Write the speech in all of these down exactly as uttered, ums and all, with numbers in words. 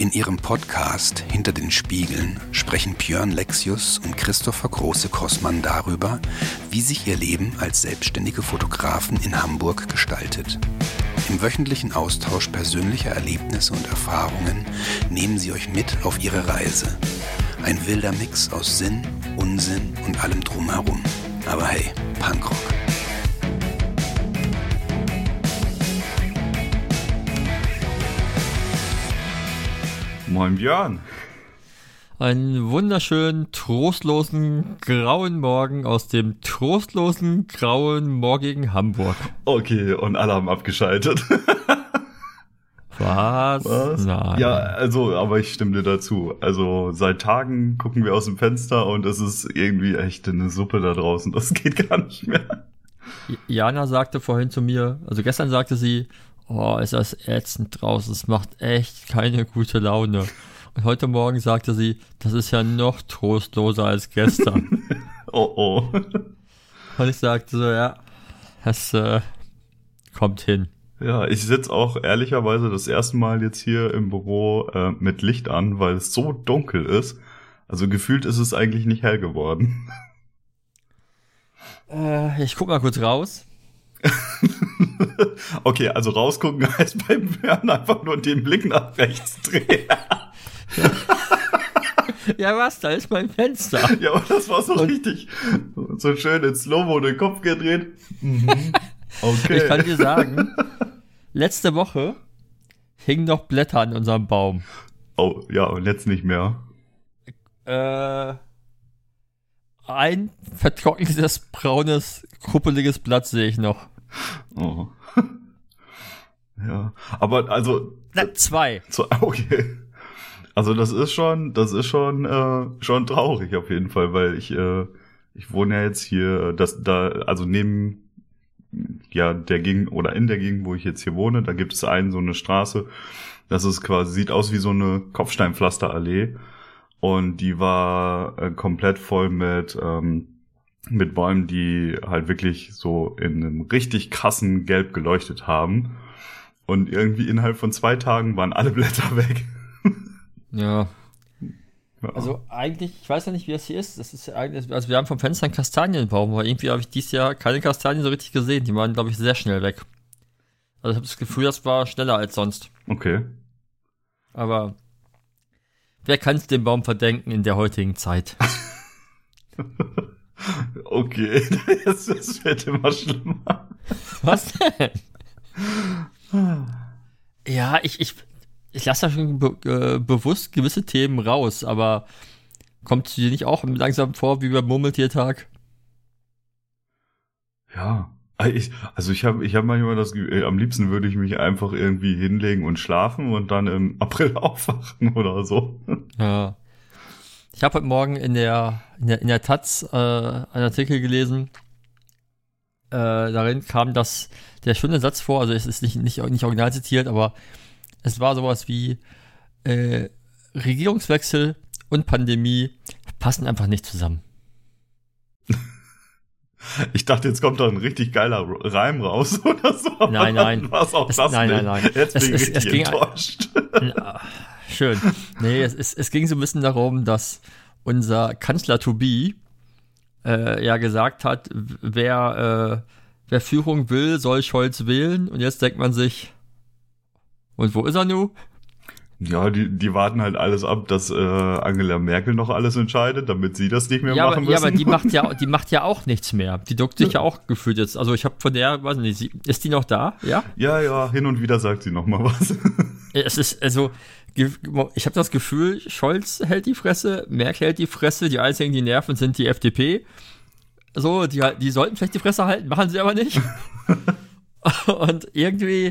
In ihrem Podcast Hinter den Spiegeln sprechen Björn Lexius und Christopher Große-Kossmann darüber, wie sich ihr Leben als selbstständige Fotografen in Hamburg gestaltet. Im wöchentlichen Austausch persönlicher Erlebnisse und Erfahrungen nehmen sie euch mit auf ihre Reise. Ein wilder Mix aus Sinn, Unsinn und allem drumherum. Aber hey, Punkrock. Moin Björn. Einen wunderschönen, trostlosen, grauen Morgen aus dem trostlosen, grauen, morgigen Hamburg. Okay, und alle haben abgeschaltet. Was? Was? Nein. Ja, also, aber ich stimme dir dazu. Also, seit Tagen gucken wir aus dem Fenster und es ist irgendwie echt eine Suppe da draußen. Das geht gar nicht mehr. Jana sagte vorhin zu mir, also gestern sagte sie, oh, ist das ätzend draußen, es macht echt keine gute Laune. Und heute Morgen sagte sie, das ist ja noch trostloser als gestern. Oh oh. Und ich sagte so, ja, es äh, kommt hin. Ja, ich sitze auch ehrlicherweise das erste Mal jetzt hier im Büro äh, mit Licht an, weil es so dunkel ist. Also gefühlt ist es eigentlich nicht hell geworden. Äh, ich guck mal kurz raus. Okay, also rausgucken heißt beim Björn einfach nur den Blick nach rechts drehen. Ja, was? Da ist mein Fenster. Ja, aber das war so Und richtig, so schön in Slow-Mo den Kopf gedreht. Mhm. Okay. Ich kann dir sagen, letzte Woche hingen noch Blätter an unserem Baum. Oh, ja, und jetzt nicht mehr. Äh, ein vertrocknetes, braunes, kuppeliges Blatt sehe ich noch. Oh. Ja, aber also... Na, zwei. So, okay. Also das ist schon, das ist schon, äh, schon traurig auf jeden Fall, weil ich, äh, ich wohne ja jetzt hier, das, da, also neben, ja, der Gegend, oder in der Gegend, wo ich jetzt hier wohne, da gibt es einen, so eine Straße, das ist quasi, sieht aus wie so eine Kopfsteinpflasterallee und die war äh, komplett voll mit, ähm, mit Bäumen, die halt wirklich so in einem richtig krassen Gelb geleuchtet haben. Und irgendwie innerhalb von zwei Tagen waren alle Blätter weg. Ja. Ja. Also eigentlich, ich weiß ja nicht, wie das hier ist. Das ist ja eigentlich, also wir haben vom Fenster einen Kastanienbaum, aber irgendwie habe ich dieses Jahr keine Kastanien so richtig gesehen. Die waren, glaube ich, sehr schnell weg. Also ich habe das Gefühl, das war schneller als sonst. Okay. Aber wer kann es dem Baum verdenken in der heutigen Zeit? Okay, das, das wird immer schlimmer. Was denn? Ja, ich, ich, ich lasse da schon be- äh, bewusst gewisse Themen raus, aber kommt es dir nicht auch langsam vor wie beim Murmeltiertag? Ja, ich, also ich habe ich hab manchmal das Gefühl, am liebsten würde ich mich einfach irgendwie hinlegen und schlafen und dann im April aufwachen oder so. Ja. Ich habe heute Morgen in der, in der, in der Taz äh, einen Artikel gelesen, äh, darin kam das, der schöne Satz vor, also es ist nicht, nicht, nicht original zitiert, aber es war sowas wie äh, Regierungswechsel und Pandemie passen einfach nicht zusammen. Ich dachte, jetzt kommt da ein richtig geiler Reim raus oder so. Aber Nein, nein. War's auch Es, das nein, nicht. nein, nein. Jetzt bin Es- ich es- richtig es ging- enttäuscht. Na, schön. Nee, es, es, es ging so ein bisschen darum, dass unser Kanzler to be äh, ja gesagt hat, wer, äh, wer Führung will, soll Scholz wählen. Und jetzt denkt man sich, und wo ist er nun? Ja, die, die warten halt alles ab, dass äh, Angela Merkel noch alles entscheidet, damit sie das nicht mehr Ja, machen aber, müssen. ja, aber die macht ja, die macht ja auch nichts mehr. Die duckt sich ja auch gefühlt jetzt. Also ich habe von der, weiß nicht, sie, ist die noch da? Ja? Ja, ja, hin und wieder sagt sie noch mal was. Es ist, also, ge- ich habe das Gefühl, Scholz hält die Fresse, Merkel hält die Fresse, die einzigen, die nerven, sind die F D P. So, die, die sollten vielleicht die Fresse halten, machen sie aber nicht. Und irgendwie,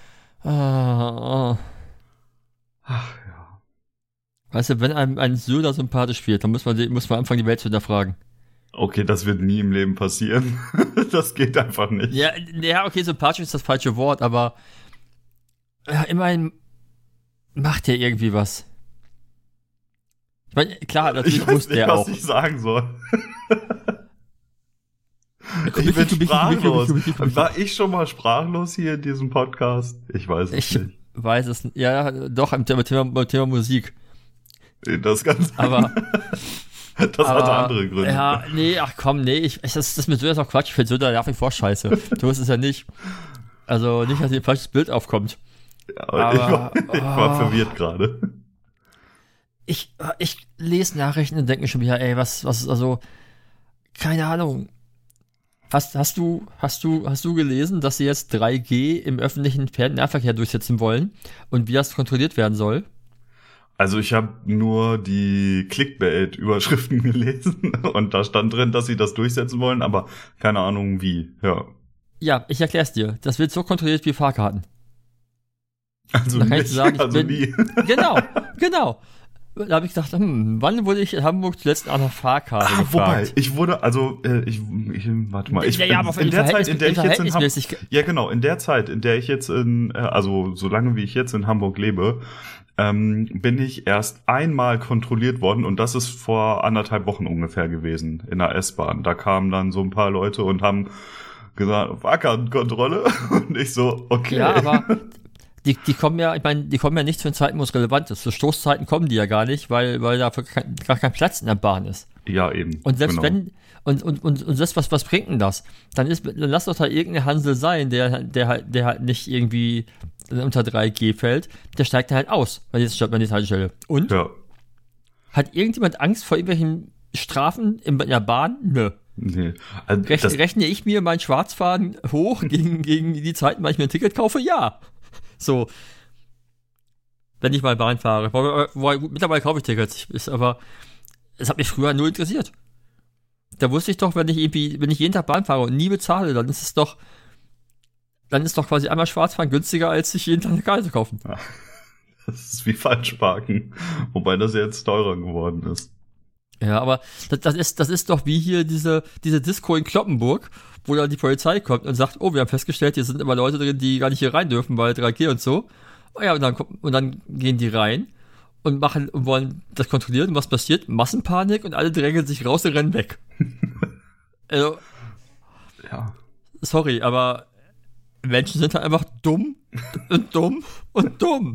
ah, Ach ja. weißt du, wenn einem ein Söder sympathisch wird, dann muss man, die- muss man anfangen, die Welt zu hinterfragen. Okay, das wird nie im Leben passieren. Das geht einfach nicht. Ja, ja, okay, sympathisch ist das falsche Wort, aber ja, immerhin macht der irgendwie was. Ich meine, klar, natürlich ich weiß muss nicht, der was auch. ich sagen soll. Kubi, Ich bin Kubi, Kubi, sprachlos. Kubi, Kubi, Kubi. War ich schon mal sprachlos hier in diesem Podcast? Ich weiß es Ich nicht. weiß es nicht. Ja, doch, im Thema, Thema, Thema Musik. Das ganz. Aber. das aber, hatte andere Gründe. Ja, nee, ach komm, nee, ich, ich, das, das mit Söder ist auch Quatsch. Ich finde Söder nach wie vor scheiße. Du hast es ja nicht. Also nicht, dass hier ein falsches Bild aufkommt. Ja, aber, aber ich war, ich war oh, verwirrt gerade. Ich, ich lese Nachrichten und denke mir schon wieder, ey, was, was, also, keine Ahnung. Hast, hast du, hast du, hast du gelesen, dass sie jetzt drei G im öffentlichen Fernverkehr durchsetzen wollen und wie das kontrolliert werden soll? Also ich habe nur die Clickbait-Überschriften gelesen und da stand drin, dass sie das durchsetzen wollen, aber keine Ahnung wie, ja. Ja, ich erklär's dir. Das wird so kontrolliert wie Fahrkarten. Also, nicht, ich sagen, ich also bin, nie. Genau, genau. Da habe ich gedacht, hm, wann wurde ich in Hamburg zuletzt an einer Fahrkarte ah, gefragt? Wobei, ich wurde, also, äh, ich, ich, warte mal, ich, ja, ja, aber in der Zeit, in der ich jetzt in Hamburg, ja genau, in der Zeit, in der ich jetzt in, also, so lange wie ich jetzt in Hamburg lebe, ähm, bin ich erst einmal kontrolliert worden und das ist vor anderthalb Wochen ungefähr gewesen, in der S-Bahn. Da kamen dann so ein paar Leute und haben gesagt, Fahrkartenkontrolle und ich so, okay. Ja, aber Die, die kommen ja, ich meine, die kommen ja nicht zu den Zeiten, wo es relevant ist. Zu Stoßzeiten kommen die ja gar nicht, weil, weil dafür kein, gar kein Platz in der Bahn ist. Ja, eben. Und selbst genau. wenn, und, und, und, und selbst was, was bringt denn das? Dann ist, dann lass doch da irgendeine Hansel sein, der, der halt, der halt nicht irgendwie unter drei G fällt, der steigt dann halt aus, bei dieser, bei dieser Haltestelle. Und? Ja. Hat irgendjemand Angst vor irgendwelchen Strafen in der Bahn? Nö. Nee. Also Rechne, rechne ich mir meinen Schwarzfahren hoch gegen, gegen die Zeiten, weil ich mir ein Ticket kaufe? Ja. So, wenn ich mal Bahn fahre. Wo, wo, gut, mittlerweile kaufe ich Tickets, ist aber, es hat mich früher nur interessiert. Da wusste ich doch, wenn ich irgendwie, wenn ich jeden Tag Bahn fahre und nie bezahle, dann ist es doch, dann ist doch quasi einmal Schwarzfahren günstiger, als sich jeden Tag eine Karte kaufen. Ja, das ist wie Falschparken, wobei das jetzt teurer geworden ist. Ja, aber das, das ist, das ist doch wie hier diese, diese Disco in Cloppenburg, wo dann die Polizei kommt und sagt, oh, wir haben festgestellt, hier sind immer Leute drin, die gar nicht hier rein dürfen, weil drei G und so. Oh ja, und dann, und dann gehen die rein und machen, und wollen das kontrollieren. Und was passiert? Massenpanik und alle drängeln sich raus und rennen weg. Also, ja. Sorry, aber Menschen sind halt einfach dumm und dumm und dumm.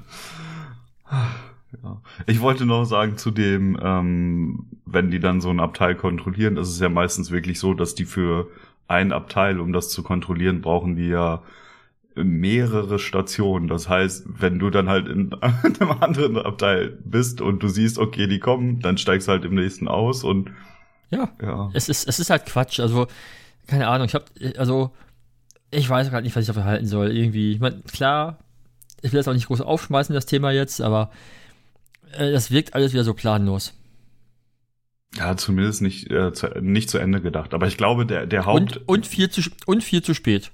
Ja. Ich wollte noch sagen zu dem, ähm, wenn die dann so ein Abteil kontrollieren, ist es ja meistens wirklich so, dass die für ein Abteil, um das zu kontrollieren, brauchen die ja mehrere Stationen. Das heißt, wenn du dann halt in einem anderen Abteil bist und du siehst, okay, die kommen, dann steigst du halt im nächsten aus und ja, ja. Es ist, es ist halt Quatsch. Also, keine Ahnung, ich hab, also, ich weiß gerade nicht, was ich davon halten soll. Irgendwie, ich meine, klar, ich will das auch nicht groß aufschmeißen, das Thema jetzt, aber äh, das wirkt alles wieder so planlos. Ja, zumindest nicht, äh, zu, nicht zu Ende gedacht. Aber ich glaube, der, der Haupt... Und, und, viel, zu, und viel zu spät.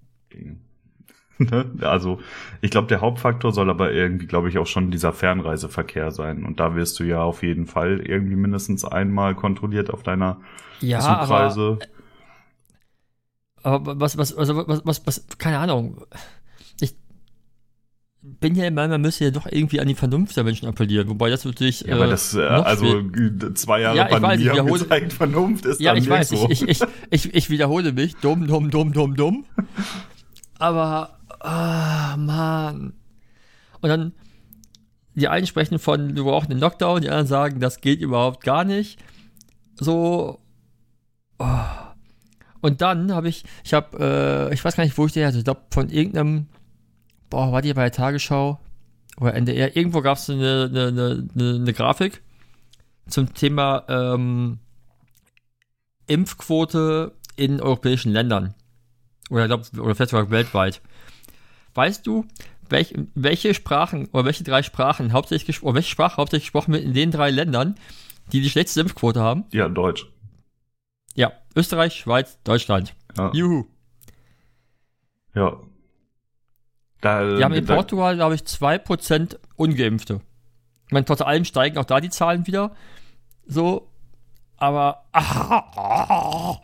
Also, ich glaube, der Hauptfaktor soll aber irgendwie, glaube ich, auch schon dieser Fernreiseverkehr sein. Und da wirst du ja auf jeden Fall irgendwie mindestens einmal kontrolliert auf deiner ja, Zugreise. Aber, aber was, was, also was, was, was, keine Ahnung. Ich bin ja immer, man müsste ja doch irgendwie an die Vernunft der Menschen appellieren, wobei das natürlich. Ja, aber das, äh, also zwei Jahre ja, Pandemie weiß, haben gezeigt, Vernunft ist ja, dann ich weiß, so. ich, ich, ich, ich wiederhole mich, dumm, dumm, dumm, dumm, dumm. Aber, ah, Mann. Und dann, die einen sprechen von, wir brauchen einen Lockdown, die anderen sagen, das geht überhaupt gar nicht. So, oh. Und dann habe ich, ich habe, äh, ich weiß gar nicht, wo ich den hatte, ich glaube von irgendeinem, boah, war die bei der Tagesschau oder N D R, irgendwo gab es eine, eine, eine, eine Grafik zum Thema ähm, Impfquote in europäischen Ländern. Oder glaube oder vielleicht sogar weltweit. Weißt du, welch, welche Sprachen oder welche drei Sprachen hauptsächlich oder welche Sprache hauptsächlich gesprochen wird in den drei Ländern, die die schlechteste Impfquote haben? Ja, Deutsch. Ja, Österreich, Schweiz, Deutschland. Ja. Juhu. Ja. Da, Wir haben in da, Portugal, glaube ich, zwei Prozent Ungeimpfte. Ich meine, trotz allem steigen auch da die Zahlen wieder. So, aber ah, ah.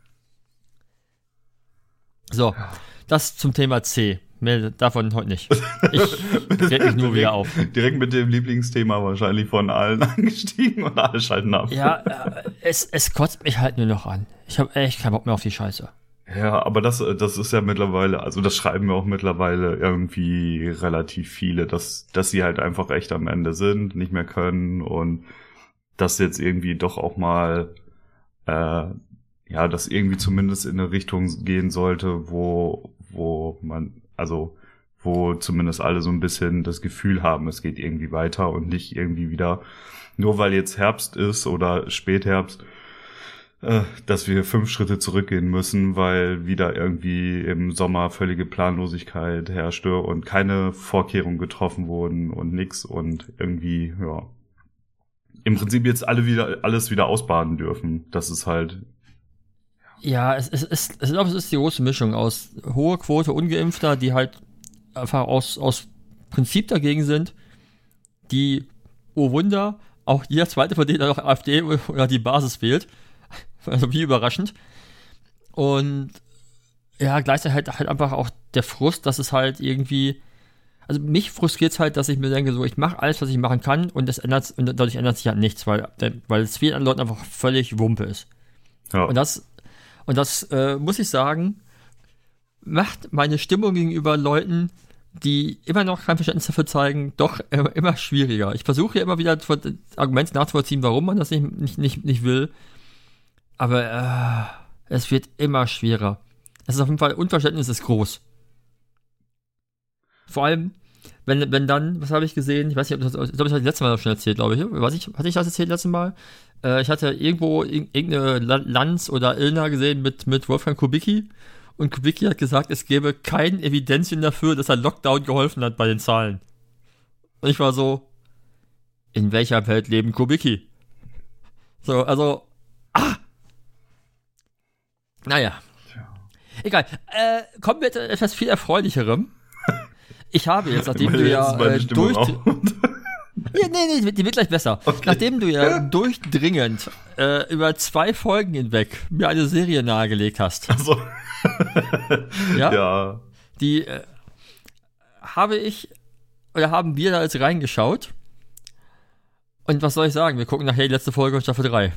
So, das zum Thema C. Mehr davon heute nicht. Ich reg mich nur wieder auf. Direkt mit dem Lieblingsthema wahrscheinlich von allen angestiegen und alle schalten ab. Ja, äh, es, es kotzt mich halt nur noch an. Ich habe echt keinen Bock mehr auf die Scheiße. Ja, aber das, das ist ja mittlerweile, also das schreiben wir auch mittlerweile irgendwie relativ viele, dass, dass sie halt einfach echt am Ende sind, nicht mehr können und dass jetzt irgendwie doch auch mal, äh, ja, das irgendwie zumindest in eine Richtung gehen sollte, wo, wo man, also, wo zumindest alle so ein bisschen das Gefühl haben, es geht irgendwie weiter und nicht irgendwie wieder, nur weil jetzt Herbst ist oder Spätherbst, dass wir fünf Schritte zurückgehen müssen, weil wieder irgendwie im Sommer völlige Planlosigkeit herrschte und keine Vorkehrungen getroffen wurden und nix und irgendwie, ja, im Prinzip jetzt alle wieder, alles wieder ausbaden dürfen. Das ist halt... Ja, es, es, es, ich glaube, es ist die große Mischung aus hohe Quote Ungeimpfter, die halt einfach aus, aus Prinzip dagegen sind, die, oh Wunder, auch jeder zweite von denen dann noch AfD oder die Basis wählt. Also wie überraschend. Und ja, gleichzeitig halt, halt einfach auch der Frust, dass es halt irgendwie, also mich frustriert es halt, dass ich mir denke, so, ich mache alles, was ich machen kann und das ändert, und dadurch ändert sich halt nichts, weil, weil es vielen Leuten einfach völlig Wumpe ist. Ja. Und das, und das äh, muss ich sagen, macht meine Stimmung gegenüber Leuten, die immer noch kein Verständnis dafür zeigen, doch immer, immer schwieriger. Ich versuche ja immer wieder Argumente nachzuvollziehen, warum man das nicht, nicht, nicht, nicht will. Aber äh, es wird immer schwerer. Es ist auf jeden Fall, Unverständnis ist groß. Vor allem, wenn, wenn dann, was habe ich gesehen? Ich weiß nicht, ob das, ich glaube, ich hatte das letzte Mal schon erzählt, glaube ich. Weiß ich, hatte ich das erzählt letztes Mal? Äh, ich hatte irgendwo irgendeine Lanz oder Illner gesehen mit, mit Wolfgang Kubicki. Und Kubicki hat gesagt, es gäbe kein Evidenzien dafür, dass ein Lockdown geholfen hat bei den Zahlen. Und ich war so, in welcher Welt leben Kubicki? So, also, ah! Naja. Tja. Egal. Äh, kommen wir zu etwas viel Erfreulicherem. Ich habe jetzt, nachdem du ja äh, durch... ja, nee, nee, die wird gleich besser. Okay. Nachdem du ja durchdringend äh, über zwei Folgen hinweg mir eine Serie nahegelegt hast. Ach so. ja? Ja. Die äh, habe ich, oder haben wir da jetzt reingeschaut. Und was soll ich sagen? Wir gucken nachher die letzte Folge von Staffel drei.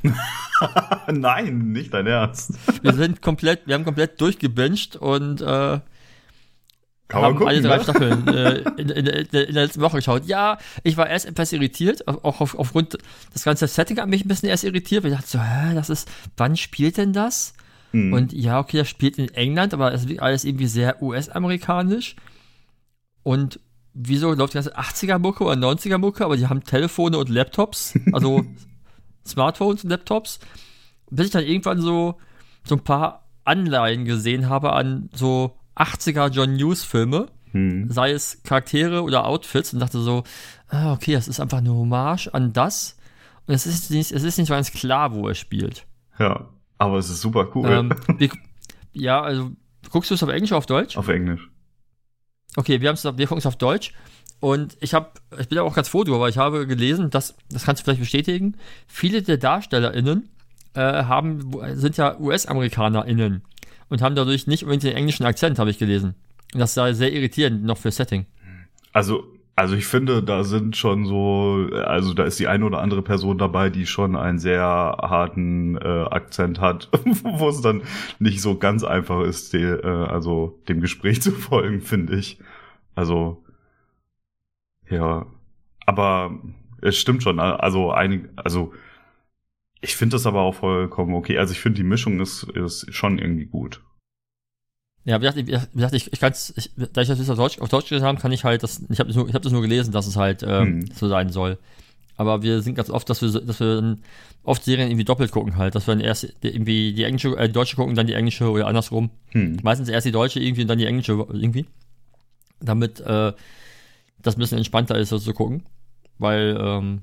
Nein, nicht dein Ernst. Wir sind komplett, wir haben komplett durchgebinged und äh, Kann haben gucken, alle drei ne? Staffeln äh, in, in, in, in der letzten Woche geschaut. Ja, ich war erst etwas irritiert, auch auf, aufgrund, das ganze Setting hat mich ein bisschen erst irritiert, weil ich dachte so, hä, das ist, wann spielt denn das? Mhm. Und ja, okay, das spielt in England, aber es wird alles irgendwie sehr U S-amerikanisch. Und wieso läuft die ganze achtziger-Mucke oder neunziger-Mucke, aber die haben Telefone und Laptops, also Smartphones und Laptops. Bis ich dann irgendwann so, so ein paar Anleihen gesehen habe an so achtziger John Hughes-Filme, hm. sei es Charaktere oder Outfits, und dachte so, ah, okay, das ist einfach eine Hommage an das. Und es ist nicht, es ist nicht ganz klar, wo er spielt. Ja, aber es ist super cool. Ähm, wir, ja, also, guckst du es auf Englisch oder auf Deutsch? Auf Englisch. Okay, wir, wir gucken es auf Deutsch. Und ich habe, ich bin aber auch ganz froh drüber, weil ich habe gelesen, dass, das kannst du vielleicht bestätigen, viele der DarstellerInnen äh, haben, sind ja U S-AmerikanerInnen und haben dadurch nicht unbedingt den englischen Akzent, habe ich gelesen. Und das sei sehr irritierend noch für Setting. Also, also ich finde, da sind schon so, also da ist die eine oder andere Person dabei, die schon einen sehr harten äh, Akzent hat, wo es dann nicht so ganz einfach ist, die, äh, also dem Gespräch zu folgen, finde ich. Also, ja, aber es stimmt schon, also einig, also ich finde das aber auch vollkommen okay. Also ich finde, die Mischung ist, ist schon irgendwie gut. Ja, wie gesagt, wie gesagt ich, ich kann es, da ich das jetzt auf Deutsch, auf Deutsch gelesen habe, kann ich halt das, ich habe das, hab das nur gelesen, dass es halt ähm, hm. so sein soll. Aber wir sind ganz oft, dass wir, dass wir dann oft Serien irgendwie doppelt gucken halt, dass wir dann erst irgendwie die englische, äh, die deutsche gucken, dann die englische oder andersrum. Hm. Meistens erst die deutsche irgendwie und dann die englische irgendwie. Damit äh, das ein bisschen entspannter ist, das zu gucken. Weil, ähm,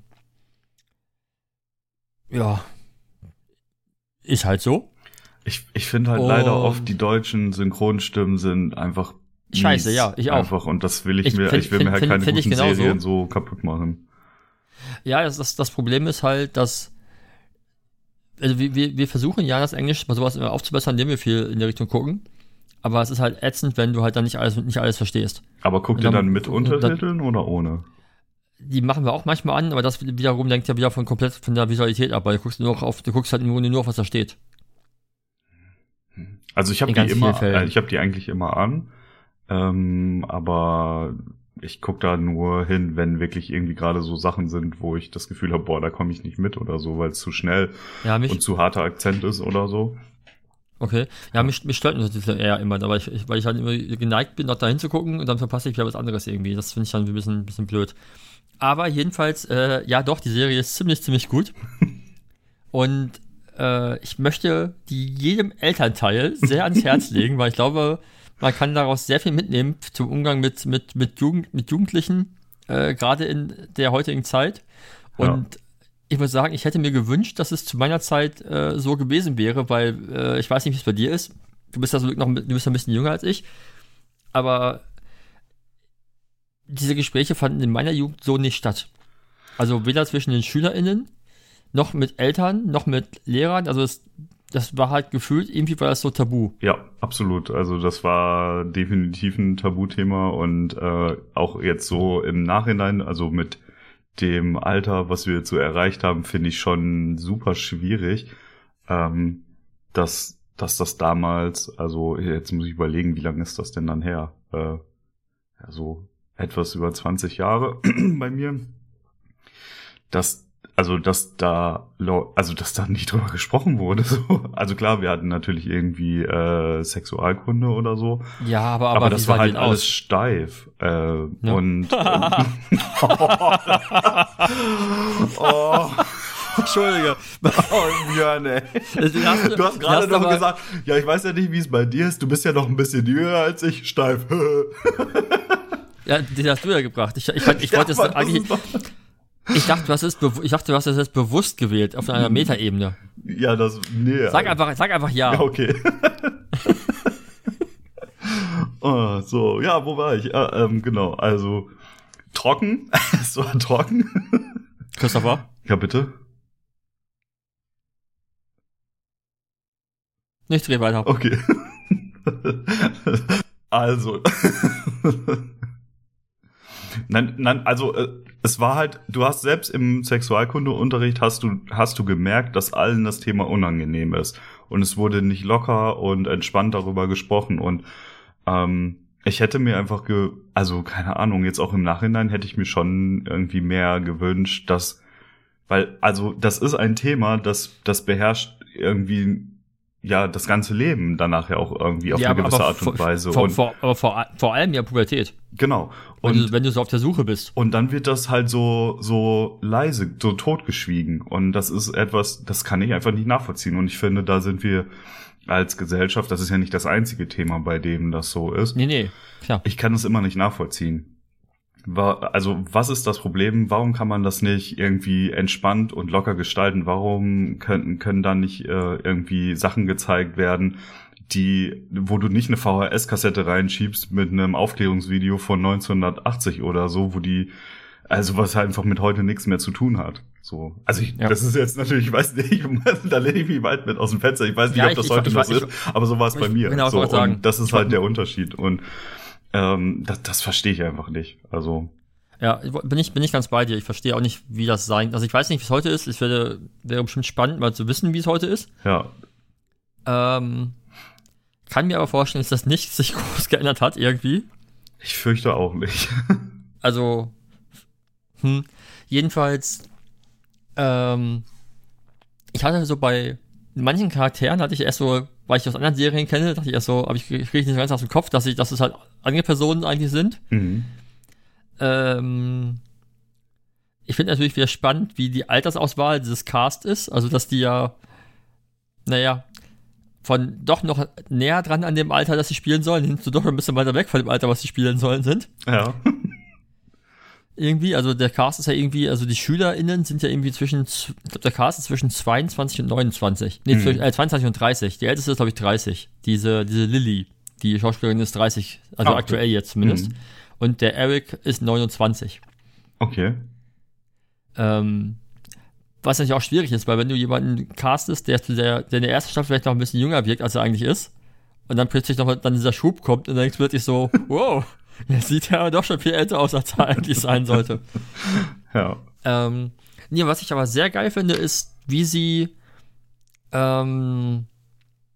ja, ist halt so. Ich, ich finde halt oh. leider oft, die deutschen Synchronstimmen sind einfach scheiße, mies, ja, ich auch. Einfach, und das will ich, ich mir, find, ich will find, mir halt find, keine find guten Serien so. so kaputt machen. Ja, das, das, das Problem ist halt, dass also wir, wir, wir versuchen ja das Englisch mal sowas aufzubessern, indem wir viel in der Richtung gucken. Aber es ist halt ätzend, wenn du halt dann nicht alles, nicht alles verstehst. Aber guckt ihr dann mit Untertiteln dann, oder ohne? Die machen wir auch manchmal an, aber das wiederum lenkt ja wieder von komplett von der Visualität ab, weil du guckst nur auf, du guckst halt im Grunde nur auf, was da steht. Also ich habe die immer, äh, ich habe die eigentlich immer an, ähm, aber ich guck da nur hin, wenn wirklich irgendwie gerade so Sachen sind, wo ich das Gefühl habe, boah, da komme ich nicht mit oder so, weil es zu schnell ja, mich, und zu harter Akzent ist oder so. Okay, ja, mich, mich stört das eher immer, aber ich, ich, weil ich halt immer geneigt bin, noch da hinzugucken und dann verpasse ich wieder was anderes irgendwie. Das finde ich dann ein bisschen, ein bisschen blöd. Aber jedenfalls, äh, ja doch, die Serie ist ziemlich, ziemlich gut. Und äh, ich möchte die jedem Elternteil sehr ans Herz legen, weil ich glaube, man kann daraus sehr viel mitnehmen zum Umgang mit, mit, mit, Jugend, mit Jugendlichen, äh, gerade in der heutigen Zeit. Und ja. Ich muss sagen, ich hätte mir gewünscht, dass es zu meiner Zeit äh, so gewesen wäre, weil äh, ich weiß nicht, wie es bei dir ist. Du bist ja so noch, du bist ein bisschen jünger als ich. Aber diese Gespräche fanden in meiner Jugend so nicht statt. Also weder zwischen den SchülerInnen, noch mit Eltern, noch mit Lehrern. Also es, das war halt gefühlt, irgendwie war das so tabu. Ja, absolut. Also das war definitiv ein Tabuthema und äh, auch jetzt so im Nachhinein, also mit dem Alter, was wir jetzt so erreicht haben, finde ich schon super schwierig, ähm, dass, dass das damals, also jetzt muss ich überlegen, wie lange ist das denn dann her? Äh, also etwas über zwanzig Jahre bei mir. Dass, also dass da, also dass da nicht drüber gesprochen wurde. So. Also klar, wir hatten natürlich irgendwie äh, Sexualkunde oder so. Ja, aber aber, aber das war halt alles aus? steif. Äh, ja. Und oh. Entschuldige. Oh, Björn, ey. Du, du hast gerade noch gesagt, ja, ich weiß ja nicht, wie es bei dir ist. Du bist ja noch ein bisschen jünger als ich, steif. Ja, den hast du ja gebracht. Ich, ich, ich, ich wollte ja, es eigentlich. Ich dachte, du hast es, ich dachte, du hast es jetzt bewusst gewählt auf einer Metaebene. Ja, das, nee. Sag einfach, sag einfach ja. Ja, okay. Oh, so, ja, wo war ich? Ah, ähm, genau, also trocken. Es war trocken. Christopher? Ja, bitte. Nicht dreh weiter. Okay. Also. Nein, nein, also äh, es war halt, du hast selbst im Sexualkundeunterricht hast du hast du gemerkt, dass allen das Thema unangenehm ist und es wurde nicht locker und entspannt darüber gesprochen und ähm, ich hätte mir einfach ge, also keine Ahnung, jetzt auch im Nachhinein hätte ich mir schon irgendwie mehr gewünscht, dass, weil also das ist ein Thema, das das beherrscht irgendwie ja das ganze Leben danach ja auch irgendwie auf ja, eine gewisse Art und vor, Weise. Vor, und vor, aber vor, vor allem ja Pubertät. Genau. Und wenn du, wenn du so auf der Suche bist. Und dann wird das halt so so leise, so totgeschwiegen. Und das ist etwas, das kann ich einfach nicht nachvollziehen. Und ich finde, da sind wir als Gesellschaft, das ist ja nicht das einzige Thema, bei dem das so ist. Nee, nee, klar. Ich kann es immer nicht nachvollziehen. Also, was ist das Problem? Warum kann man das nicht irgendwie entspannt und locker gestalten? Warum können, können da nicht äh, irgendwie Sachen gezeigt werden, die, wo du nicht eine V H S-Kassette reinschiebst mit einem Aufklärungsvideo von neunzehnhundertachtzig oder so, wo die, also was halt einfach mit heute nichts mehr zu tun hat. So, also ich, ja. Das ist jetzt natürlich, ich weiß nicht, da lehne ich mich weit mit aus dem Fenster. Ich weiß nicht, ja, ob das ich, heute ich, noch ich, ist, ich, aber so war es bei mir. Genau, so, und sagen. Das ist halt der Unterschied und Ähm, das, das verstehe ich einfach nicht. Also ja, bin ich bin ich ganz bei dir. Ich verstehe auch nicht, wie das sein. Also ich weiß nicht, wie es heute ist. Es wäre wäre bestimmt spannend, mal zu wissen, wie es heute ist. Ja. Ähm, kann mir aber vorstellen, dass das nicht sich groß geändert hat irgendwie. Ich fürchte auch nicht. Also hm, jedenfalls. Ähm, ich hatte so bei manchen Charakteren hatte ich erst so, weil ich aus anderen Serien kenne, dachte ich erst so, aber ich kriege ich nicht ganz aus dem Kopf, dass ich, dass es halt andere Personen eigentlich sind. Mhm. Ähm, ich finde natürlich wieder spannend, wie die Altersauswahl dieses Cast ist, also dass die ja, naja, von doch noch näher dran an dem Alter, das sie spielen sollen, hin zu doch ein bisschen weiter weg von dem Alter, was sie spielen sollen, sind. Ja. Irgendwie, also der Cast ist ja irgendwie, also die SchülerInnen sind ja irgendwie zwischen, ich glaube, der Cast ist zwischen zweiundzwanzig und neunundzwanzig. Nee, mhm. äh, zweiundzwanzig und dreißig. Die älteste ist, glaube ich, dreißig. Diese, diese Lilly, die Schauspielerin ist dreißig, also ah, okay. Aktuell jetzt zumindest. Mhm. Und der Eric ist neunundzwanzig. Okay. Ähm, was natürlich auch schwierig ist, weil wenn du jemanden castest, der, der, der in der ersten Staffel vielleicht noch ein bisschen jünger wirkt, als er eigentlich ist, und dann plötzlich noch dann dieser Schub kommt und dann denkst du wirklich so, wow, jetzt sieht er aber doch schon viel älter aus, als er eigentlich sein sollte. Ja. Ähm, nee, was ich aber sehr geil finde, ist, wie sie ähm,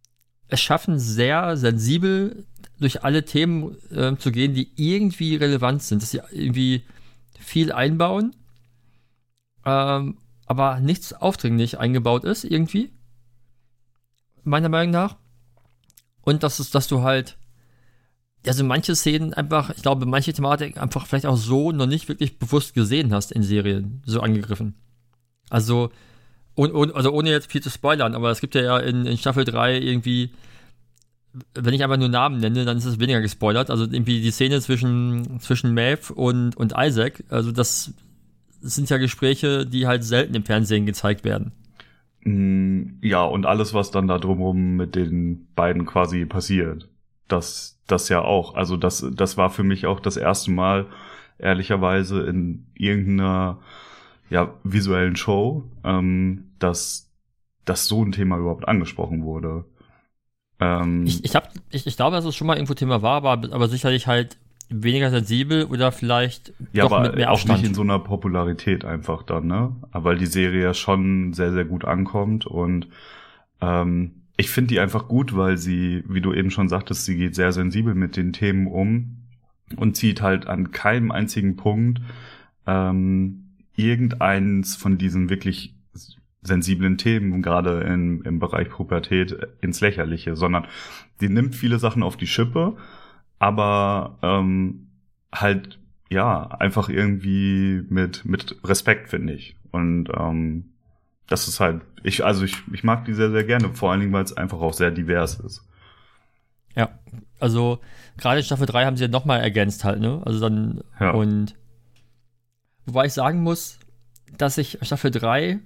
es schaffen, sehr sensibel durch alle Themen äh, zu gehen, die irgendwie relevant sind, dass sie irgendwie viel einbauen, ähm, aber nichts aufdringlich eingebaut ist, irgendwie. Meiner Meinung nach. Und das ist, dass du halt, also manche Szenen einfach, ich glaube, manche Thematik einfach vielleicht auch so noch nicht wirklich bewusst gesehen hast in Serien, so angegriffen. Also, und, und, also ohne jetzt viel zu spoilern, aber es gibt ja, ja in, in Staffel drei irgendwie, wenn ich einfach nur Namen nenne, dann ist es weniger gespoilert. Also irgendwie die Szene zwischen, zwischen Maeve und, und Isaac, also das, das sind ja Gespräche, die halt selten im Fernsehen gezeigt werden. Ja, und alles, was dann da drumherum mit den beiden quasi passiert, das, das ja auch. Also das, das war für mich auch das erste Mal, ehrlicherweise, in irgendeiner, ja, visuellen Show, ähm, dass, dass so ein Thema überhaupt angesprochen wurde. Ähm, ich, ich, hab, ich, ich glaube, dass es schon mal irgendwo Thema war, aber, aber sicherlich halt weniger sensibel oder vielleicht ja, doch aber mit mehr auch Abstand. nicht in so einer Popularität einfach dann, ne? Weil die Serie ja schon sehr, sehr gut ankommt und ähm, ich finde die einfach gut, weil sie, wie du eben schon sagtest, sie geht sehr sensibel mit den Themen um und zieht halt an keinem einzigen Punkt ähm, irgendeins von diesen wirklich sensiblen Themen, gerade in, im Bereich Pubertät, ins Lächerliche, sondern die nimmt viele Sachen auf die Schippe, aber ähm, halt, ja, einfach irgendwie mit mit Respekt, finde ich. Und ähm, das ist halt, ich also ich ich mag die sehr, sehr gerne, vor allen Dingen, weil es einfach auch sehr divers ist. Ja, also gerade in Staffel drei haben sie ja nochmal ergänzt halt, ne? Also dann, Ja. Und wobei ich sagen muss, dass ich Staffel drei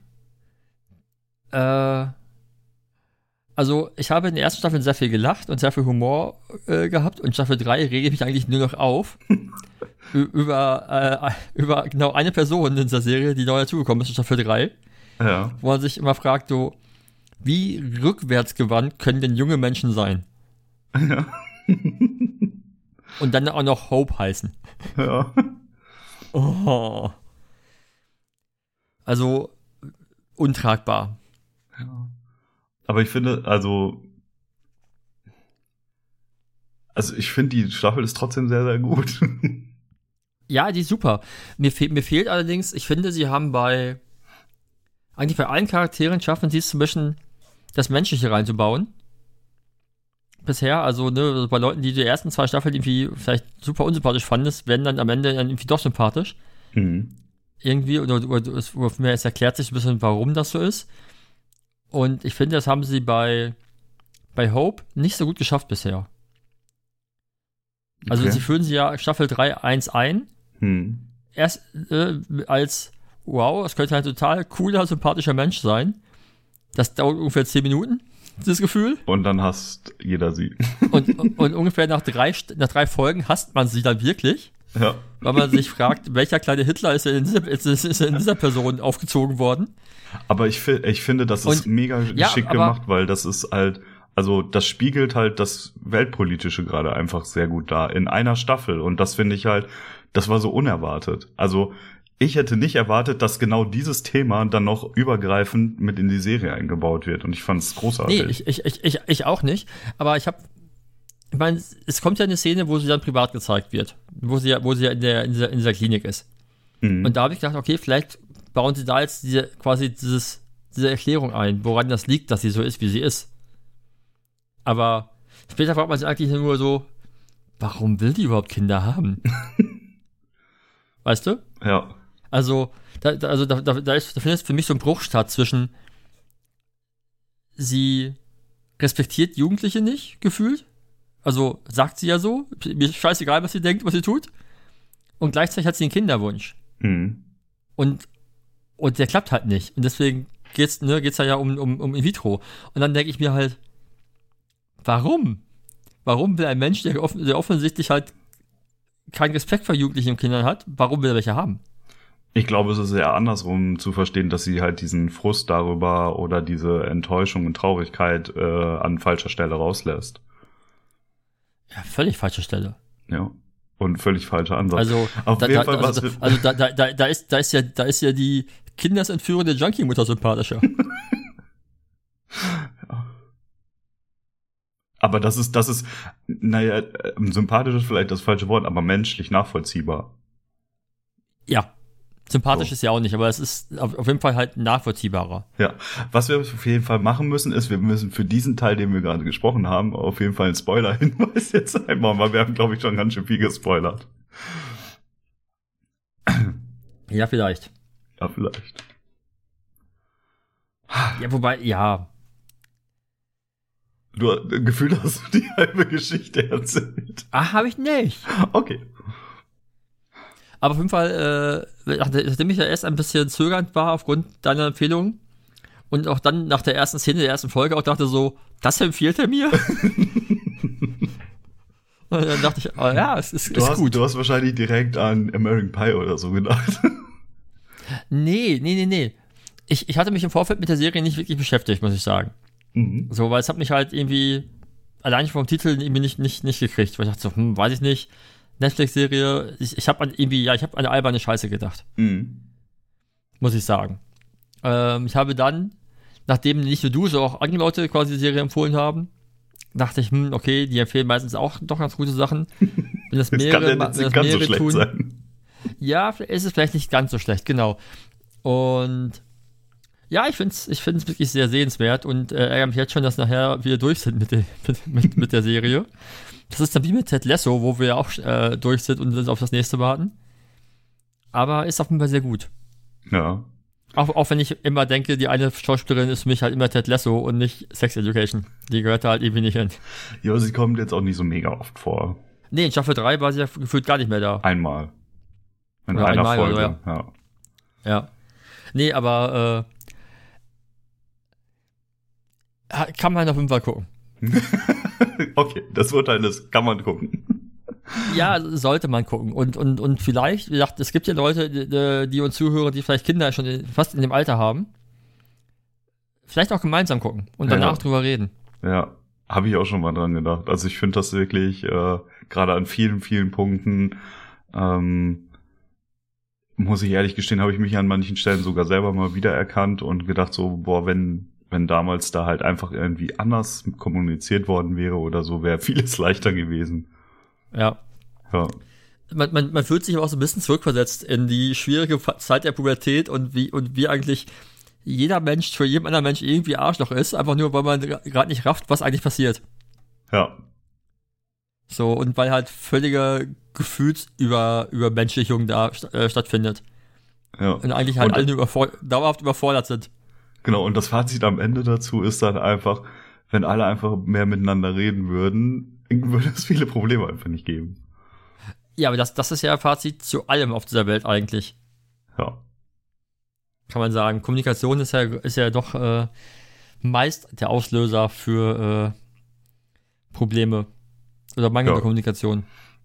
äh, also ich habe in der ersten Staffel sehr viel gelacht und sehr viel Humor äh, gehabt und Staffel drei rege ich mich eigentlich nur noch auf Ü- über, äh, über genau eine Person in dieser Serie, die neu dazugekommen ist in Staffel drei, Ja. wo man sich immer fragt, so, wie rückwärtsgewandt können denn junge Menschen sein? Ja. Und dann auch noch Hope heißen. Ja. Oh. Also untragbar. Ja. Aber ich finde, also also ich finde, die Staffel ist trotzdem sehr, sehr gut. Ja, die ist super. Mir, fe- mir fehlt allerdings, ich finde, sie haben bei eigentlich bei allen Charakteren schaffen sie es zum bisschen, das Menschliche reinzubauen. Bisher, also ne, bei Leuten, die die ersten zwei Staffeln irgendwie vielleicht super unsympathisch fandest, werden dann am Ende dann irgendwie doch sympathisch. Mhm. Irgendwie, oder, oder es, oder mir es erklärt sich ein bisschen, warum das so ist. Und ich finde, das haben sie bei, bei Hope nicht so gut geschafft bisher. Also Okay. sie führen sie ja Staffel drei eins ein. Hm. Erst äh, als, wow, es könnte ein total cooler, sympathischer Mensch sein. Das dauert ungefähr zehn Minuten, das Gefühl. Und dann hasst jeder sie. Und, und, und ungefähr nach drei, St- nach drei Folgen hasst man sie dann wirklich. Ja. Weil man sich fragt, welcher kleine Hitler ist in dieser, ist, ist in dieser Person aufgezogen worden. Aber ich, fi- ich finde, das ist Und- mega ja, geschickt aber- gemacht, weil das ist halt, also das spiegelt halt das Weltpolitische gerade einfach sehr gut dar in einer Staffel. Und das finde ich halt, das war so unerwartet. Also ich hätte nicht erwartet, dass genau dieses Thema dann noch übergreifend mit in die Serie eingebaut wird. Und ich fand es großartig. Nee, ich, ich, ich, ich, ich auch nicht. Aber ich habe, ich meine, es kommt ja eine Szene, wo sie dann privat gezeigt wird. Wo sie ja, wo sie ja in, der, in, dieser, in dieser Klinik ist. Mhm. Und da habe ich gedacht, okay, vielleicht bauen sie da jetzt diese, quasi dieses, diese Erklärung ein, woran das liegt, dass sie so ist, wie sie ist. Aber später fragt man sich eigentlich nur so, warum will die überhaupt Kinder haben? Weißt du? Ja. Also, da, da, also da, da, da, ist, da findet für mich so ein Bruch statt zwischen sie respektiert Jugendliche nicht, gefühlt. Also sagt sie ja so, mir ist scheißegal, was sie denkt, was sie tut. Und gleichzeitig hat sie einen Kinderwunsch. Mhm. Und, und der klappt halt nicht. Und deswegen geht's, ne, geht's ja um, um, um in vitro. Und dann denke ich mir halt, warum? Warum will ein Mensch, der, off- der offensichtlich halt keinen Respekt vor Jugendlichen und Kindern hat, warum will er welche haben? Ich glaube, es ist eher andersrum zu verstehen, dass sie halt diesen Frust darüber oder diese Enttäuschung und Traurigkeit äh, an falscher Stelle rauslässt. Ja, völlig falsche Stelle. Ja. Und völlig falscher Ansatz. Also, Auf da, jeden da, Fall was also, wir- also da, da, da, da, ist, da, ist ja, da ist ja die kindesentführende Junkie-Mutter sympathischer. Aber das ist, das ist, naja, sympathisch ist vielleicht das falsche Wort, aber menschlich nachvollziehbar. Ja. Sympathisch So. ist ja auch nicht, aber es ist auf, auf jeden Fall halt nachvollziehbarer. Ja, was wir auf jeden Fall machen müssen, ist, wir müssen für diesen Teil, den wir gerade gesprochen haben, auf jeden Fall einen Spoiler-Hinweis jetzt einmal, weil wir haben, glaube ich, schon ganz schön viel gespoilert. Ja, vielleicht. Ja, vielleicht. Ja, wobei, ja. Du äh, Gefühl hast du die halbe Geschichte erzählt. Ah, habe ich nicht. Okay. Aber auf jeden Fall, äh, nachdem ich ja erst ein bisschen zögernd war aufgrund deiner Empfehlung und auch dann nach der ersten Szene der ersten Folge auch dachte so, das empfiehlt er mir? Und dann dachte ich, oh, ja, es ist, Du ist hast, gut. du hast wahrscheinlich direkt an American Pie oder so gedacht. Nee, nee, nee, nee. Ich, ich hatte mich im Vorfeld mit der Serie nicht wirklich beschäftigt, muss ich sagen. Mhm. So, weil es hat mich halt irgendwie allein vom Titel irgendwie nicht, nicht, nicht gekriegt. Weil ich dachte so, hm, weiß ich nicht. Netflix-Serie, ich, ich habe an irgendwie, ja, ich habe an eine alberne Scheiße gedacht. Mhm. Muss ich sagen. Ähm, ich habe dann, nachdem nicht nur du, so auch andere Leute quasi die Serie empfohlen haben, dachte ich, hm, okay, die empfehlen meistens auch doch ganz gute Sachen. Wenn das Das mehrere, kann ja wenn nicht das ganz so mehrere schlecht tun, sein. ja, ist es vielleicht nicht ganz so schlecht, genau. Und ja, ich finde es ich find's wirklich sehr sehenswert und äh, ärgere mich jetzt schon, dass nachher wir durch sind mit, de, mit, mit, mit der Serie. Das ist dann wie mit Ted Lasso, wo wir auch äh, durch sind und auf das nächste warten. Aber ist auf jeden Fall sehr gut. Ja. Auch, auch wenn ich immer denke, die eine Schauspielerin ist für mich halt immer Ted Lasso und nicht Sex Education. Die gehört da halt irgendwie nicht hin. Ja, sie kommt jetzt auch nicht so mega oft vor. Nee, in Staffel drei war sie ja gefühlt gar nicht mehr da. Einmal. In Oder einer einmal, Folge, oder, ja. Ja. Nee, aber äh, kann man auf jeden Fall gucken. Okay, das Urteil ist, kann man gucken. Ja, sollte man gucken. Und, und, und vielleicht, wie gesagt, es gibt ja Leute, die, die uns zuhören, die vielleicht Kinder schon in, fast in dem Alter haben. Vielleicht auch gemeinsam gucken und danach Ja. drüber reden. Ja, habe ich auch schon mal dran gedacht. Also ich finde das wirklich, äh, gerade an vielen, vielen Punkten, ähm, muss ich ehrlich gestehen, habe ich mich an manchen Stellen sogar selber mal wiedererkannt und gedacht so, boah, wenn wenn damals da halt einfach irgendwie anders kommuniziert worden wäre oder so, wäre vieles leichter gewesen. Ja. Ja. Man, man, man fühlt sich auch so ein bisschen zurückversetzt in die schwierige Zeit der Pubertät und wie, und wie eigentlich jeder Mensch für jeden anderen Mensch irgendwie Arschloch ist, einfach nur, weil man gerade nicht rafft, was eigentlich passiert. Ja. So, und weil halt völlige Gefühlsübermenschlichung da äh, stattfindet. Ja. Und eigentlich halt Und- alle nur überfor- dauerhaft überfordert sind. Genau, und das Fazit am Ende dazu ist dann einfach, wenn alle einfach mehr miteinander reden würden, würde es viele Probleme einfach nicht geben. Ja, aber das, das ist ja ein Fazit zu allem auf dieser Welt eigentlich. Ja. Kann man sagen. Kommunikation ist ja, ist ja doch äh, meist der Auslöser für äh, Probleme. Oder mangelnde Ja. Kommunikation.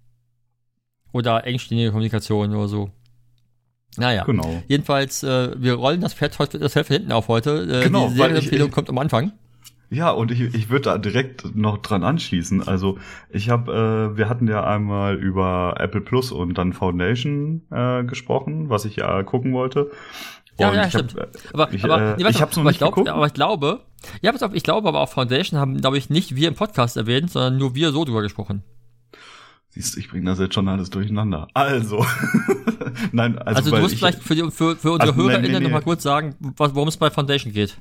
Oder engständige Kommunikation oder so. Naja. Genau. Jedenfalls, äh, wir rollen das Pferd heute, das Pferd von hinten auf heute. Äh, Genau, die weil Serienempfehlung ich- kommt am Anfang. Ja, und ich, ich würde da direkt noch dran anschließen. Also ich habe, äh, wir hatten ja einmal über Apple Plus und dann Foundation äh, gesprochen, was ich ja gucken wollte. Ja, Und ja, ich stimmt. Hab, äh, Aber, ich, aber, äh, nee, warte, ich hab's noch aber nicht ich glaub, geguckt. Aber ich glaube, ja, pass auf, ich glaube aber auf Foundation haben, glaube ich, nicht wir im Podcast erwähnt, sondern nur wir so drüber gesprochen. Siehst du, ich bringe das jetzt schon alles durcheinander. Also, nein, also, Also, weil du musst ich, vielleicht für, die, für, für unsere Also, nein, HörerInnen nee, nee. nochmal kurz sagen, was, worum es bei Foundation geht.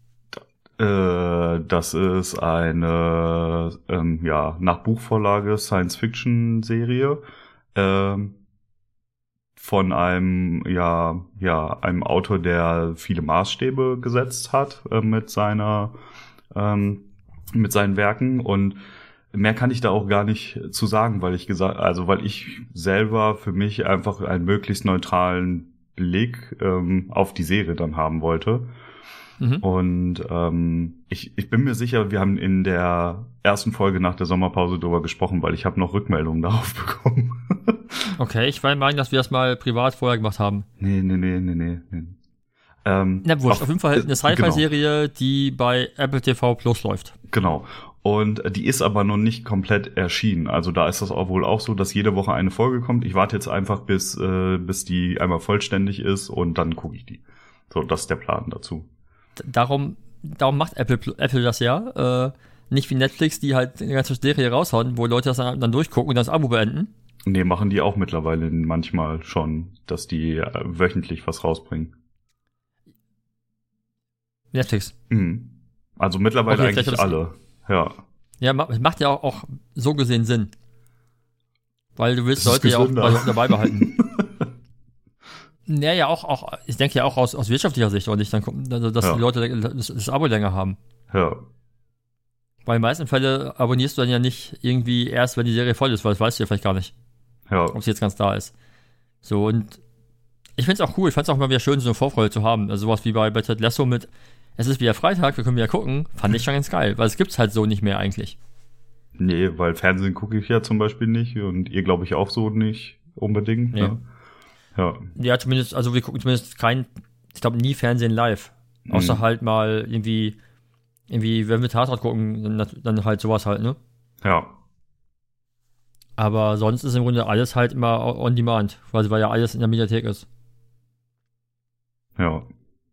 Äh, das ist eine ähm, ja nach Buchvorlage Science-Fiction-Serie ähm, von einem ja ja einem Autor, der viele Maßstäbe gesetzt hat äh, mit seiner ähm, mit seinen Werken, und mehr kann ich da auch gar nicht zu sagen, weil ich gesagt, also weil ich selber für mich einfach einen möglichst neutralen Blick ähm, auf die Serie dann haben wollte. Mhm. Und ähm, ich, ich bin mir sicher, wir haben in der ersten Folge nach der Sommerpause drüber gesprochen, weil ich habe noch Rückmeldungen darauf bekommen. Okay, ich will meinen, dass wir das mal privat vorher gemacht haben. nee, nee, nee, nee, nee. nee. Ähm, Na wurscht, auf jeden Fall eine Sci-Fi-Serie, Genau, die bei Apple T V Plus läuft. genau. Und die ist aber noch nicht komplett erschienen. Also da ist das auch wohl auch so, dass jede Woche eine Folge kommt. Ich warte jetzt einfach, bis, äh, bis die einmal vollständig ist, und dann gucke ich die. So, das ist der Plan dazu. D- Darum, darum macht Apple, Apple das ja. Äh, nicht wie Netflix, die halt eine ganze Serie raushauen, wo Leute das dann, dann durchgucken und das Abo beenden. Nee, machen die auch mittlerweile manchmal schon, dass die äh, wöchentlich was rausbringen. Netflix. Mhm. Also mittlerweile Okay, eigentlich vielleicht alle. Ja. Ja, ma- macht ja auch, auch so gesehen Sinn. Weil du willst Das ist Leute ja auch gesünder. bei- dabei behalten. Ja, ja, auch, auch, ich denke ja auch aus, aus wirtschaftlicher Sicht und nicht, dann kommt, also, dass Ja. die Leute das, das Abo länger haben. Ja. Weil in den meisten Fällen abonnierst du dann ja nicht irgendwie erst, wenn die Serie voll ist, weil das weißt du ja vielleicht gar nicht, Ja. ob sie jetzt ganz da ist. So, und ich find's auch cool, ich fand's auch mal wieder schön, so eine Vorfreude zu haben. Also sowas wie bei, bei Ted Lasso mit, es ist wieder Freitag, wir können wieder gucken, fand ich schon ganz geil, weil es gibt's halt so nicht mehr eigentlich. Nee, weil Fernsehen gucke ich ja zum Beispiel nicht und ihr glaube ich auch so nicht unbedingt. Nee. Ne? Ja. Ja, zumindest, also wir gucken zumindest kein, ich glaube nie Fernsehen live. Außer Mhm. halt mal irgendwie, irgendwie, wenn wir Tatort gucken, dann, dann halt sowas halt, ne? Ja. Aber sonst ist im Grunde alles halt immer on demand, quasi, weil ja alles in der Mediathek ist. Ja.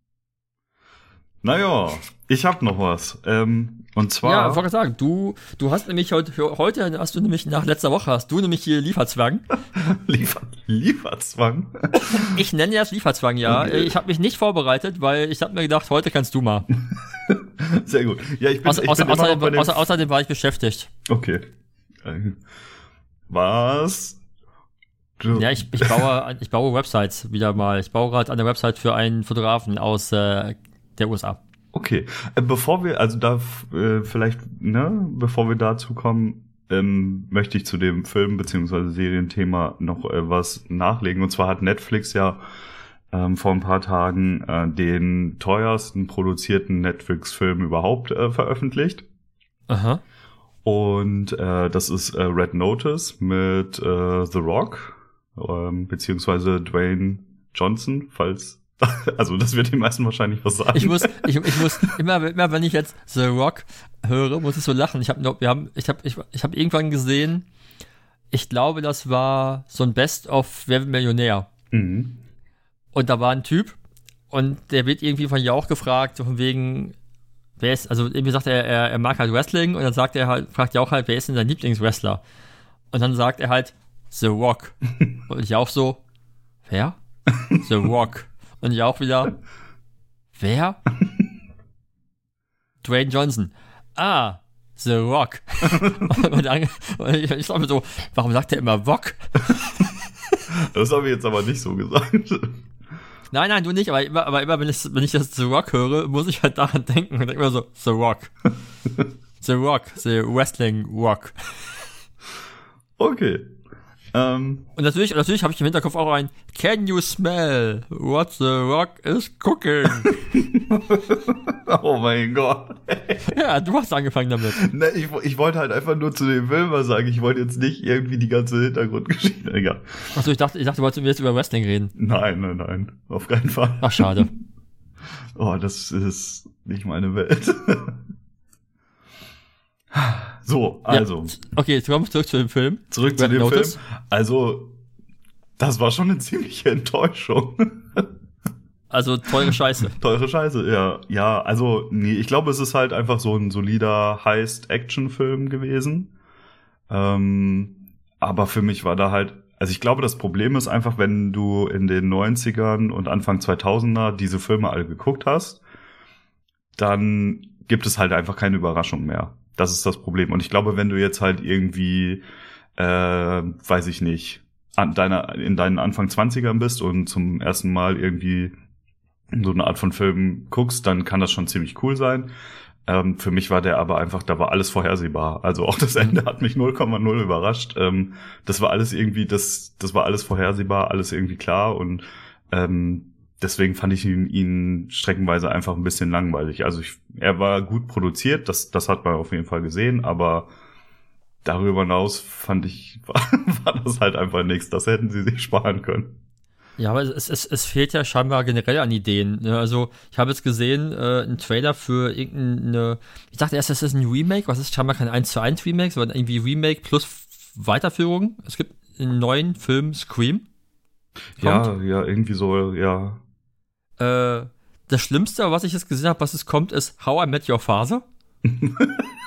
Naja, ich hab noch was. Ähm, und zwar. Ja, ich wollte gerade sagen, du, du hast nämlich heute, heute hast du nämlich nach letzter Woche hast du nämlich hier Lieferzwang. Liefer Lieferzwang. Ich nenne das Lieferzwang, ja. Okay. Ich habe mich nicht vorbereitet, weil ich habe mir gedacht, heute kannst du mal. Sehr gut. Ja, ich bin, Außer, ich außer, bin immer noch außerdem, bei dem. außer, außerdem war ich beschäftigt. Okay. Äh, Was? Du, Ja, ich, ich baue, ich baue Websites wieder mal. Ich baue gerade eine Website für einen Fotografen aus äh, der U S A. Okay, äh, bevor wir, also da äh, vielleicht, ne, bevor wir dazu kommen, ähm, möchte ich zu dem Film- bzw. Serienthema noch äh, was nachlegen. Und zwar hat Netflix ja ähm, vor ein paar Tagen äh, den teuersten produzierten Netflix-Film überhaupt äh, veröffentlicht. Aha. Und äh, das ist äh, Red Notice mit äh, The Rock, ähm, beziehungsweise Dwayne Johnson, falls also das wird den meisten wahrscheinlich was sagen. Ich muss, ich, ich muss immer, immer, wenn ich jetzt The Rock höre, muss ich so lachen. Ich habe, wir haben, ich habe, ich, ich habe irgendwann gesehen. Ich glaube, das war so ein Best of Wer wird Millionär. Mhm. Und da war ein Typ und der wird irgendwie von Jauch gefragt, so von wegen, wer ist, also irgendwie sagt er, er, er mag halt Wrestling und dann sagt er halt, fragt Jauch halt, wer ist denn sein Lieblingswrestler? Und dann sagt er halt The Rock. Und Jauch so, wer? The Rock. Und Jauch wieder, wer? Dwayne Johnson. Ah, The Rock. Und dann, und ich, ich glaube so, warum sagt er immer Rock? Das habe ich jetzt aber nicht so gesagt. Nein, nein, du nicht, aber immer, aber immer wenn, ich, wenn ich das The Rock höre, muss ich halt daran denken und denke immer so, The Rock. The Rock, The Wrestling Rock. Okay. Ähm, Und natürlich, natürlich habe ich im Hinterkopf auch ein Can you smell what the Rock is cooking? oh mein Gott. Ja, du hast angefangen damit. Ne, ich, ich wollte halt einfach nur zu dem Film was sagen. Ich wollte jetzt nicht irgendwie die ganze Hintergrundgeschichte. Egal. Achso, ich dachte, ich dachte, du wolltest jetzt über Wrestling reden. Nein, nein, nein. Auf keinen Fall. Ach, schade. Oh, das ist nicht meine Welt. So, also. Ja, okay, jetzt kommen wir zurück zu dem Film. Zurück zu Red dem Notice. Film. Also, das war schon eine ziemliche Enttäuschung. Also, teure Scheiße. Teure Scheiße, ja. Ja, also, nee, ich glaube, es ist halt einfach so ein solider Heist-Action-Film gewesen. Ähm, aber für mich war da halt, also ich glaube, das Problem ist einfach, wenn du in den neunzigern und Anfang zweitausender diese Filme alle geguckt hast, dann gibt es halt einfach keine Überraschung mehr. Das ist das Problem. Und ich glaube, wenn du jetzt halt irgendwie, äh, weiß ich nicht, an deiner, in deinen Anfang zwanzigern bist und zum ersten Mal irgendwie so eine Art von Film guckst, dann kann das schon ziemlich cool sein. Ähm, für mich war der aber einfach, da war alles vorhersehbar. Also auch das Ende hat mich null Komma null überrascht. Ähm, das war alles irgendwie, das, das war alles vorhersehbar, alles irgendwie klar und ähm, deswegen fand ich ihn, ihn streckenweise einfach ein bisschen langweilig. Also ich, er war gut produziert, das, das hat man auf jeden Fall gesehen, aber darüber hinaus fand ich, war, war das halt einfach nichts. Das hätten sie sich sparen können. Ja, aber es, es, es fehlt ja scheinbar generell an Ideen. Ne? Also, ich habe jetzt gesehen, äh, einen Trailer für irgendeine, ich dachte erst, das ist ein Remake, was ist scheinbar kein eins zu eins Remake, sondern irgendwie Remake plus Weiterführung. Es gibt einen neuen Film Scream. Ja, Kommt. ja, irgendwie so, ja. Äh, das Schlimmste, was ich jetzt gesehen habe, was es kommt, ist How I Met Your Father.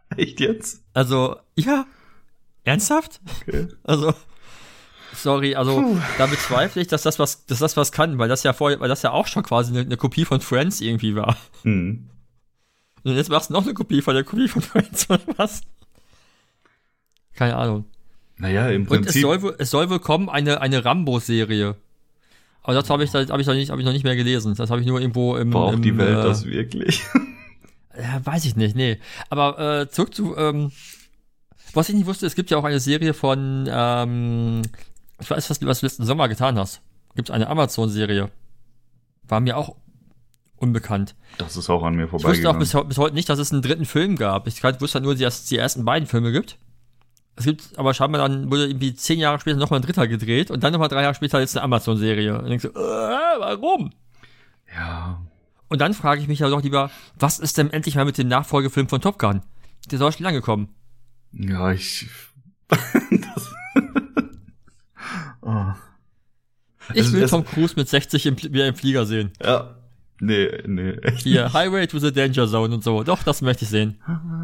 Echt jetzt? Also, ja. Ernsthaft? Okay. Also, sorry, also Puh. da bezweifle ich, dass das was, dass das was kann, weil das ja vorher, weil das ja auch schon quasi eine, eine Kopie von Friends irgendwie war. Hm. Und jetzt machst du noch eine Kopie von der Kopie von Friends oder was? Keine Ahnung. Naja, im Prinzip. Und es soll, es soll wohl kommen eine, eine Rambo-Serie. Aber das habe ich, hab ich, noch nicht, hab ich noch nicht mehr gelesen. Das habe ich nur irgendwo im... Braucht im, die Welt äh, das wirklich? Ja, weiß ich nicht, nee. Aber äh, zurück zu... Ähm, was ich nicht wusste, es gibt ja auch eine Serie von... Ähm, ich weiß, was, was du letzten Sommer getan hast. Gibt es eine Amazon-Serie. War mir auch unbekannt. Das ist auch an mir Ich wusste vorbeigegangen. auch bis, bis heute nicht, dass es einen dritten Film gab. Ich wusste nur, dass es die ersten beiden Filme gibt. Es gibt aber scheinbar dann, wurde irgendwie zehn Jahre später nochmal ein dritter gedreht und dann nochmal drei Jahre später jetzt eine Amazon-Serie. Und denkst so, äh, warum? Ja. Und dann frage ich mich ja doch lieber, was ist denn endlich mal mit dem Nachfolgefilm von Top Gun? Der soll schon lange kommen. Ja, ich... das oh. Ich es, will es, Tom Cruise mit sechzig im, wieder im Flieger sehen. Ja. Nee, nee, echt Hier, nicht. Highway to the Danger Zone und so. Doch, das möchte ich sehen.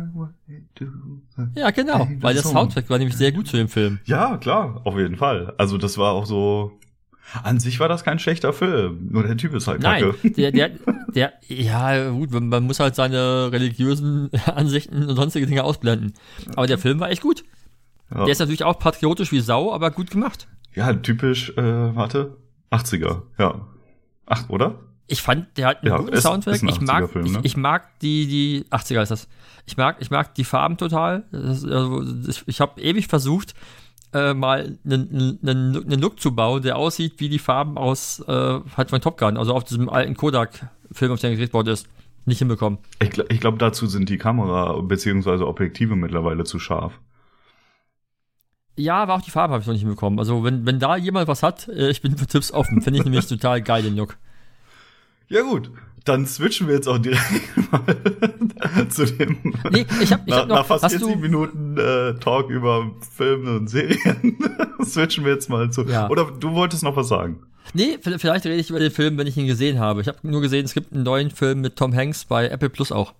Ja, genau, weil der Soundtrack war nämlich sehr gut zu dem Film. Ja, klar, auf jeden Fall. Also das war auch so... An sich war das kein schlechter Film, nur der Typ ist halt kacke. Nein, der, der, der, ja gut, man muss halt seine religiösen Ansichten und sonstige Dinge ausblenden. Aber der Film war echt gut. Ja. Der ist natürlich auch patriotisch wie Sau, aber gut gemacht. Ja, typisch, äh, warte, achtziger, ja. Ach, oder? Ich fand, der hat einen Ja, guten ist- Soundtrack. ist ein Ich mag, achtziger-Film, ne? ich, ich mag die, die, achtziger ist das. Ich mag, ich mag die Farben total. Das, also, ich ich habe ewig versucht, äh, mal einen, einen, einen Look zu bauen, der aussieht wie die Farben aus, äh, halt von Top Gun, also auf diesem alten Kodak-Film, auf dem gedreht worden ist. Nicht hinbekommen. Ich, gl- ich glaube, dazu sind die Kamera- bzw. Objektive mittlerweile zu scharf. Ja, aber auch die Farbe habe ich noch nicht hinbekommen. Also, wenn, wenn da jemand was hat, äh, ich bin für Tipps offen. Finde ich nämlich total geil, den Look. Ja gut, dann switchen wir jetzt auch direkt mal zu dem Nee, ich hab, ich nach, hab noch, nach fast hast vierzig du, Minuten äh, Talk über Filme und Serien switchen wir jetzt mal zu. Ja. Oder du wolltest noch was sagen? nee, v- vielleicht rede ich über den Film, wenn ich ihn gesehen habe. Ich habe nur gesehen, es gibt einen neuen Film mit Tom Hanks bei Apple Plus auch.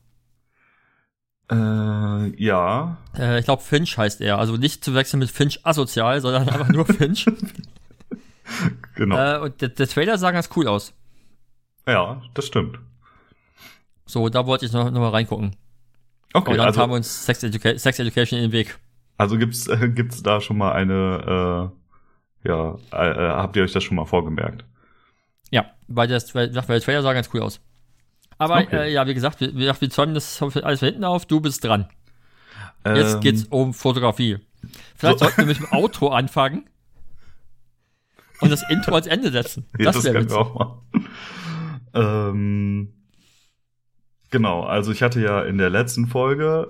Äh, ja. Äh, ich glaube, Finch heißt er. Also nicht zu wechseln mit Finch asozial, sondern einfach nur Finch. Genau. Äh, und der, der Trailer sah ganz cool aus. Ja, das stimmt. So, da wollte ich noch, noch mal reingucken. Okay, Aber dann also, haben wir uns Sex, Educa- Sex Education in den Weg. also gibt's äh, gibt's da schon mal eine, äh, ja, äh, äh, habt ihr euch das schon mal vorgemerkt? Ja, weil, das, weil, weil der Trailer sah ganz cool aus. Aber Okay. äh, ja, wie gesagt, wir, wir wir zäumen das alles von hinten auf. Du bist dran. Jetzt Ähm, geht's um Fotografie. Vielleicht so. sollten wir mit dem Outro anfangen und das Intro als Ende setzen. Ja, Das das wäre können wir witzig. auch machen. ähm, genau, also ich hatte ja in der letzten Folge,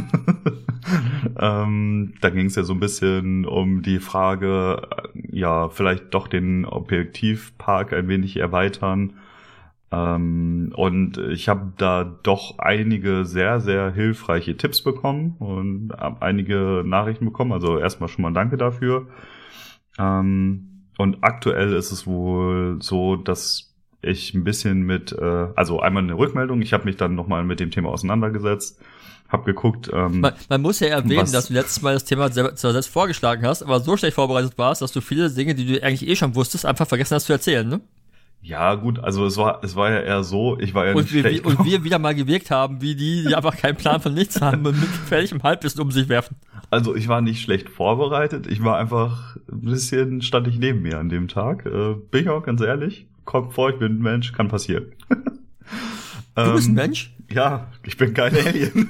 ähm, da ging es ja so ein bisschen um die Frage, äh, ja, vielleicht doch den Objektivpark ein wenig erweitern. Ähm, und ich habe da doch einige sehr, sehr hilfreiche Tipps bekommen und hab einige Nachrichten bekommen. Also erstmal schon mal danke dafür. Ähm, und aktuell ist es wohl so, dass ich ein bisschen mit, äh, also einmal eine Rückmeldung, ich habe mich dann nochmal mit dem Thema auseinandergesetzt, habe geguckt. Ähm, Man, man muss ja erwähnen, was- dass du letztes Mal das Thema selber, zwar selbst vorgeschlagen hast, aber so schlecht vorbereitet warst, dass du viele Dinge, die du eigentlich eh schon wusstest, einfach vergessen hast zu erzählen, ne? ja gut, also es war, es war ja eher so, ich war ja Und nicht wir, schlecht. wir, und wir wieder mal gewirkt haben, wie die, die einfach keinen Plan von nichts haben und mit gefährlichem Halbwissen um sich werfen. Also ich war nicht schlecht vorbereitet, ich war einfach ein bisschen, stand ich neben mir an dem Tag. Äh, bin ich auch ganz ehrlich, kommt vor, ich bin ein Mensch, kann passieren. Du bist ein Mensch? Ja, ich bin kein Alien.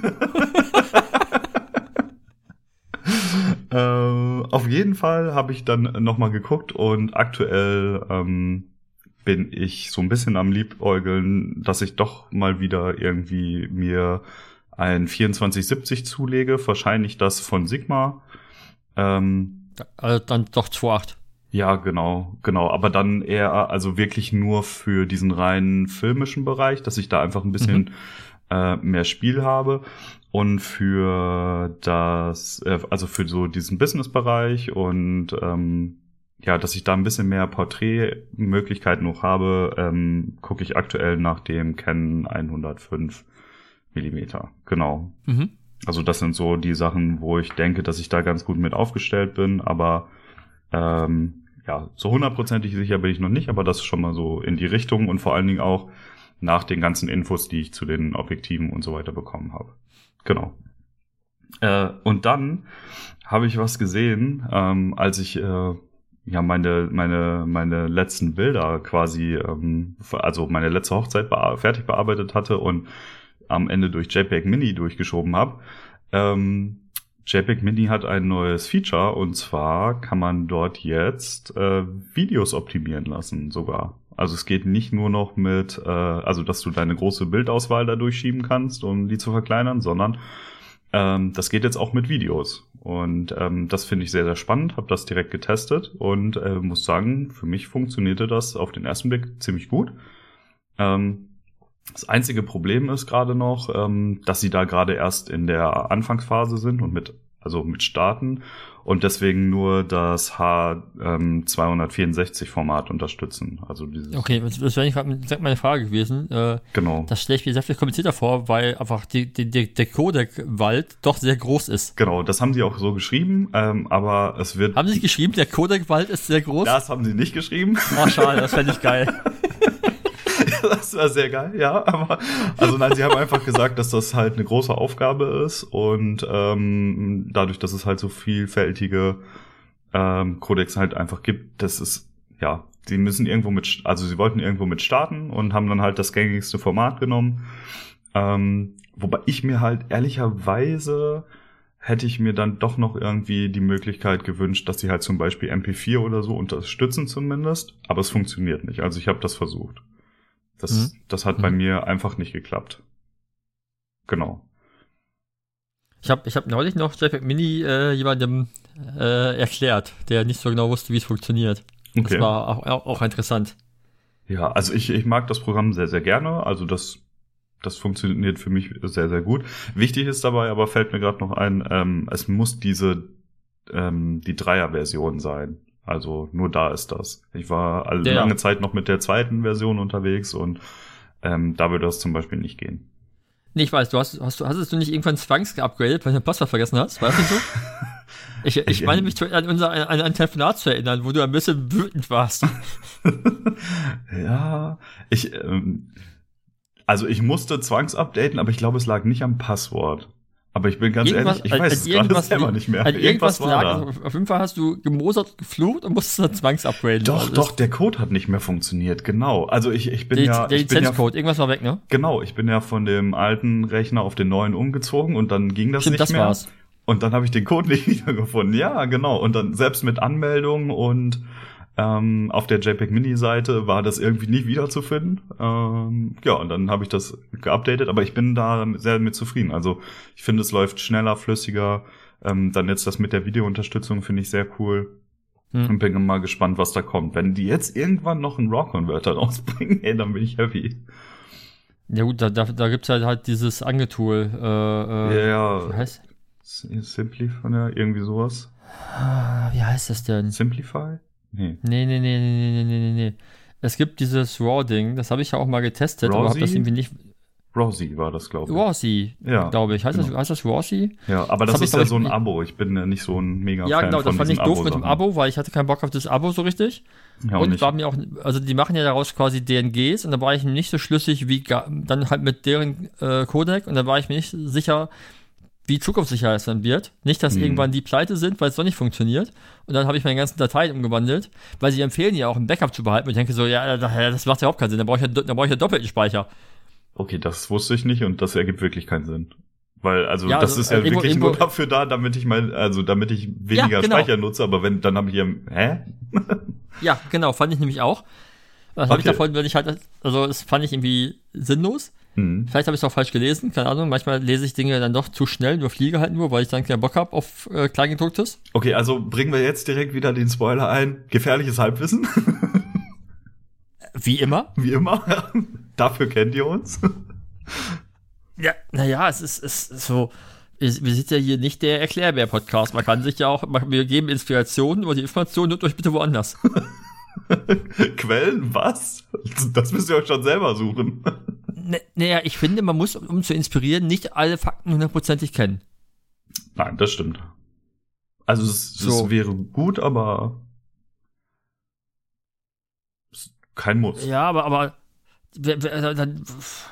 äh, auf jeden Fall habe ich dann nochmal geguckt und aktuell ähm, bin ich so ein bisschen am Liebäugeln, dass ich doch mal wieder irgendwie mir ein vierundzwanzig siebzig zulege, wahrscheinlich das von Sigma. Ähm, Also dann doch zwei Komma acht. ja, genau, genau. Aber dann eher, also wirklich nur für diesen reinen filmischen Bereich, dass ich da einfach ein bisschen Mhm. äh, mehr Spiel habe. Und für das, äh, also für so diesen Business-Bereich und ähm, ja, dass ich da ein bisschen mehr Porträtmöglichkeiten noch habe, ähm, gucke ich aktuell nach dem Canon hundertfünf Millimeter. Genau. Mhm. Also das sind so die Sachen, wo ich denke, dass ich da ganz gut mit aufgestellt bin, aber ähm, ja, so hundertprozentig sicher bin ich noch nicht, aber das ist schon mal so in die Richtung und vor allen Dingen auch nach den ganzen Infos, die ich zu den Objektiven und so weiter bekommen habe. Genau. Äh, und dann habe ich was gesehen, ähm, als ich äh, ja meine meine meine letzten Bilder quasi, ähm, also meine letzte Hochzeit bea- fertig bearbeitet hatte und am Ende durch JPEG Mini durchgeschoben habe. Ähm, JPEG Mini hat ein neues Feature und zwar kann man dort jetzt äh, Videos optimieren lassen sogar. Also es geht nicht nur noch mit, äh, also dass du deine große Bildauswahl da durchschieben kannst, um die zu verkleinern, sondern ähm, das geht jetzt auch mit Videos. Und ähm, das finde ich sehr, sehr spannend, habe das direkt getestet und äh, muss sagen, für mich funktionierte das auf den ersten Blick ziemlich gut. Ähm, Das einzige Problem ist gerade noch, ähm, dass sie da gerade erst in der Anfangsphase sind und mit, also mit Starten und deswegen nur das H zweihundertvierundsechzig Format unterstützen. Also dieses. Okay, das, das wäre gerade meine Frage gewesen. Äh, Genau. Das stelle ich mir sehr viel komplizierter vor, weil einfach die, die, die, der Codec-Wald doch sehr groß ist. Genau, das haben sie auch so geschrieben, ähm, aber es wird. Haben sie geschrieben, der Codec-Wald ist sehr groß? Das haben sie nicht geschrieben. Oh, schade, das fände ich geil. Das war sehr geil, ja, aber also nein, sie haben einfach gesagt, dass das halt eine große Aufgabe ist und ähm, dadurch, dass es halt so vielfältige ähm, Codecs halt einfach gibt, das ist, ja, sie müssen irgendwo mit, also sie wollten irgendwo mit starten und haben dann halt das gängigste Format genommen, ähm, wobei ich mir halt ehrlicherweise hätte ich mir dann doch noch irgendwie die Möglichkeit gewünscht, dass sie halt zum Beispiel M P vier oder so unterstützen zumindest, aber es funktioniert nicht, also ich habe das versucht. Das, mhm. das hat mhm. bei mir einfach nicht geklappt. Genau. Ich habe ich hab neulich noch JPEG Mini äh, jemandem äh, erklärt, der nicht so genau wusste, wie es funktioniert. Okay. Das war auch, auch, auch interessant. Ja, also ich, ich mag das Programm sehr, sehr gerne. Also das, das funktioniert für mich sehr, sehr gut. Wichtig ist dabei, aber fällt mir gerade noch ein, ähm, es muss diese ähm, die Dreier-Version sein. Also nur da ist das. Ich war alle ja, lange ja. Zeit noch mit der zweiten Version unterwegs und ähm, da würde das zum Beispiel nicht gehen. Nee, ich weiß, du hast, hast du, hast du nicht irgendwann zwangs geupgradet, weil du dein Passwort vergessen hast? War das nicht so? Ich, ich, ich meine mich an unser an ein Telefonat zu erinnern, wo du ein bisschen wütend warst. Ja, ich, ähm, also ich musste zwangsupdaten, aber ich glaube, es lag nicht am Passwort. Aber ich bin ganz irgendwas, ehrlich, ich weiß es gerade selber nicht mehr. Irgendwas, irgendwas war lag, da. Also auf jeden Fall hast du gemosert, geflucht und musstest dann zwangsupgraden. Doch, also doch, der Code hat nicht mehr funktioniert, genau. Also ich, ich bin die, ja... Der Lizenzcode, ja, irgendwas war weg, ne? Genau, ich bin ja von dem alten Rechner auf den neuen umgezogen und dann ging das Stimmt, nicht das mehr. War's. Und dann habe ich den Code nicht wiedergefunden. Ja, genau. Und dann selbst mit Anmeldung und ähm, auf der JPEG Mini-Seite war das irgendwie nicht wiederzufinden. Ähm, ja, und dann habe ich das geupdatet, aber ich bin da sehr mit zufrieden. Also ich finde, es läuft schneller, flüssiger. Ähm, dann jetzt das mit der Videounterstützung finde ich sehr cool. Hm. Und bin mal gespannt, was da kommt. Wenn die jetzt irgendwann noch einen RAW-Converter rausbringen, ey, dann bin ich happy. Ja gut, da, da, da gibt's halt halt dieses Angetool. Äh, äh, ja, wie heißt? Simplify, irgendwie sowas. Wie heißt das denn? Simplify? Nee. Nee, nee, nee, nee, nee, nee, nee. Es gibt dieses RAW-Ding, das habe ich ja auch mal getestet, Rawsy? aber habe das irgendwie nicht... Rawsy war das, glaube ich. Rawsy, ja, glaube ich. Heißt, genau. das, heißt das Rawsy? Ja, aber das, das ist ja ich, so ein Abo. Ich bin ja nicht so ein mega ja, Fan genau, von das fand ich doof mit dem Abo-Sachen. Abo, weil ich hatte keinen Bock auf das Abo so richtig. Ja, und nicht. war mir auch, also die machen ja daraus quasi D N Gs und da war ich nicht so schlüssig wie dann halt mit deren äh, Codec und da war ich mir nicht sicher, wie zukunftssicher es dann wird. Nicht, dass hm. irgendwann die pleite sind, weil es doch nicht funktioniert. Und dann habe ich meine ganzen Dateien umgewandelt, weil sie empfehlen ja auch ein Backup zu behalten. Und ich denke so, ja, das macht ja überhaupt keinen Sinn. Da brauche ich ja, da brauche ich ja doppelten Speicher. Okay, das wusste ich nicht und das ergibt wirklich keinen Sinn. Weil, also, ja, das also, ist ja irgendwo, wirklich irgendwo, nur dafür da, damit ich mein, also, damit ich weniger ja, genau. Speicher nutze, aber wenn, dann habe ich hier, hä? Ja, genau, fand ich nämlich auch. Was Okay. habe ich davon, wenn ich halt, also, das fand ich irgendwie sinnlos. Hm. Vielleicht habe ich es auch falsch gelesen, keine Ahnung. Manchmal lese ich Dinge dann doch zu schnell, überfliege halt nur, weil ich dann keinen Bock habe auf äh, Kleingedrucktes. Okay, also bringen wir jetzt direkt wieder den Spoiler ein. Gefährliches Halbwissen. Wie immer. Wie immer. Dafür kennt ihr uns. Ja, naja, es ist, es ist so, wir sind ja hier nicht der Erklärbär-Podcast. Man kann sich ja auch, wir geben Inspirationen, aber die Informationen nutzt euch bitte woanders. Quellen? Was? Das müsst ihr euch schon selber suchen. Naja, ich finde, man muss, um zu inspirieren, nicht alle Fakten hundertprozentig kennen. Nein, das stimmt. Also es, So. es wäre gut, aber es- kein Muss. Ja, aber, aber wer, wer, dann,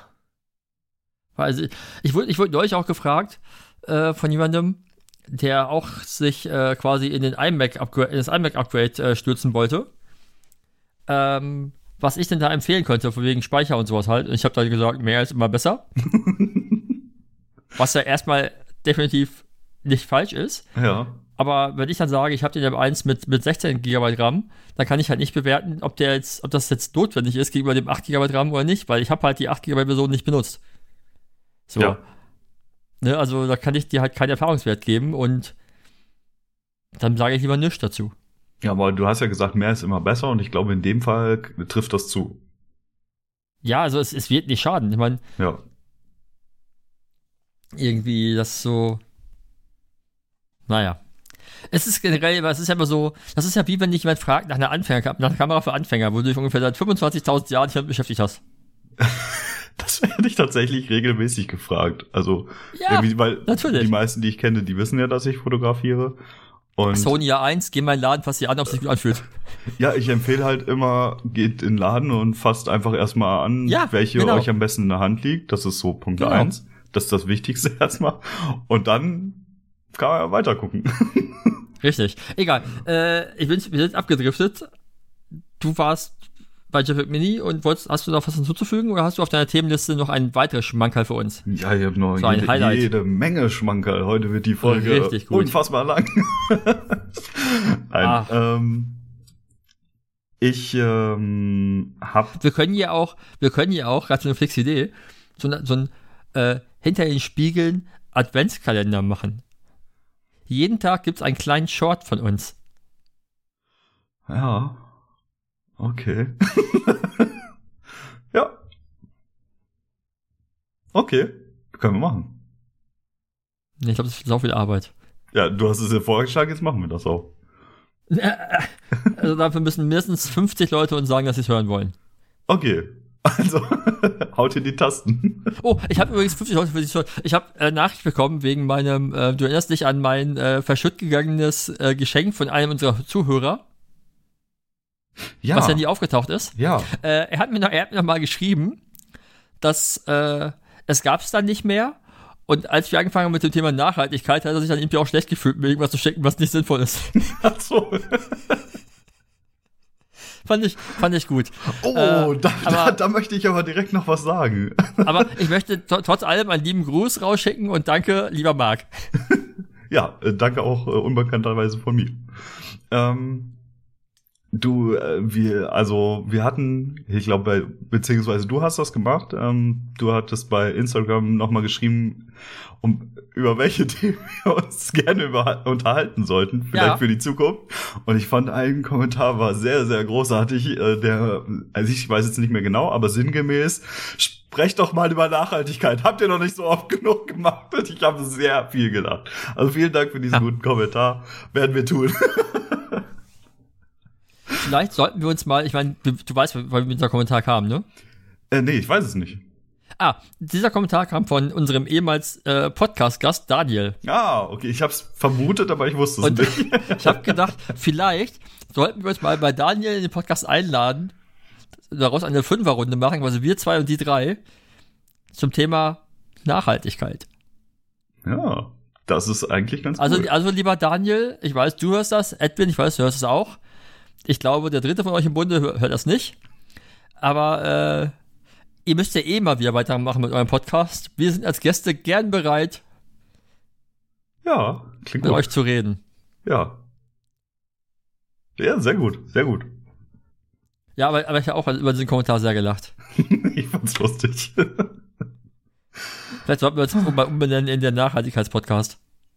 also ich wurde, ich wurde neulich auch gefragt äh, von jemandem, der auch sich äh, quasi in den iMac-Upgrade, in das iMac-Upgrade äh, stürzen wollte, ähm, was ich denn da empfehlen könnte, von wegen Speicher und sowas halt. Und ich habe dann gesagt, mehr ist immer besser. Was ja erstmal definitiv nicht falsch ist. Ja. Aber wenn ich dann sage, ich habe den M eins mit, mit sechzehn Gigabyte RAM, dann kann ich halt nicht bewerten, ob der jetzt, ob das jetzt notwendig ist gegenüber dem acht Gigabyte RAM oder nicht, weil ich habe halt die acht Gigabyte Version nicht benutzt. So. Ja. Ne, also da kann ich dir halt keinen Erfahrungswert geben und dann sage ich lieber nichts dazu. Ja, aber du hast ja gesagt, mehr ist immer besser und ich glaube, in dem Fall k- trifft das zu. Ja, also es, es wird nicht schaden. Ich meine, Ja. irgendwie das so. Naja. Es ist generell, aber es ist ja immer so, das ist ja wie wenn dich jemand fragt nach einer Anfänger, nach einer Kamera für Anfänger, wo du dich ungefähr seit fünfundzwanzigtausend Jahren nicht damit beschäftigt hast. Das werde ich tatsächlich regelmäßig gefragt. Also, Ja, irgendwie, weil natürlich. die meisten, die ich kenne, die wissen ja, dass ich fotografiere. Und Sony A eins, geh mal in den Laden, fass dich an, ob es sich gut anfühlt. ja, ich empfehle halt immer, geht in den Laden und fasst einfach erstmal an, Ja, welche genau. euch am besten in der Hand liegt. Das ist so Punkt Genau. eins. Das ist das Wichtigste erstmal. Und dann kann man ja weiter gucken. Richtig. Egal. Äh, ich bin, wir sind abgedriftet. Du warst bei Jeffrey Mini und wolltest, hast du noch was hinzuzufügen oder hast du auf deiner Themenliste noch ein weiteres Schmankerl für uns? Ja, ich habe noch So ein jede, Highlight. jede Menge Schmankerl. Heute wird die Folge Richtig gut. unfassbar lang. Nein, Ach. ähm, ich ähm, hab Wir können ja auch, wir können ja auch, gerade so eine fixe Idee, so, eine, so ein äh, hinter den Spiegeln Adventskalender machen. Jeden Tag gibt's einen kleinen Short von uns. ja, okay. Ja. Okay, können wir machen. Ich glaube, das ist sau viel Arbeit. Ja, du hast es ja vorgeschlagen, jetzt machen wir das auch. Also dafür müssen mindestens fünfzig Leute uns sagen, dass sie es hören wollen. Okay, also haut in die Tasten. Oh, ich habe übrigens fünfzig Leute für dich. Ich habe äh, Nachricht bekommen wegen meinem, äh, du erinnerst dich an mein äh, verschütt gegangenes äh, Geschenk von einem unserer Zuhörer, Ja, was ja nie aufgetaucht ist. ja. Äh, er hat mir noch, er hat mir noch mal geschrieben, dass äh, es gab es dann nicht mehr. Und als wir angefangen haben mit dem Thema Nachhaltigkeit, hat er sich dann irgendwie auch schlecht gefühlt, mir irgendwas zu schenken, was nicht sinnvoll ist. Ach so. fand ich, fand ich gut. Oh, Äh, da, da, aber- da möchte ich aber direkt noch was sagen. Aber ich möchte tr- trotz allem einen lieben Gruß rausschicken und danke, lieber Marc. Ja, äh, danke auch äh, unbekannterweise von mir. Ähm, du, äh, wir, also wir hatten, ich glaube, beziehungsweise du hast das gemacht. Ähm, du hattest bei Instagram nochmal geschrieben, um über welche Themen wir uns gerne über, unterhalten sollten, vielleicht Ja. für die Zukunft. Und ich fand, ein Kommentar war sehr, sehr großartig. Äh, der, also ich weiß jetzt nicht mehr genau, aber sinngemäß, sprecht doch mal über Nachhaltigkeit. Habt ihr noch nicht so oft genug gemacht? Und ich habe sehr viel gelacht. Also vielen Dank für diesen Ja. guten Kommentar. Werden wir tun. Vielleicht sollten wir uns mal, ich meine, du, du weißt, weil wir mit dieser Kommentar kamen, ne? äh, nee, ich weiß es nicht. Ah, dieser Kommentar kam von unserem ehemals äh, Podcast-Gast Daniel. Ah, okay, ich habe es vermutet, aber ich wusste es Und nicht. ich habe gedacht, vielleicht sollten wir uns mal bei Daniel in den Podcast einladen, daraus eine Fünferrunde machen, also wir zwei und die drei, zum Thema Nachhaltigkeit. Ja, das ist eigentlich ganz Also, cool. also lieber Daniel, ich weiß, du hörst das, Edwin, ich weiß, du hörst es auch. Ich glaube, der dritte von euch im Bunde hör, hört das nicht. Aber äh, ihr müsst ja eh mal wieder weitermachen mit eurem Podcast. Wir sind als Gäste gern bereit, Ja, klingt mit gut. euch zu reden. Ja. Ja, sehr gut, sehr gut. Ja, aber, aber ich habe auch über diesen Kommentar sehr gelacht. Ich fand's lustig. Vielleicht sollten wir uns mal umbenennen in den Nachhaltigkeitspodcast.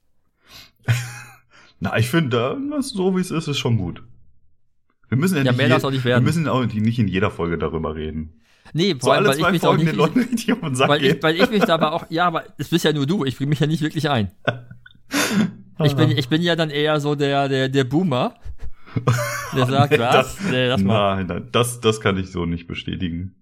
Na, ich finde, das so wie es ist, ist schon gut. Wir müssen ja, Ja, nicht, mehr je- darf's auch nicht wir werden. müssen auch nicht in jeder Folge darüber reden. Nee, So vor allem, alle weil ich zwei mich auch Folgen nicht, den Leuten richtig auf den Sack weil gehen. ich, weil ich mich da aber auch, ja, aber es bist ja nur du, ich bringe mich ja nicht wirklich ein. Ich bin, ich bin ja dann eher so der, der, der Boomer, der sagt, Nee, was? das- Nee, das mal. Nein, nein, das, das kann ich so nicht bestätigen.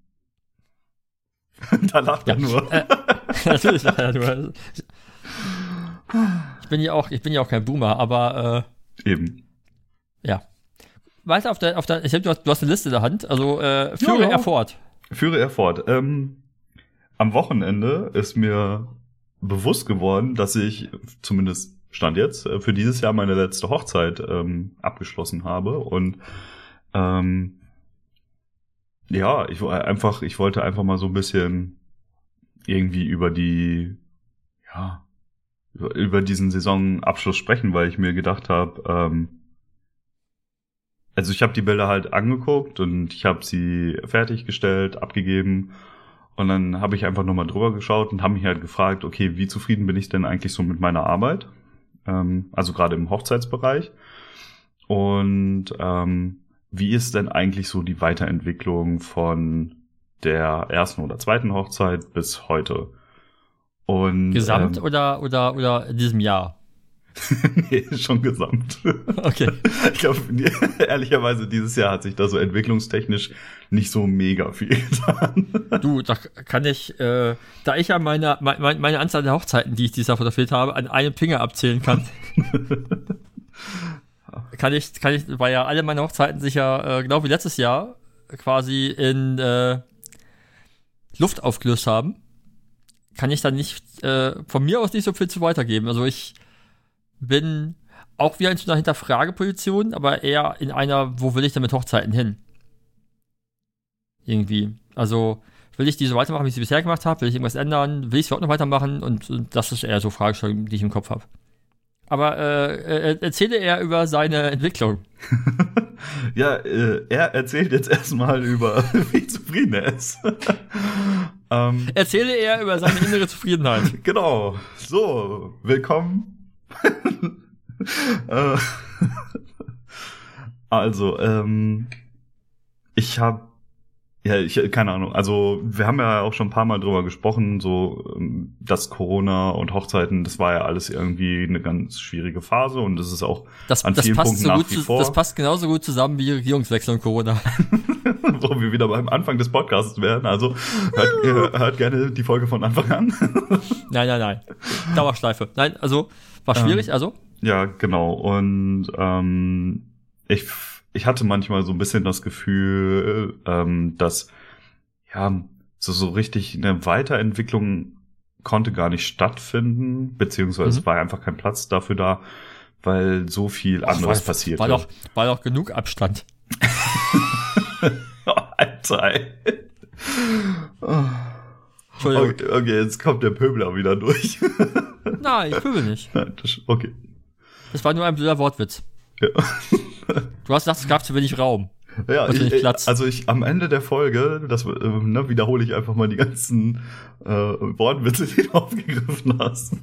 Da lacht er Ja. nur. Äh, Natürlich lacht er nur. Ich bin ja auch, ich bin ja auch kein Boomer, aber äh, Eben. Ja. Weiter auf der, auf der, ich hab, du hast, du hast eine Liste in der Hand, also äh, führe ja, er fort. Führe er fort. Ähm, am Wochenende ist mir bewusst geworden, dass ich, zumindest Stand jetzt, für dieses Jahr meine letzte Hochzeit ähm, abgeschlossen habe. Und ähm, ja, ich war einfach, ich wollte einfach mal so ein bisschen irgendwie über die, ja, über, über diesen Saisonabschluss sprechen, weil ich mir gedacht habe, ähm, also ich habe die Bilder halt angeguckt und ich habe sie fertiggestellt, abgegeben und dann habe ich einfach nochmal drüber geschaut und habe mich halt gefragt, okay, wie zufrieden bin ich denn eigentlich so mit meiner Arbeit? Ähm, also gerade im Hochzeitsbereich. Und ähm, wie ist denn eigentlich so die Weiterentwicklung von der ersten oder zweiten Hochzeit bis heute? Und, Gesamt ähm, oder, oder, oder in diesem Jahr? Nee, schon gesamt. Okay. Ich glaube, ehrlicherweise, dieses Jahr hat sich da so entwicklungstechnisch nicht so mega viel getan. Du, da kann ich, äh, da ich ja meine, meine, meine Anzahl der Hochzeiten, die ich dieses Jahr fotografiert habe, an einem Finger abzählen kann, kann ich, kann ich, weil ja alle meine Hochzeiten sich ja, äh, genau wie letztes Jahr, quasi in äh, Luft aufgelöst haben, kann ich dann nicht, äh, von mir aus nicht so viel zu weitergeben. Also ich bin auch wieder in so einer Hinterfrageposition, aber eher in einer, wo will ich denn mit Hochzeiten hin? Irgendwie. Also, will ich die so weitermachen, wie ich sie bisher gemacht habe? Will ich irgendwas ändern? Will ich es überhaupt noch weitermachen? Und, und das ist eher so Fragestellungen, die ich im Kopf habe. Aber äh, äh, erzähle er über seine Entwicklung. Ja, äh, er erzählt jetzt erstmal über, wie zufrieden er ist. ähm, Erzähle er über seine innere Zufriedenheit. Genau. So, willkommen. äh, also, ähm, ich habe, ja, ich, keine Ahnung, also wir haben ja auch schon ein paar Mal drüber gesprochen, so, dass Corona und Hochzeiten, das war ja alles irgendwie eine ganz schwierige Phase und das ist auch das, an das vielen passt Punkten so nach gut wie zu, vor. Das passt genauso gut zusammen wie Regierungswechsel und Corona. Wo wir wieder beim Anfang des Podcasts werden, also hört, ihr, hört gerne die Folge von Anfang an. Nein, nein, nein. Dauerschleife. Nein, also, war schwierig, ähm, also? Ja, genau. Und ähm, ich, ich hatte manchmal so ein bisschen das Gefühl, ähm, dass ja so, so richtig eine Weiterentwicklung konnte gar nicht stattfinden, beziehungsweise Mhm. es war einfach kein Platz dafür da, weil so viel anderes war, passiert war doch, war doch genug Abstand. Alter, ey. Entschuldigung. Okay, okay, jetzt kommt der Pöbler wieder durch. Nein, ich pöbel nicht. Okay. Das war nur ein blöder Wortwitz. Ja. Du hast gesagt, es gab zu wenig Raum. Ja, Also ich, nicht Platz. also ich am Ende der Folge, das äh, ne, wiederhole ich einfach mal die ganzen äh, Wortwitze, die du aufgegriffen hast.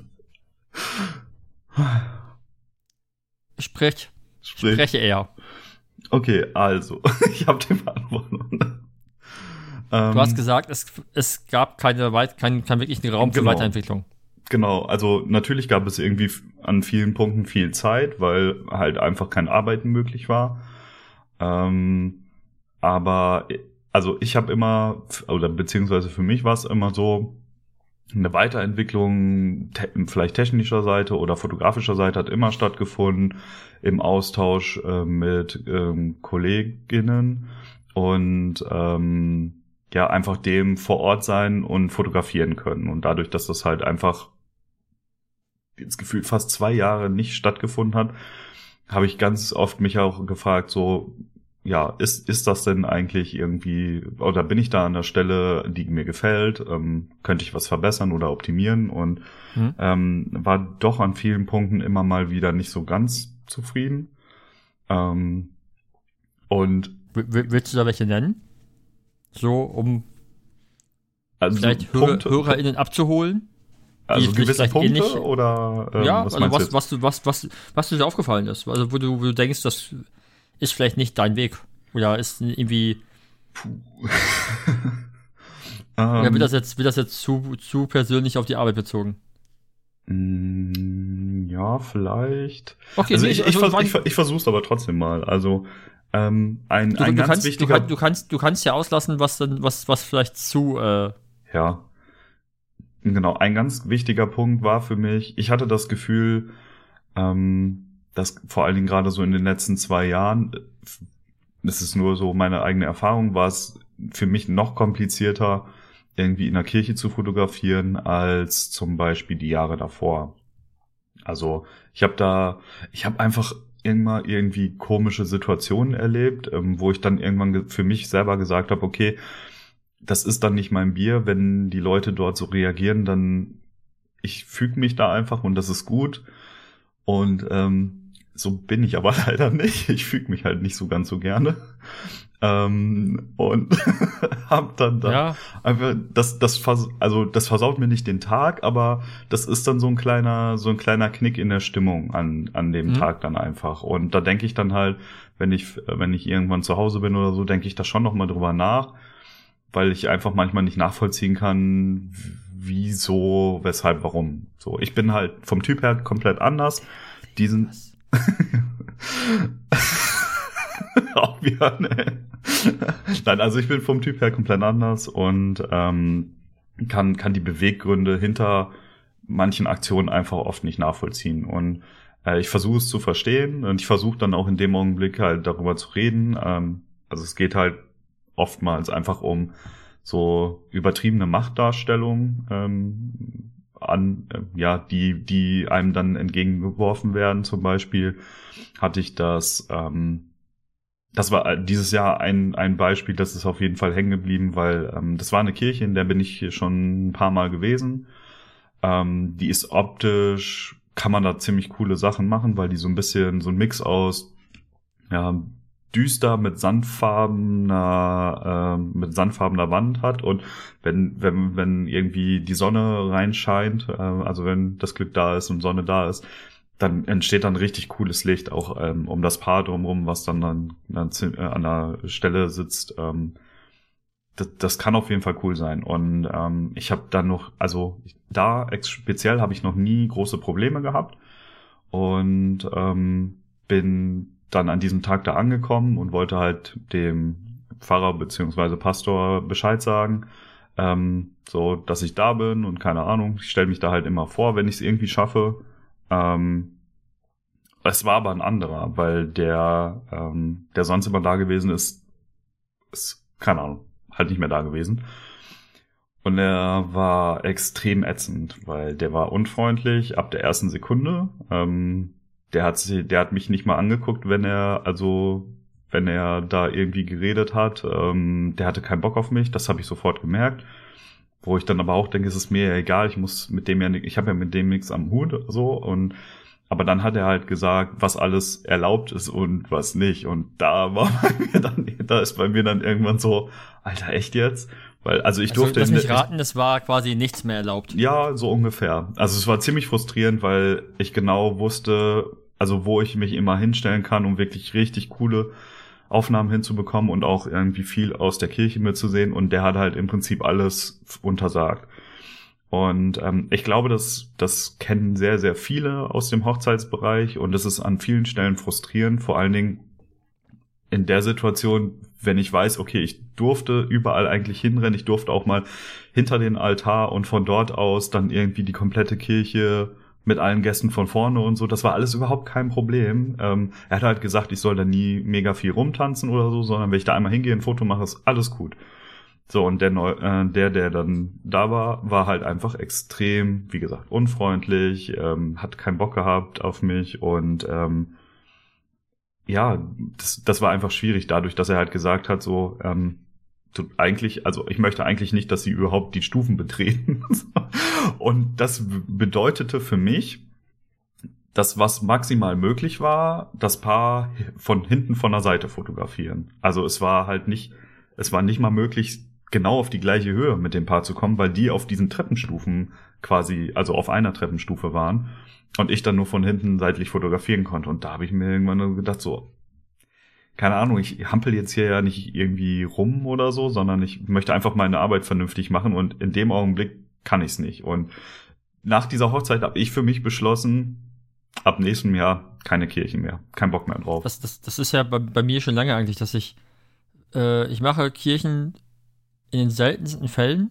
Sprech. Sprich. Spreche eher. Okay, also, ich habe die Verantwortung. Ähm, Du hast gesagt, es, es gab keine weit, keinen kein wirklichen Raum für Genau. Weiterentwicklung. Genau, also natürlich gab es irgendwie an vielen Punkten viel Zeit, weil halt einfach kein Arbeiten möglich war. Ähm, aber also ich habe immer, oder beziehungsweise für mich war es immer so, eine Weiterentwicklung te- vielleicht technischer Seite oder fotografischer Seite hat immer stattgefunden im Austausch äh, mit ähm, Kolleginnen und ähm, ja einfach dem vor Ort sein und fotografieren können. Und dadurch, dass das halt einfach jetzt gefühlt fast zwei Jahre nicht stattgefunden hat, habe ich ganz oft mich auch gefragt, so, ja, ist ist das denn eigentlich irgendwie, oder bin ich da an der Stelle, die mir gefällt, ähm, könnte ich was verbessern oder optimieren und Hm? ähm, war doch an vielen Punkten immer mal wieder nicht so ganz zufrieden. Ähm, und W w- willst du da welche nennen? So, um also vielleicht so Hörer, Punkte, HörerInnen abzuholen? also die gewisse vielleicht Punkte ähnlich- oder ähm, ja, was also meinst du was, jetzt? was, du, was, was, was dir aufgefallen ist. Also wo du, wo du denkst, das ist vielleicht nicht dein Weg. Oder ist irgendwie, oder Ähm, wird das jetzt, wird das jetzt zu, zu persönlich auf die Arbeit bezogen? Mm, ja, vielleicht. Okay, Also nee, ich, ich, also vers wann- ich, ver- ich versuch's aber trotzdem mal. Also ähm, ein, du, ein du, ganz kannst, du, wichtiger, kann, du kannst, du kannst ja auslassen, was dann, was, was vielleicht zu, äh, ja, genau, ein ganz wichtiger Punkt war für mich, ich hatte das Gefühl, Ähm, das vor allen Dingen gerade so in den letzten zwei Jahren, das ist nur so meine eigene Erfahrung, war es für mich noch komplizierter, irgendwie in der Kirche zu fotografieren, als zum Beispiel die Jahre davor. Also ich habe da, ich habe einfach irgendwann irgendwie komische Situationen erlebt, ähm, wo ich dann irgendwann ge- für mich selber gesagt habe, okay, das ist dann nicht mein Bier, wenn die Leute dort so reagieren, dann ich füge mich da einfach und das ist gut. Und ähm, so bin ich aber leider nicht. Ich füge mich halt nicht so ganz so gerne. Ähm, und hab dann da Ja. einfach das das vers- also das versaut mir nicht den Tag, aber das ist dann so ein kleiner so ein kleiner Knick in der Stimmung an an dem Mhm. Tag dann einfach. Und da denke ich dann halt, wenn ich wenn ich irgendwann zu Hause bin oder so, denke ich da schon noch mal drüber nach, weil ich einfach manchmal nicht nachvollziehen kann, wieso, weshalb, warum. So, ich bin halt vom Typ her komplett anders. Diesen auch wieder, ne? Nein, also ich bin vom Typ her komplett anders und ähm, kann kann die Beweggründe hinter manchen Aktionen einfach oft nicht nachvollziehen. Und äh, ich versuche es zu verstehen und ich versuche dann auch in dem Augenblick halt darüber zu reden. Ähm, also es geht halt oftmals einfach um so übertriebene Machtdarstellung ähm, an, äh, ja, die die einem dann entgegengeworfen werden. Zum Beispiel hatte ich das, ähm, das war dieses Jahr ein ein Beispiel, das ist auf jeden Fall hängen geblieben, weil ähm, das war eine Kirche, in der bin ich schon ein paar Mal gewesen. Ähm, die ist optisch, kann man da ziemlich coole Sachen machen, weil die so ein bisschen so ein Mix aus, ja, düster mit sandfarbener, äh, mit sandfarbener Wand hat und wenn, wenn, wenn irgendwie die Sonne reinscheint, äh, also wenn das Glück da ist und Sonne da ist, dann entsteht dann richtig cooles Licht, auch ähm, um das Paar drumherum, was dann, dann, dann äh, an der Stelle sitzt. Ähm, das, das kann auf jeden Fall cool sein. Und ähm, ich habe dann noch, also da ex- speziell habe ich noch nie große Probleme gehabt und ähm, bin dann an diesem Tag da angekommen und wollte halt dem Pfarrer beziehungsweise Pastor Bescheid sagen, ähm, so, dass ich da bin und keine Ahnung. Ich stelle mich da halt immer vor, wenn ich es irgendwie schaffe. Ähm, es war aber ein anderer, weil der, ähm, der sonst immer da gewesen ist, ist, keine Ahnung, halt nicht mehr da gewesen. Und er war extrem ätzend, weil der war unfreundlich ab der ersten Sekunde. Ähm, der hat sie, der hat mich nicht mal angeguckt, wenn er, also wenn er da irgendwie geredet hat. Ähm, der hatte keinen Bock auf mich, das habe ich sofort gemerkt. Wo ich dann aber auch denke, es ist mir ja egal, ich muss mit dem ja, ich habe ja mit dem nichts am Hut so und aber dann hat er halt gesagt, was alles erlaubt ist und was nicht. Und da war bei mir dann, da ist bei mir dann irgendwann so, Alter, echt jetzt? Weil, also ich Also, durfte. lass mich raten, es war quasi nichts mehr erlaubt. Ja, so ungefähr. Also es war ziemlich frustrierend, weil ich genau wusste, also wo ich mich immer hinstellen kann, um wirklich richtig coole Aufnahmen hinzubekommen und auch irgendwie viel aus der Kirche mitzusehen. Und der hat halt im Prinzip alles untersagt. Und ähm, ich glaube, das, das kennen sehr, sehr viele aus dem Hochzeitsbereich und das ist an vielen Stellen frustrierend, vor allen Dingen in der Situation, wenn ich weiß, okay, ich durfte überall eigentlich hinrennen, ich durfte auch mal hinter den Altar und von dort aus dann irgendwie die komplette Kirche mit allen Gästen von vorne und so, das war alles überhaupt kein Problem. Ähm, er hat halt gesagt, ich soll da nie mega viel rumtanzen oder so, sondern wenn ich da einmal hingehe, ein Foto mache, ist alles gut. So, und der, Neu äh, der, der dann da war, war halt einfach extrem, wie gesagt, unfreundlich, ähm, hat keinen Bock gehabt auf mich und ähm, ja, das, das war einfach schwierig, dadurch, dass er halt gesagt hat, so, ähm, du, eigentlich, also ich möchte eigentlich nicht, dass sie überhaupt die Stufen betreten. Und das bedeutete für mich, dass was maximal möglich war, das Paar von hinten von der Seite fotografieren. Also es war halt nicht, es war nicht mal möglich, genau auf die gleiche Höhe mit dem Paar zu kommen, weil die auf diesen Treppenstufen quasi, also auf einer Treppenstufe waren und ich dann nur von hinten seitlich fotografieren konnte. Und da habe ich mir irgendwann gedacht, so, keine Ahnung, ich hampel jetzt hier ja nicht irgendwie rum oder so, sondern ich möchte einfach meine Arbeit vernünftig machen und in dem Augenblick kann ich es nicht. Und nach dieser Hochzeit habe ich für mich beschlossen, ab nächstem Jahr keine Kirchen mehr, kein Bock mehr drauf. Das, das, das ist ja bei, bei mir schon lange eigentlich, dass ich, äh, ich mache Kirchen in den seltensten Fällen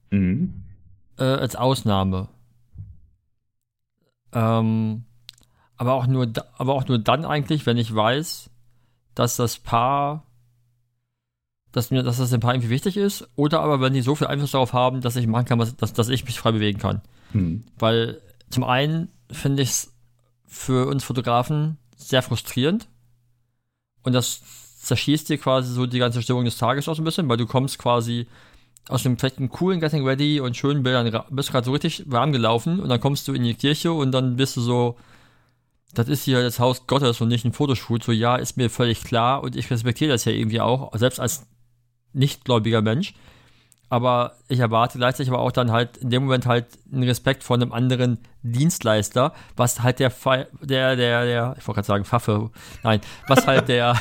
Mhm. äh, als Ausnahme. Ähm, aber auch nur, da, aber auch nur dann eigentlich, wenn ich weiß, dass das Paar, dass mir, dass das dem Paar irgendwie wichtig ist, oder aber wenn die so viel Einfluss darauf haben, dass ich machen kann, was, dass, dass ich mich frei bewegen kann. Hm. Weil zum einen finde ich es für uns Fotografen sehr frustrierend und das zerschießt dir quasi so die ganze Stimmung des Tages auch so ein bisschen, weil du kommst quasi aus dem vielleicht einem coolen Getting Ready und schönen Bildern, bist gerade so richtig warm gelaufen und dann kommst du in die Kirche und dann bist du so, das ist hier das Haus Gottes und nicht ein Fotoshoot, so ja, ist mir völlig klar und ich respektiere das ja irgendwie auch, selbst als nichtgläubiger Mensch, aber ich erwarte gleichzeitig aber auch dann halt in dem Moment halt einen Respekt von einem anderen Dienstleister, was halt der, Fa- der, der, der, ich wollte gerade sagen Pfaffe, nein, was halt der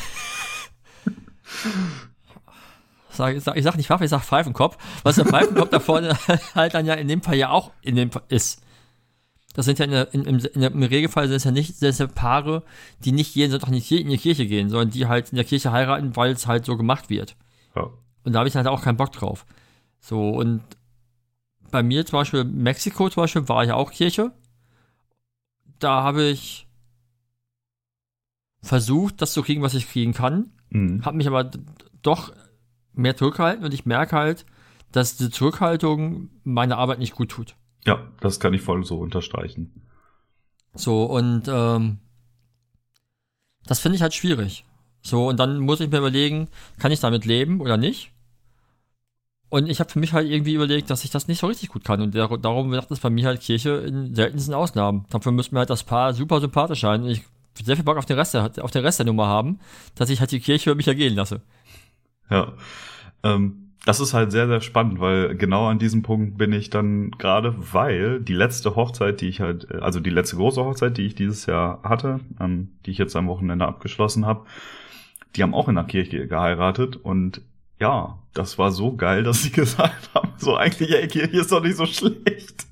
Sag, sag, ich sag nicht Waffe, ich sag Pfeifenkopf, was der Pfeifenkopf da vorne halt dann ja in dem Fall ja auch in dem ist. Das sind ja in der, in, in, in der, im Regelfall sind es ja nicht sind es ja Paare, die nicht jeden Sonntag in die, in die Kirche gehen, sondern die halt in der Kirche heiraten, weil es halt so gemacht wird. Ja. Und da habe ich halt auch keinen Bock drauf. So, und bei mir zum Beispiel, Mexiko zum Beispiel, war ja auch Kirche. Da habe ich versucht, das zu kriegen, was ich kriegen kann. Mhm. Habe mich aber d- doch mehr zurückhalten und ich merke halt, dass diese Zurückhaltung meine Arbeit nicht gut tut. Ja, das kann ich voll so unterstreichen. So, und ähm, das finde ich halt schwierig. So, und dann muss ich mir überlegen, kann ich damit leben oder nicht? Und ich habe für mich halt irgendwie überlegt, dass ich das nicht so richtig gut kann. Und der, darum wird es bei mir halt Kirche in seltensten Ausnahmen. Dafür müsste mir halt das Paar super sympathisch sein. Und ich sehr viel Bock auf den Rest der, auf den Rest der Nummer haben, dass ich halt die Kirche über mich ergehen lasse. Ja, ähm, das ist halt sehr, sehr spannend, weil genau an diesem Punkt bin ich dann gerade, weil die letzte Hochzeit, die ich halt, also die letzte große Hochzeit, die ich dieses Jahr hatte, ähm, die ich jetzt am Wochenende abgeschlossen habe, die haben auch in der Kirche geheiratet und ja, das war so geil, dass sie gesagt haben, so eigentlich, ey, Kirche ist doch nicht so schlecht.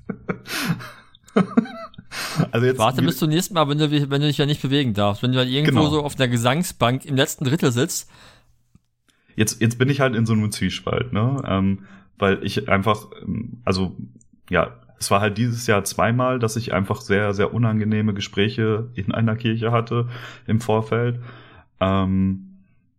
Also jetzt warte bis zum nächsten Mal, wenn du, wenn du dich ja nicht bewegen darfst, wenn du dann irgendwo genau. so auf der Gesangsbank im letzten Drittel sitzt. Jetzt, jetzt bin ich halt in so einem Zwiespalt, ne, ähm, weil ich einfach, also, ja, es war halt dieses Jahr zweimal, dass ich einfach sehr, sehr unangenehme Gespräche in einer Kirche hatte im Vorfeld, ähm,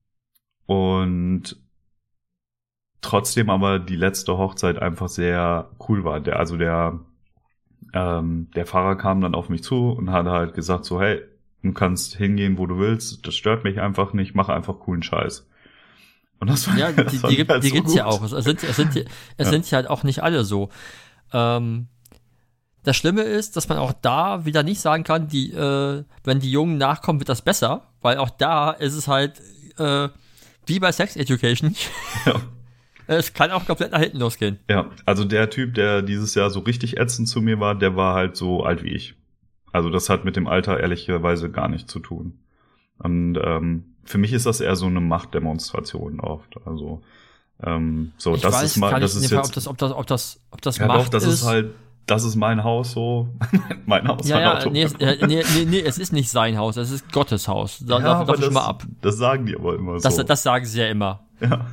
und trotzdem aber die letzte Hochzeit einfach sehr cool war. Der, also der, ähm, der Pfarrer kam dann auf mich zu und hat halt gesagt so, hey, du kannst hingehen, wo du willst, das stört mich einfach nicht, mach einfach coolen Scheiß. Und das war, ja, die, das war die, halt die so gibt's gut. Ja auch. Es sind, es sind, es ja. sind ja halt auch nicht alle so. Ähm, das Schlimme ist, dass man auch da wieder nicht sagen kann, die, äh, wenn die Jungen nachkommen, wird das besser, weil auch da ist es halt äh, wie bei Sex Education. Ja. Es kann auch komplett nach hinten losgehen. Ja, also der Typ, der dieses Jahr so richtig ätzend zu mir war, der war halt so alt wie ich. Also das hat mit dem Alter ehrlicherweise gar nichts zu tun. Und ähm, für mich ist das eher so eine Machtdemonstration oft. Also ähm, so, ich das weiß, ist mal, das ist Fall, jetzt, ob das, ob das, ob das, ob das ja, Macht doch, das ist. ist halt, das ist mein Haus so, mein Haus, ja, mein ja, Auto. Nee, nee, nee, nee, es ist nicht sein Haus, es ist Gottes Haus. Da, ja, darf ich das, schon mal ab. Das sagen die aber immer das, so. Das sagen sie ja immer. Ja.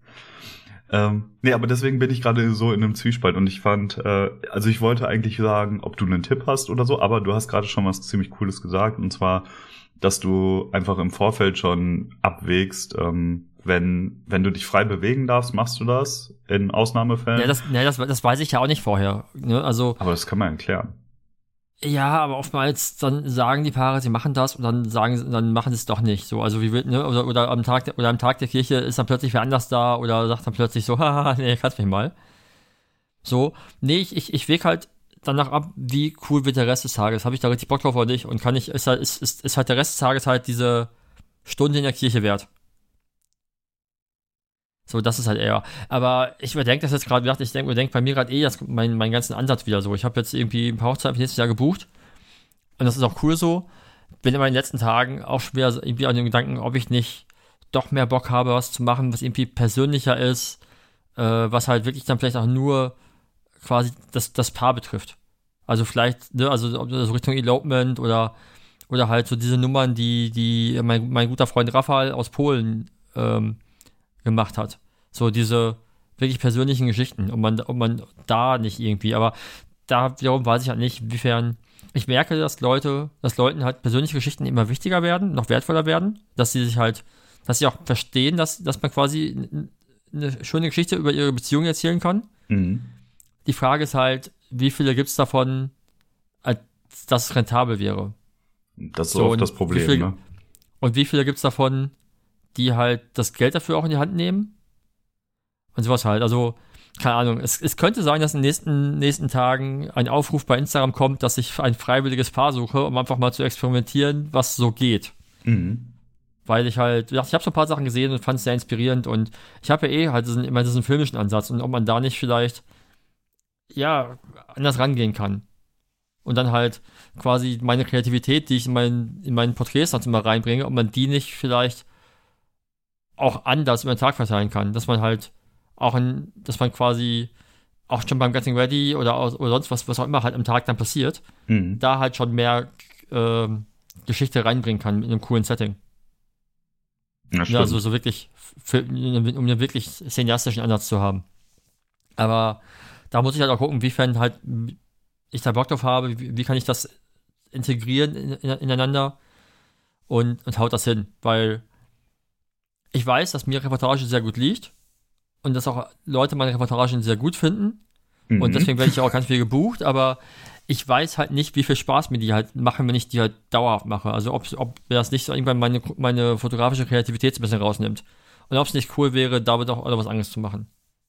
Ähm, nee, aber deswegen bin ich gerade so in einem Zwiespalt und ich fand, äh, also ich wollte eigentlich sagen, ob du einen Tipp hast oder so, aber du hast gerade schon was ziemlich Cooles gesagt und zwar, dass du einfach im Vorfeld schon abwägst, ähm, wenn wenn du dich frei bewegen darfst, machst du das in Ausnahmefällen? Ja, das, ja, das, das weiß ich ja auch nicht vorher. Ne? Also, aber das kann man erklären. Ja, aber oftmals dann sagen die Paare, sie machen das und dann sagen sie, dann machen sie es doch nicht. So, also wie wird, ne, oder, oder am Tag der, oder am Tag der Kirche ist dann plötzlich wer anders da oder sagt dann plötzlich so, haha, nee, kannst mich mal. So, nee, ich, ich, ich wäge halt danach ab, wie cool wird der Rest des Tages. Habe ich da richtig Bock drauf oder nicht? Und kann ich, ist halt, ist, ist, ist halt der Rest des Tages halt diese Stunde in der Kirche wert. So, das ist halt eher. Aber ich überdenke das jetzt gerade, ich denke überdenke bei mir gerade eh das, mein, meinen ganzen Ansatz wieder so. Ich habe jetzt irgendwie ein paar Hochzeiten für nächstes Jahr gebucht. Und das ist auch cool so. Bin in meinen letzten Tagen auch schwer irgendwie an den Gedanken, ob ich nicht doch mehr Bock habe, was zu machen, was irgendwie persönlicher ist, äh, was halt wirklich dann vielleicht auch nur quasi das, das Paar betrifft. Also vielleicht, ne, also so Richtung Elopement oder, oder halt so diese Nummern, die, die mein, mein guter Freund Raphael aus Polen ähm, gemacht hat. So diese wirklich persönlichen Geschichten und man, ob man da nicht irgendwie, aber da wiederum weiß ich halt nicht, inwiefern ich merke, dass Leute, dass Leuten halt persönliche Geschichten immer wichtiger werden, noch wertvoller werden, dass sie sich halt, dass sie auch verstehen, dass, dass man quasi eine schöne Geschichte über ihre Beziehung erzählen kann. Mhm. Die Frage ist halt, wie viele gibt es davon, als dass es rentabel wäre? Das ist so, oft das Problem, wie viele, ne? Und wie viele gibt es davon, die halt das Geld dafür auch in die Hand nehmen? Und sowas halt. Also, keine Ahnung. Es, es könnte sein, dass in den nächsten, nächsten Tagen ein Aufruf bei Instagram kommt, dass ich ein freiwilliges Paar suche, um einfach mal zu experimentieren, was so geht. Mhm. Weil ich halt, ich habe so ein paar Sachen gesehen und fand es sehr inspirierend und ich habe ja eh halt diesen, immer diesen filmischen Ansatz und ob man da nicht vielleicht, ja, anders rangehen kann. Und dann halt quasi meine Kreativität, die ich in meinen, in meinen Porträts dann immer reinbringe, ob man die nicht vielleicht auch anders über den Tag verteilen kann. Dass man halt auch in, dass man quasi auch schon beim Getting Ready oder, oder sonst was, was auch immer halt am Tag dann passiert, Mhm. da halt schon mehr ähm, Geschichte reinbringen kann mit einem coolen Setting. Ja, Ja, also so wirklich, für, um einen wirklich cineastischen Ansatz zu haben. Aber da muss ich halt auch gucken, wiefern halt ich da Bock drauf habe, wie, wie kann ich das integrieren in, in, ineinander und, und haut das hin. Weil ich weiß, dass mir Reportage sehr gut liegt und dass auch Leute meine Reportagen sehr gut finden. Mhm. Und deswegen werde ich auch ganz viel gebucht, aber ich weiß halt nicht, wie viel Spaß mir die halt machen, wenn ich die halt dauerhaft mache. Also ob, ob mir das nicht so irgendwann meine, meine fotografische Kreativität so ein bisschen rausnimmt. Und ob es nicht cool wäre, damit auch oder was anderes zu machen.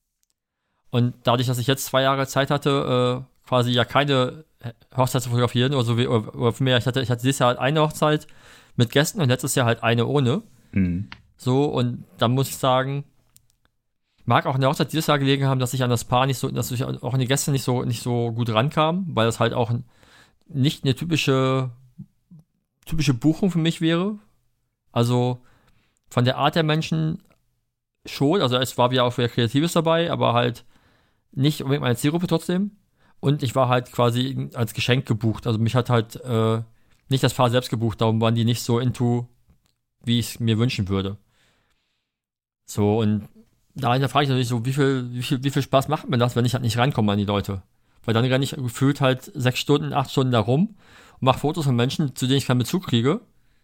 Und dadurch, dass ich jetzt zwei Jahre Zeit hatte, äh, quasi ja keine Hochzeit zu fotografieren, oder so wie, oder, oder mehr, ich hatte, ich hatte dieses Jahr halt eine Hochzeit mit Gästen und letztes Jahr halt eine ohne. Mhm. So, und dann muss ich sagen, mag auch in der Hochzeit dieses Jahr gelegen haben, dass ich an das Paar nicht so, dass ich auch an die Gäste nicht so, nicht so gut rankam, weil das halt auch nicht eine typische, typische Buchung für mich wäre. Also von der Art der Menschen schon, also es war wieder auch wieder Kreatives dabei, aber halt nicht unbedingt meine Zielgruppe trotzdem. Und ich war halt quasi als Geschenk gebucht. Also mich hat halt äh, nicht das Paar selbst gebucht, darum waren die nicht so into, wie ich es mir wünschen würde. So, und da frage ich natürlich so, wie viel, wie viel, wie viel Spaß macht mir das, wenn ich halt nicht rankomme an die Leute? Weil dann renne ich gefühlt halt sechs Stunden, acht Stunden da rum und mache Fotos von Menschen, zu denen ich keinen Bezug kriege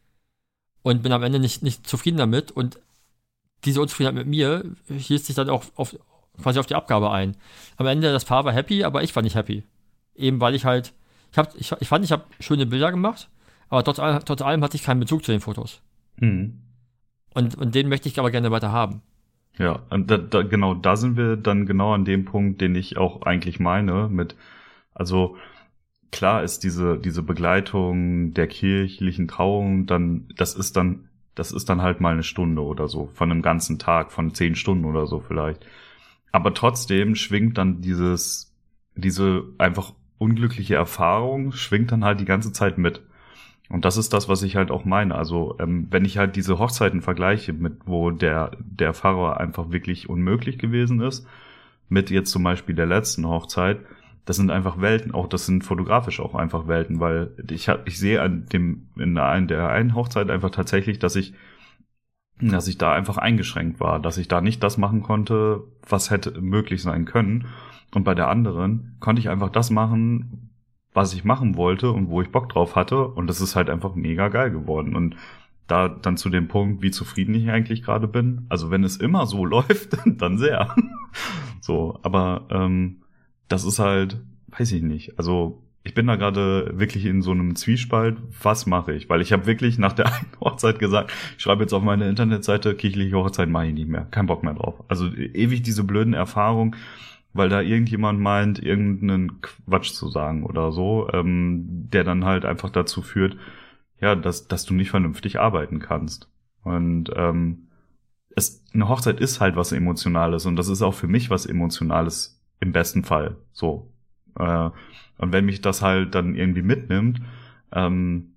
und bin am Ende nicht, nicht zufrieden damit und diese Unzufriedenheit mit mir hielt sich dann auch auf, quasi auf die Abgabe ein. Am Ende, das Paar war happy, aber ich war nicht happy. Eben weil ich halt, ich, hab, ich, ich fand, ich habe schöne Bilder gemacht, aber trotz, all, trotz allem hatte ich keinen Bezug zu den Fotos. Mhm. Und, und den möchte ich aber gerne weiter haben. Ja, und da, da, genau, da sind wir dann genau an dem Punkt, den ich auch eigentlich meine, mit, also klar ist diese, diese Begleitung der kirchlichen Trauung, dann, das ist dann, das ist dann halt mal eine Stunde oder so, von einem ganzen Tag, von zehn Stunden oder so vielleicht. Aber trotzdem schwingt dann dieses, diese einfach unglückliche Erfahrung, schwingt dann halt die ganze Zeit mit. Und das ist das, was ich halt auch meine. Also ähm, wenn ich halt diese Hochzeiten vergleiche, mit wo der der Pfarrer einfach wirklich unmöglich gewesen ist, mit jetzt zum Beispiel der letzten Hochzeit, das sind einfach Welten. Auch das sind fotografisch auch einfach Welten, weil ich hab, ich sehe an dem in der einen, der einen Hochzeit einfach tatsächlich, dass ich dass ich da einfach eingeschränkt war, dass ich da nicht das machen konnte, was hätte möglich sein können. Und bei der anderen konnte ich einfach das machen, was ich machen wollte und wo ich Bock drauf hatte. Und das ist halt einfach mega geil geworden. Und da dann zu dem Punkt, wie zufrieden ich eigentlich gerade bin. Also wenn es immer so läuft, dann sehr. So, aber ähm, das ist halt, weiß ich nicht. Also ich bin da gerade wirklich in so einem Zwiespalt. Was mache ich? Weil ich habe wirklich nach der einen Hochzeit gesagt, ich schreibe jetzt auf meine Internetseite, kirchliche Hochzeit mache ich nicht mehr. Kein Bock mehr drauf. Also ewig diese blöden Erfahrungen, weil da irgendjemand meint, irgendeinen Quatsch zu sagen oder so, ähm, der dann halt einfach dazu führt, ja, dass dass du nicht vernünftig arbeiten kannst. Und ähm, es eine Hochzeit ist halt was Emotionales und das ist auch für mich was Emotionales im besten Fall. So. Äh, und wenn mich das halt dann irgendwie mitnimmt, ähm,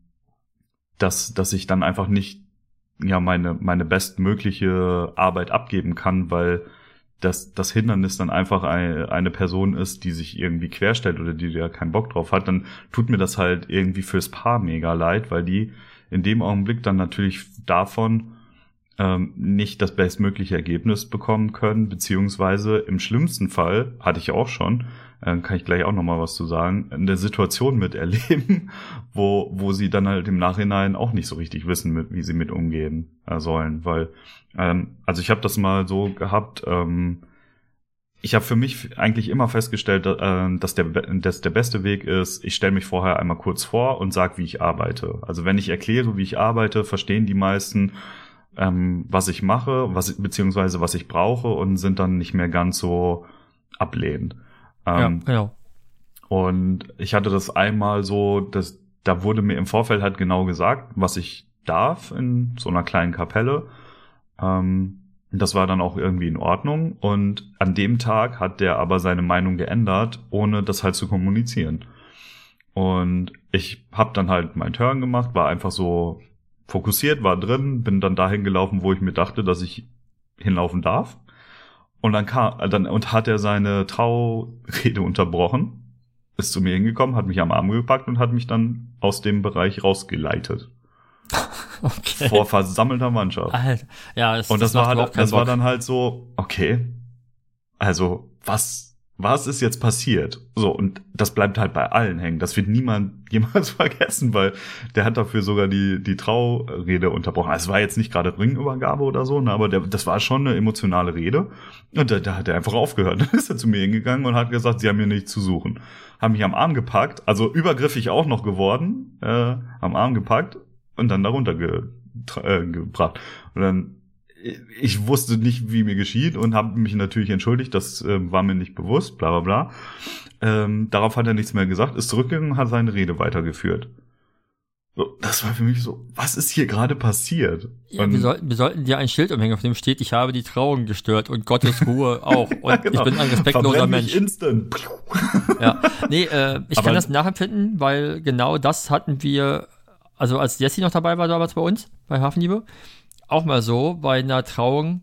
dass dass ich dann einfach nicht ja meine meine bestmögliche Arbeit abgeben kann, weil dass das Hindernis dann einfach eine, eine Person ist, die sich irgendwie querstellt oder die da keinen Bock drauf hat, dann tut mir das halt irgendwie fürs Paar mega leid, weil die in dem Augenblick dann natürlich davon ähm, nicht das bestmögliche Ergebnis bekommen können, beziehungsweise im schlimmsten Fall, hatte ich auch schon, äh, kann ich gleich auch nochmal was zu sagen, eine Situation miterleben, wo wo sie dann halt im Nachhinein auch nicht so richtig wissen, mit, wie sie mit umgehen äh, sollen. Weil, ähm, also ich habe das mal so gehabt, ähm, ich habe für mich eigentlich immer festgestellt, äh, dass der, dass der beste Weg ist, ich stelle mich vorher einmal kurz vor und sag, wie ich arbeite. Also wenn ich erkläre, wie ich arbeite, verstehen die meisten, ähm, was ich mache, was beziehungsweise was ich brauche und sind dann nicht mehr ganz so ablehnend. Ähm, ja, genau. Und ich hatte das einmal so, dass da wurde mir im Vorfeld halt genau gesagt, was ich darf in so einer kleinen Kapelle. Ähm, Das war dann auch irgendwie in Ordnung. Und an dem Tag hat der aber seine Meinung geändert, ohne das halt zu kommunizieren. Und ich habe dann halt meinen Turn gemacht, war einfach so fokussiert, war drin, bin dann dahin gelaufen, wo ich mir dachte, dass ich hinlaufen darf. Und dann kam, dann und hat er seine Traurede unterbrochen, ist zu mir hingekommen, hat mich am Arm gepackt und hat mich dann aus dem Bereich rausgeleitet. Okay. Vor versammelter Mannschaft. Alter. Ja, das, und das, das war halt, das Bock. war dann halt so, okay, also was, was ist jetzt passiert? So, und das bleibt halt bei allen hängen. Das wird niemand jemals vergessen, weil der hat dafür sogar die, die Traurede unterbrochen. Also es war jetzt nicht gerade Ringübergabe oder so, ne, aber der, das war schon eine emotionale Rede. Und da, da hat er einfach aufgehört. Dann ist er zu mir hingegangen und hat gesagt, sie haben hier nichts zu suchen. Haben mich am Arm gepackt, also übergriffig auch noch geworden, äh, am Arm gepackt. Und dann darunter ge, äh, gebracht. Und dann, ich wusste nicht, wie mir geschieht und habe mich natürlich entschuldigt, das äh, war mir nicht bewusst, bla bla bla. Ähm, darauf hat er nichts mehr gesagt, ist zurückgegangen und hat seine Rede weitergeführt. So, das war für mich so, was ist hier gerade passiert? Ja, wir, sollten, wir sollten dir ein Schild umhängen, auf dem steht, ich habe die Trauung gestört und Gottes Ruhe auch. Und ja, genau. Ich bin ein respektloser Verbrenn Mensch. Instant. Ja, nee, äh, ich Aber kann das nachempfinden, weil genau das hatten wir. Also als Jessie noch dabei war damals bei uns, bei Hafenliebe, auch mal so, bei einer Trauung,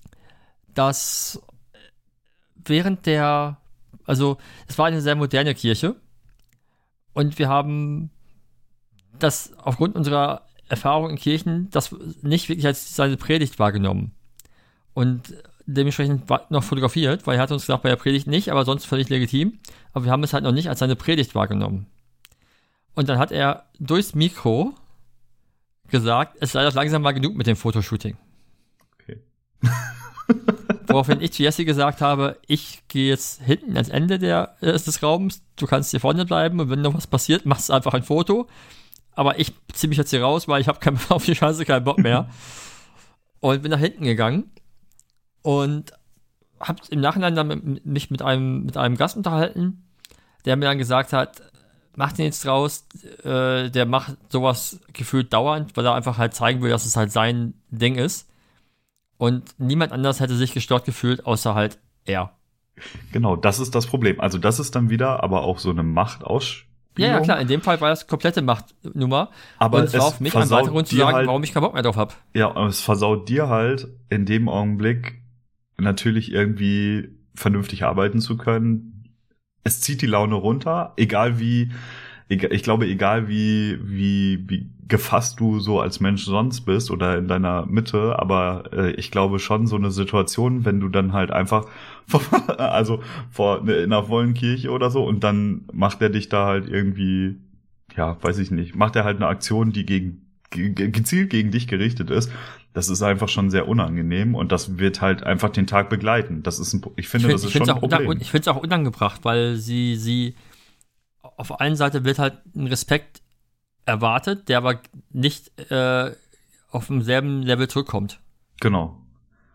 dass während der, also es war eine sehr moderne Kirche und wir haben das aufgrund unserer Erfahrung in Kirchen das nicht wirklich als seine Predigt wahrgenommen und dementsprechend noch fotografiert, weil er hat uns gesagt, bei der Predigt nicht, aber sonst völlig legitim, aber wir haben es halt noch nicht als seine Predigt wahrgenommen. Und dann hat er durchs Mikro gesagt, es sei doch langsam mal genug mit dem Fotoshooting. Okay. Woraufhin ich zu Jessie gesagt habe, ich gehe jetzt hinten ans Ende der, äh, des Raums, du kannst hier vorne bleiben und wenn noch was passiert, machst du einfach ein Foto. Aber ich ziehe mich jetzt hier raus, weil ich habe keinen auf die Scheiße keinen Bock mehr. Und bin nach hinten gegangen und habe im Nachhinein dann mit, mich mit einem, mit einem Gast unterhalten, der mir dann gesagt hat, mach den jetzt draus, äh, der macht sowas gefühlt dauernd, weil er einfach halt zeigen will, dass es halt sein Ding ist. Und niemand anders hätte sich gestört gefühlt, außer halt er. Genau, das ist das Problem. Also das ist dann wieder aber auch so eine Machtausspielung. Ja, ja, klar, in dem Fall war das komplette Machtnummer. Aber und es war auf mich ein weiterer Grund zu sagen, halt, warum ich keinen Bock mehr drauf habe. Ja, aber es versaut dir halt in dem Augenblick natürlich irgendwie vernünftig arbeiten zu können. Es zieht die Laune runter, egal wie, egal, ich glaube, egal wie, wie, wie gefasst du so als Mensch sonst bist oder in deiner Mitte, aber äh, ich glaube schon so eine Situation, wenn du dann halt einfach, also vor in einer vollen Kirche oder so und dann macht er dich da halt irgendwie, ja, weiß ich nicht, macht er halt eine Aktion, die gegen, ge- gezielt gegen dich gerichtet ist. Das ist einfach schon sehr unangenehm und das wird halt einfach den Tag begleiten. Das ist ein, ich finde, ich find, das ist schon ein Problem. Unan, ich finde es auch unangebracht, weil sie, sie, auf der einen Seite wird halt ein Respekt erwartet, der aber nicht äh, auf demselben Level zurückkommt. Genau.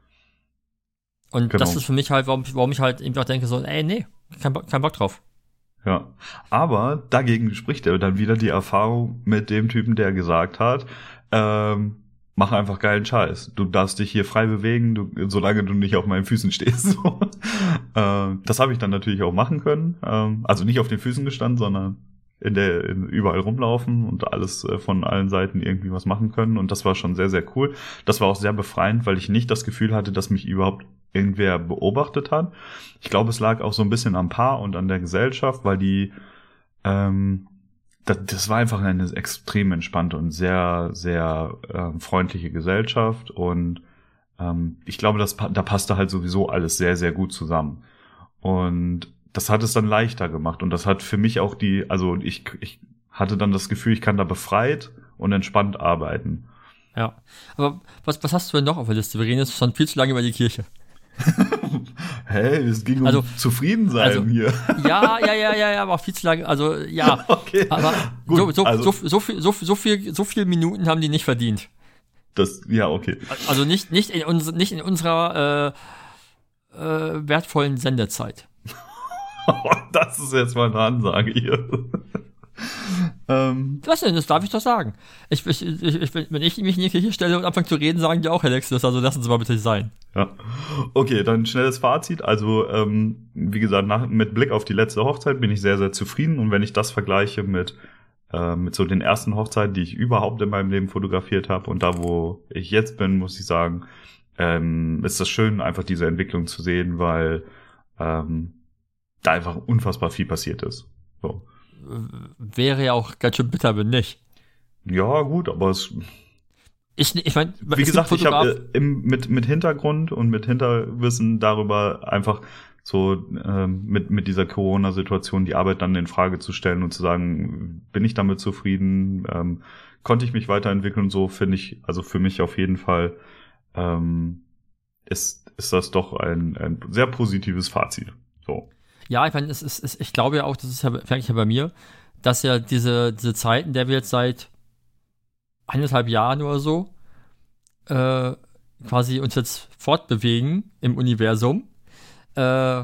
Und genau. das ist für mich halt, warum, warum ich halt eben auch denke so, ey, nee, kein Bock, kein Bock drauf. Ja, aber dagegen spricht er dann wieder die Erfahrung mit dem Typen, der gesagt hat, ähm, mach einfach geilen Scheiß. Du darfst dich hier frei bewegen, du, solange du nicht auf meinen Füßen stehst. So. äh, das habe ich dann natürlich auch machen können. Ähm, also nicht auf den Füßen gestanden, sondern in der in, überall rumlaufen und alles äh, von allen Seiten irgendwie was machen können. Und das war schon sehr, sehr cool. Das war auch sehr befreiend, weil ich nicht das Gefühl hatte, dass mich überhaupt irgendwer beobachtet hat. Ich glaube, es lag auch so ein bisschen am Paar und an der Gesellschaft, weil die ähm, Das, das war einfach eine extrem entspannte und sehr, sehr äh, freundliche Gesellschaft und ähm, ich glaube, das, da passte halt sowieso alles sehr, sehr gut zusammen. Und das hat es dann leichter gemacht und das hat für mich auch die, also ich, ich hatte dann das Gefühl, ich kann da befreit und entspannt arbeiten. Ja, aber was, was hast du denn noch auf der Liste? Wir reden jetzt schon viel zu lange über die Kirche. Hey, es ging um also, Zufriedensein also, hier. Ja, ja, ja, ja, ja, aber auch viel zu lange, also ja. Okay, aber gut, so, so, also, so, so, viel, so, so, viel, so viele Minuten haben die nicht verdient. Das, ja, okay. Also nicht, nicht, in, uns, nicht in unserer äh, äh, wertvollen Sendezeit. Das ist jetzt mal eine Ansage hier. ähm, Was denn? Das darf ich doch sagen. Ich, ich, ich, ich, wenn ich mich in die Kirche stelle und anfange zu reden, sagen die auch, Herr Lexus, also lassen Sie mal bitte sein. Ja. Okay, dann schnelles Fazit. Also, ähm, wie gesagt, nach, mit Blick auf die letzte Hochzeit bin ich sehr, sehr zufrieden. Und wenn ich das vergleiche mit, äh, mit so den ersten Hochzeiten, die ich überhaupt in meinem Leben fotografiert habe und da, wo ich jetzt bin, muss ich sagen, ähm, ist das schön, einfach diese Entwicklung zu sehen, weil ähm, da einfach unfassbar viel passiert ist. So. Wäre ja auch ganz schön bitter, wenn nicht. Ja, gut, aber es... Ich, ich meine, wie gesagt, ich habe äh, mit, mit Hintergrund und mit Hinterwissen darüber einfach so ähm, mit, mit dieser Corona-Situation die Arbeit dann in Frage zu stellen und zu sagen, bin ich damit zufrieden, ähm, konnte ich mich weiterentwickeln und so, finde ich, also für mich auf jeden Fall ähm, ist, ist das doch ein, ein sehr positives Fazit. So. Ja, ich meine, es ist, es, ich glaube ja auch, das ist ja eigentlich ja bei mir, dass ja diese, diese Zeit, in der wir jetzt seit eineinhalb Jahren oder so äh, quasi uns jetzt fortbewegen im Universum, äh,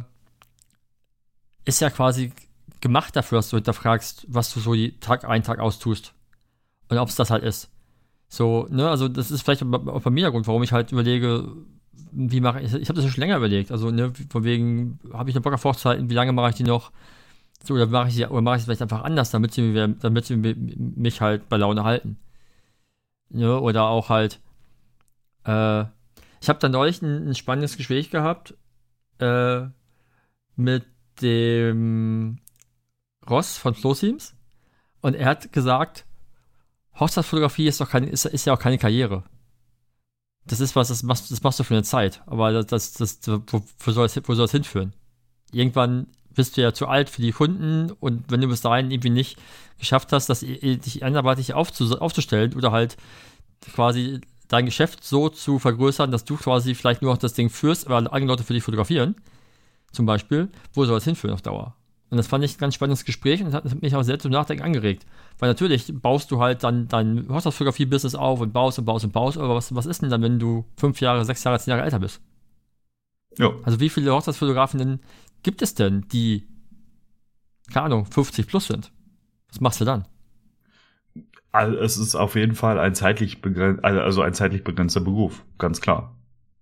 ist ja quasi gemacht dafür, dass du hinterfragst, was du so die Tag ein, Tag aus tust. Und ob es das halt ist. So, ne, also das ist vielleicht auch bei mir der Grund, warum ich halt überlege, wie mache ich, ich habe das ja schon länger überlegt, also ne, von wegen, habe ich eine Bock auf Hochzeiten, wie lange mache ich die noch, so, oder mache ich sie, oder mache ich es vielleicht einfach anders, damit sie, damit sie mich halt bei Laune halten. Ne, oder auch halt, äh, ich habe da neulich ein, ein spannendes Gespräch gehabt, äh, mit dem Ross von Flow-Teams, und er hat gesagt, Hochzeitsfotografie ist doch keine, ist, ist ja auch keine Karriere. Das ist was, das machst, das machst du für eine Zeit. Aber das, das, das, wo, wo soll es, wo soll es hinführen? Irgendwann bist du ja zu alt für die Kunden, und wenn du bis dahin irgendwie nicht geschafft hast, das dich anderweitig aufzu, aufzustellen oder halt quasi dein Geschäft so zu vergrößern, dass du quasi vielleicht nur noch das Ding führst, aber andere Leute für dich fotografieren, zum Beispiel, wo soll es hinführen auf Dauer? Und das fand ich ein ganz spannendes Gespräch und hat mich auch sehr zum Nachdenken angeregt. Weil natürlich baust du halt dann dein Hochzeitsfotografie-Business auf und baust und baust und baust, aber was, was ist denn dann, wenn du fünf Jahre, sechs Jahre, zehn Jahre älter bist? Ja. Also wie viele Hochzeitsfotografen gibt es denn, die, keine Ahnung, fünfzig plus sind? Was machst du dann? Also es ist auf jeden Fall ein zeitlich begrenzt, also ein zeitlich begrenzter Beruf, ganz klar.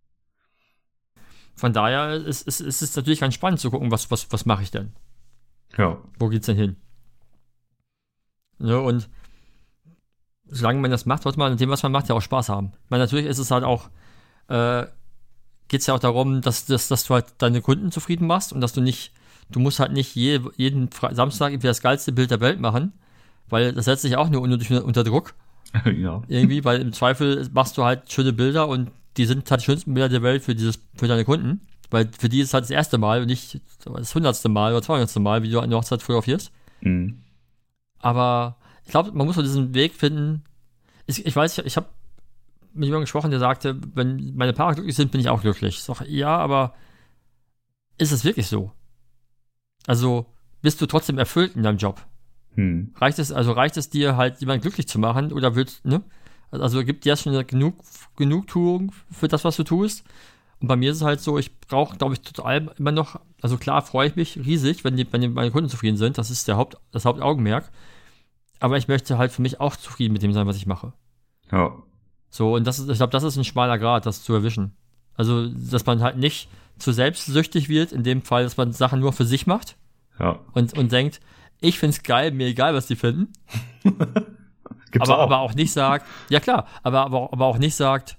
Von daher ist, ist, ist es natürlich ganz spannend zu gucken, was, was, was mache ich denn? Ja. Wo geht's denn hin? Ja, und solange man das macht, sollte man an dem, was man macht, ja auch Spaß haben. Ich meine, natürlich ist es halt auch, äh, geht's ja auch darum, dass, dass, dass du halt deine Kunden zufrieden machst und dass du nicht, du musst halt nicht je, jeden Fre- Samstag irgendwie das geilste Bild der Welt machen, weil das setzt dich auch nur unnötig unter Druck. Ja. Irgendwie, weil im Zweifel machst du halt schöne Bilder und die sind halt die schönsten Bilder der Welt für dieses, für deine Kunden. Weil für die ist es halt das erste Mal und nicht das hundertste Mal oder zweihundertste Mal, wie du eine Hochzeit fotografierst. Mhm. Aber ich glaube, man muss so diesen Weg finden. Ich, ich weiß, ich, ich habe mit jemandem gesprochen, der sagte, wenn meine Paare glücklich sind, bin ich auch glücklich. Ich sage, ja, aber ist es wirklich so? Also bist du trotzdem erfüllt in deinem Job? Mhm. Reicht es, also reicht es dir halt, jemanden glücklich zu machen oder willst, ne? Also gibt dir schon genug Genugtuung für das, was du tust? Und bei mir ist es halt so, ich brauche, glaube ich, total immer noch, also klar freue ich mich riesig, wenn, die, wenn die, meine Kunden zufrieden sind, das ist der Haupt, das Hauptaugenmerk, aber ich möchte halt für mich auch zufrieden mit dem sein, was ich mache. Ja. So, und das ist, ich glaube, das ist ein schmaler Grat, das zu erwischen. Also, dass man halt nicht zu selbstsüchtig wird, in dem Fall, dass man Sachen nur für sich macht. Ja. Und, und denkt, ich find's geil, mir egal, was die finden. Gibt's aber, auch. aber auch nicht sagt, ja klar, aber, aber, aber auch nicht sagt,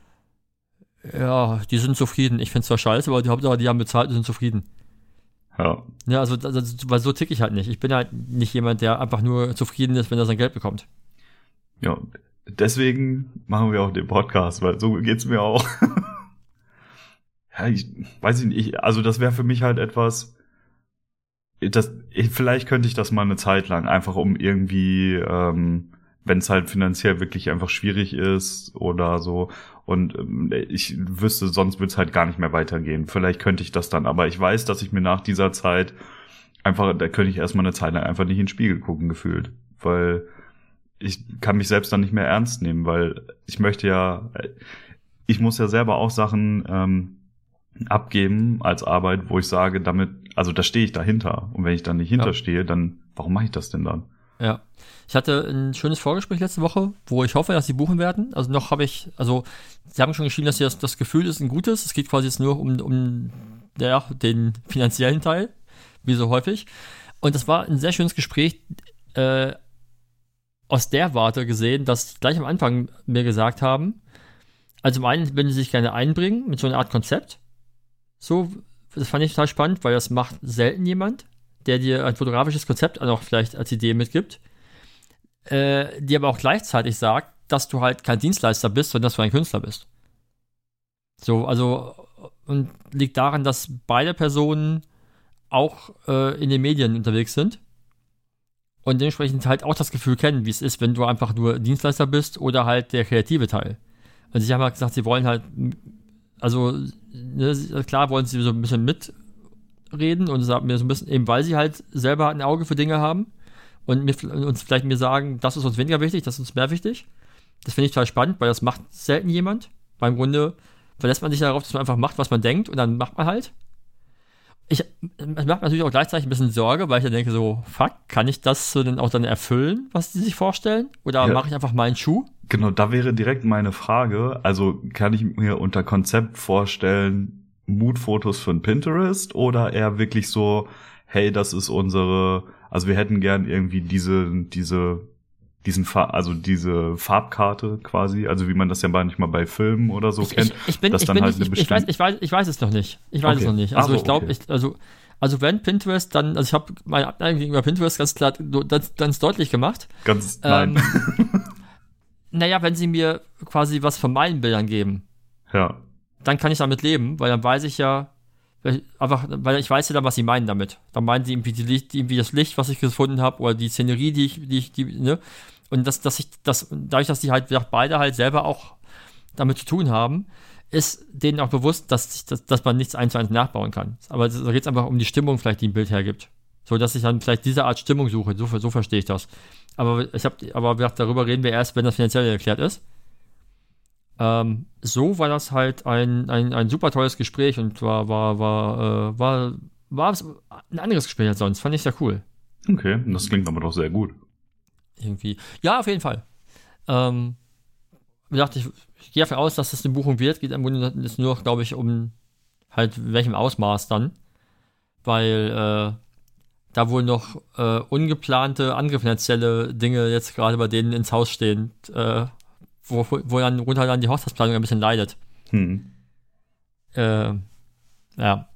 ja, die sind zufrieden. Ich find's zwar scheiße, aber die Hauptsache, die haben bezahlt und sind zufrieden. Ja. Ja, also, also, weil so tick ich halt nicht. Ich bin halt nicht jemand, der einfach nur zufrieden ist, wenn er sein Geld bekommt. Ja, deswegen machen wir auch den Podcast, weil so geht's mir auch. Ja, ich weiß nicht, ich, also das wäre für mich halt etwas, das, vielleicht könnte ich das mal eine Zeit lang, einfach um irgendwie, ähm, wenn es halt finanziell wirklich einfach schwierig ist oder so. Und ähm, ich wüsste, sonst würde es halt gar nicht mehr weitergehen. Vielleicht könnte ich das dann, aber ich weiß, dass ich mir nach dieser Zeit einfach, da könnte ich erstmal eine Zeit lang einfach nicht in den Spiegel gucken, gefühlt. Weil ich kann mich selbst dann nicht mehr ernst nehmen, weil ich möchte ja, ich muss ja selber auch Sachen ähm, abgeben als Arbeit, wo ich sage, damit, also da stehe ich dahinter. Und wenn ich da nicht hinterstehe, dann, warum mache ich das denn dann? Ja. Ich hatte ein schönes Vorgespräch letzte Woche, wo ich hoffe, dass sie buchen werden. Also noch habe ich, also sie haben schon geschrieben, dass das, das Gefühl ist ein gutes. Es geht quasi jetzt nur um, um ja, den finanziellen Teil, wie so häufig. Und das war ein sehr schönes Gespräch, äh, aus der Warte gesehen, dass sie gleich am Anfang mir gesagt haben, also zum einen würden sie sich gerne einbringen mit so einer Art Konzept. So, das fand ich total spannend, weil das macht selten jemand, der dir ein fotografisches Konzept auch vielleicht als Idee mitgibt, äh, die aber auch gleichzeitig sagt, dass du halt kein Dienstleister bist, sondern dass du ein Künstler bist. So, also, und liegt daran, dass beide Personen auch äh, in den Medien unterwegs sind und dementsprechend halt auch das Gefühl kennen, wie es ist, wenn du einfach nur Dienstleister bist oder halt der kreative Teil. Also sie haben halt gesagt, sie wollen halt, also ne, klar wollen sie so ein bisschen mitreden und sagen mir so ein bisschen, eben weil sie halt selber ein Auge für Dinge haben und mir, uns vielleicht mir sagen, das ist uns weniger wichtig, das ist uns mehr wichtig. Das finde ich total spannend, weil das macht selten jemand. Weil im Grunde verlässt man sich darauf, dass man einfach macht, was man denkt und dann macht man halt. Ich, es macht mir natürlich auch gleichzeitig ein bisschen Sorge, weil ich dann denke so, fuck, kann ich das so denn auch dann erfüllen, was die sich vorstellen? Oder ja. Mache ich einfach meinen Schuh? Genau, da wäre direkt meine Frage. Also kann ich mir unter Konzept vorstellen, Moodfotos für ein Pinterest oder eher wirklich so, hey, das ist unsere, also wir hätten gern irgendwie diese, diese, diesen Farb, also diese Farbkarte quasi, also wie man das ja manchmal bei Filmen oder so ich, kennt. Ich, ich bin, dass ich dann bin halt nicht, eine ich, ich, weiß, ich, weiß, ich weiß es noch nicht. Ich weiß okay. es noch nicht. Also Ach, ich glaube, okay. ich, also, also wenn Pinterest, dann, also ich habe meine Abneigung gegenüber Pinterest ganz klar ganz, ganz deutlich gemacht. Ganz, nein. Ähm, naja, wenn sie mir quasi was von meinen Bildern geben, ja, dann kann ich damit leben, weil dann weiß ich ja, einfach, weil ich weiß ja dann, was sie meinen damit. Dann meinen sie irgendwie, die Licht, irgendwie das Licht, was ich gefunden habe, oder die Szenerie, die ich, die ich, die, ne? Und das, dass ich, das, dadurch, dass die halt beide halt selber auch damit zu tun haben, ist denen auch bewusst, dass, dass, dass man nichts eins zu eins nachbauen kann. Aber da geht es einfach um die Stimmung, vielleicht, die ein Bild hergibt. So, dass ich dann vielleicht diese Art Stimmung suche. So, so verstehe ich das. Aber ich habe, aber darüber reden wir erst, wenn das finanziell erklärt ist. Ähm, so war das halt ein, ein, ein super tolles Gespräch und war, war, war, äh, war, war ein anderes Gespräch als sonst. Fand ich sehr cool. Okay, das klingt aber doch sehr gut. Irgendwie. Ja, auf jeden Fall. Ähm, wie gesagt, ich, ich gehe davon aus, dass das eine Buchung wird. Geht im Grunde ist nur, glaube ich, um halt welchem Ausmaß dann. Weil äh, da wohl noch äh, ungeplante, andere finanzielle Dinge jetzt gerade bei denen ins Haus stehen, äh, wo, wo dann runter dann die Hochzeitsplanung ein bisschen leidet. Hm. Äh, ja.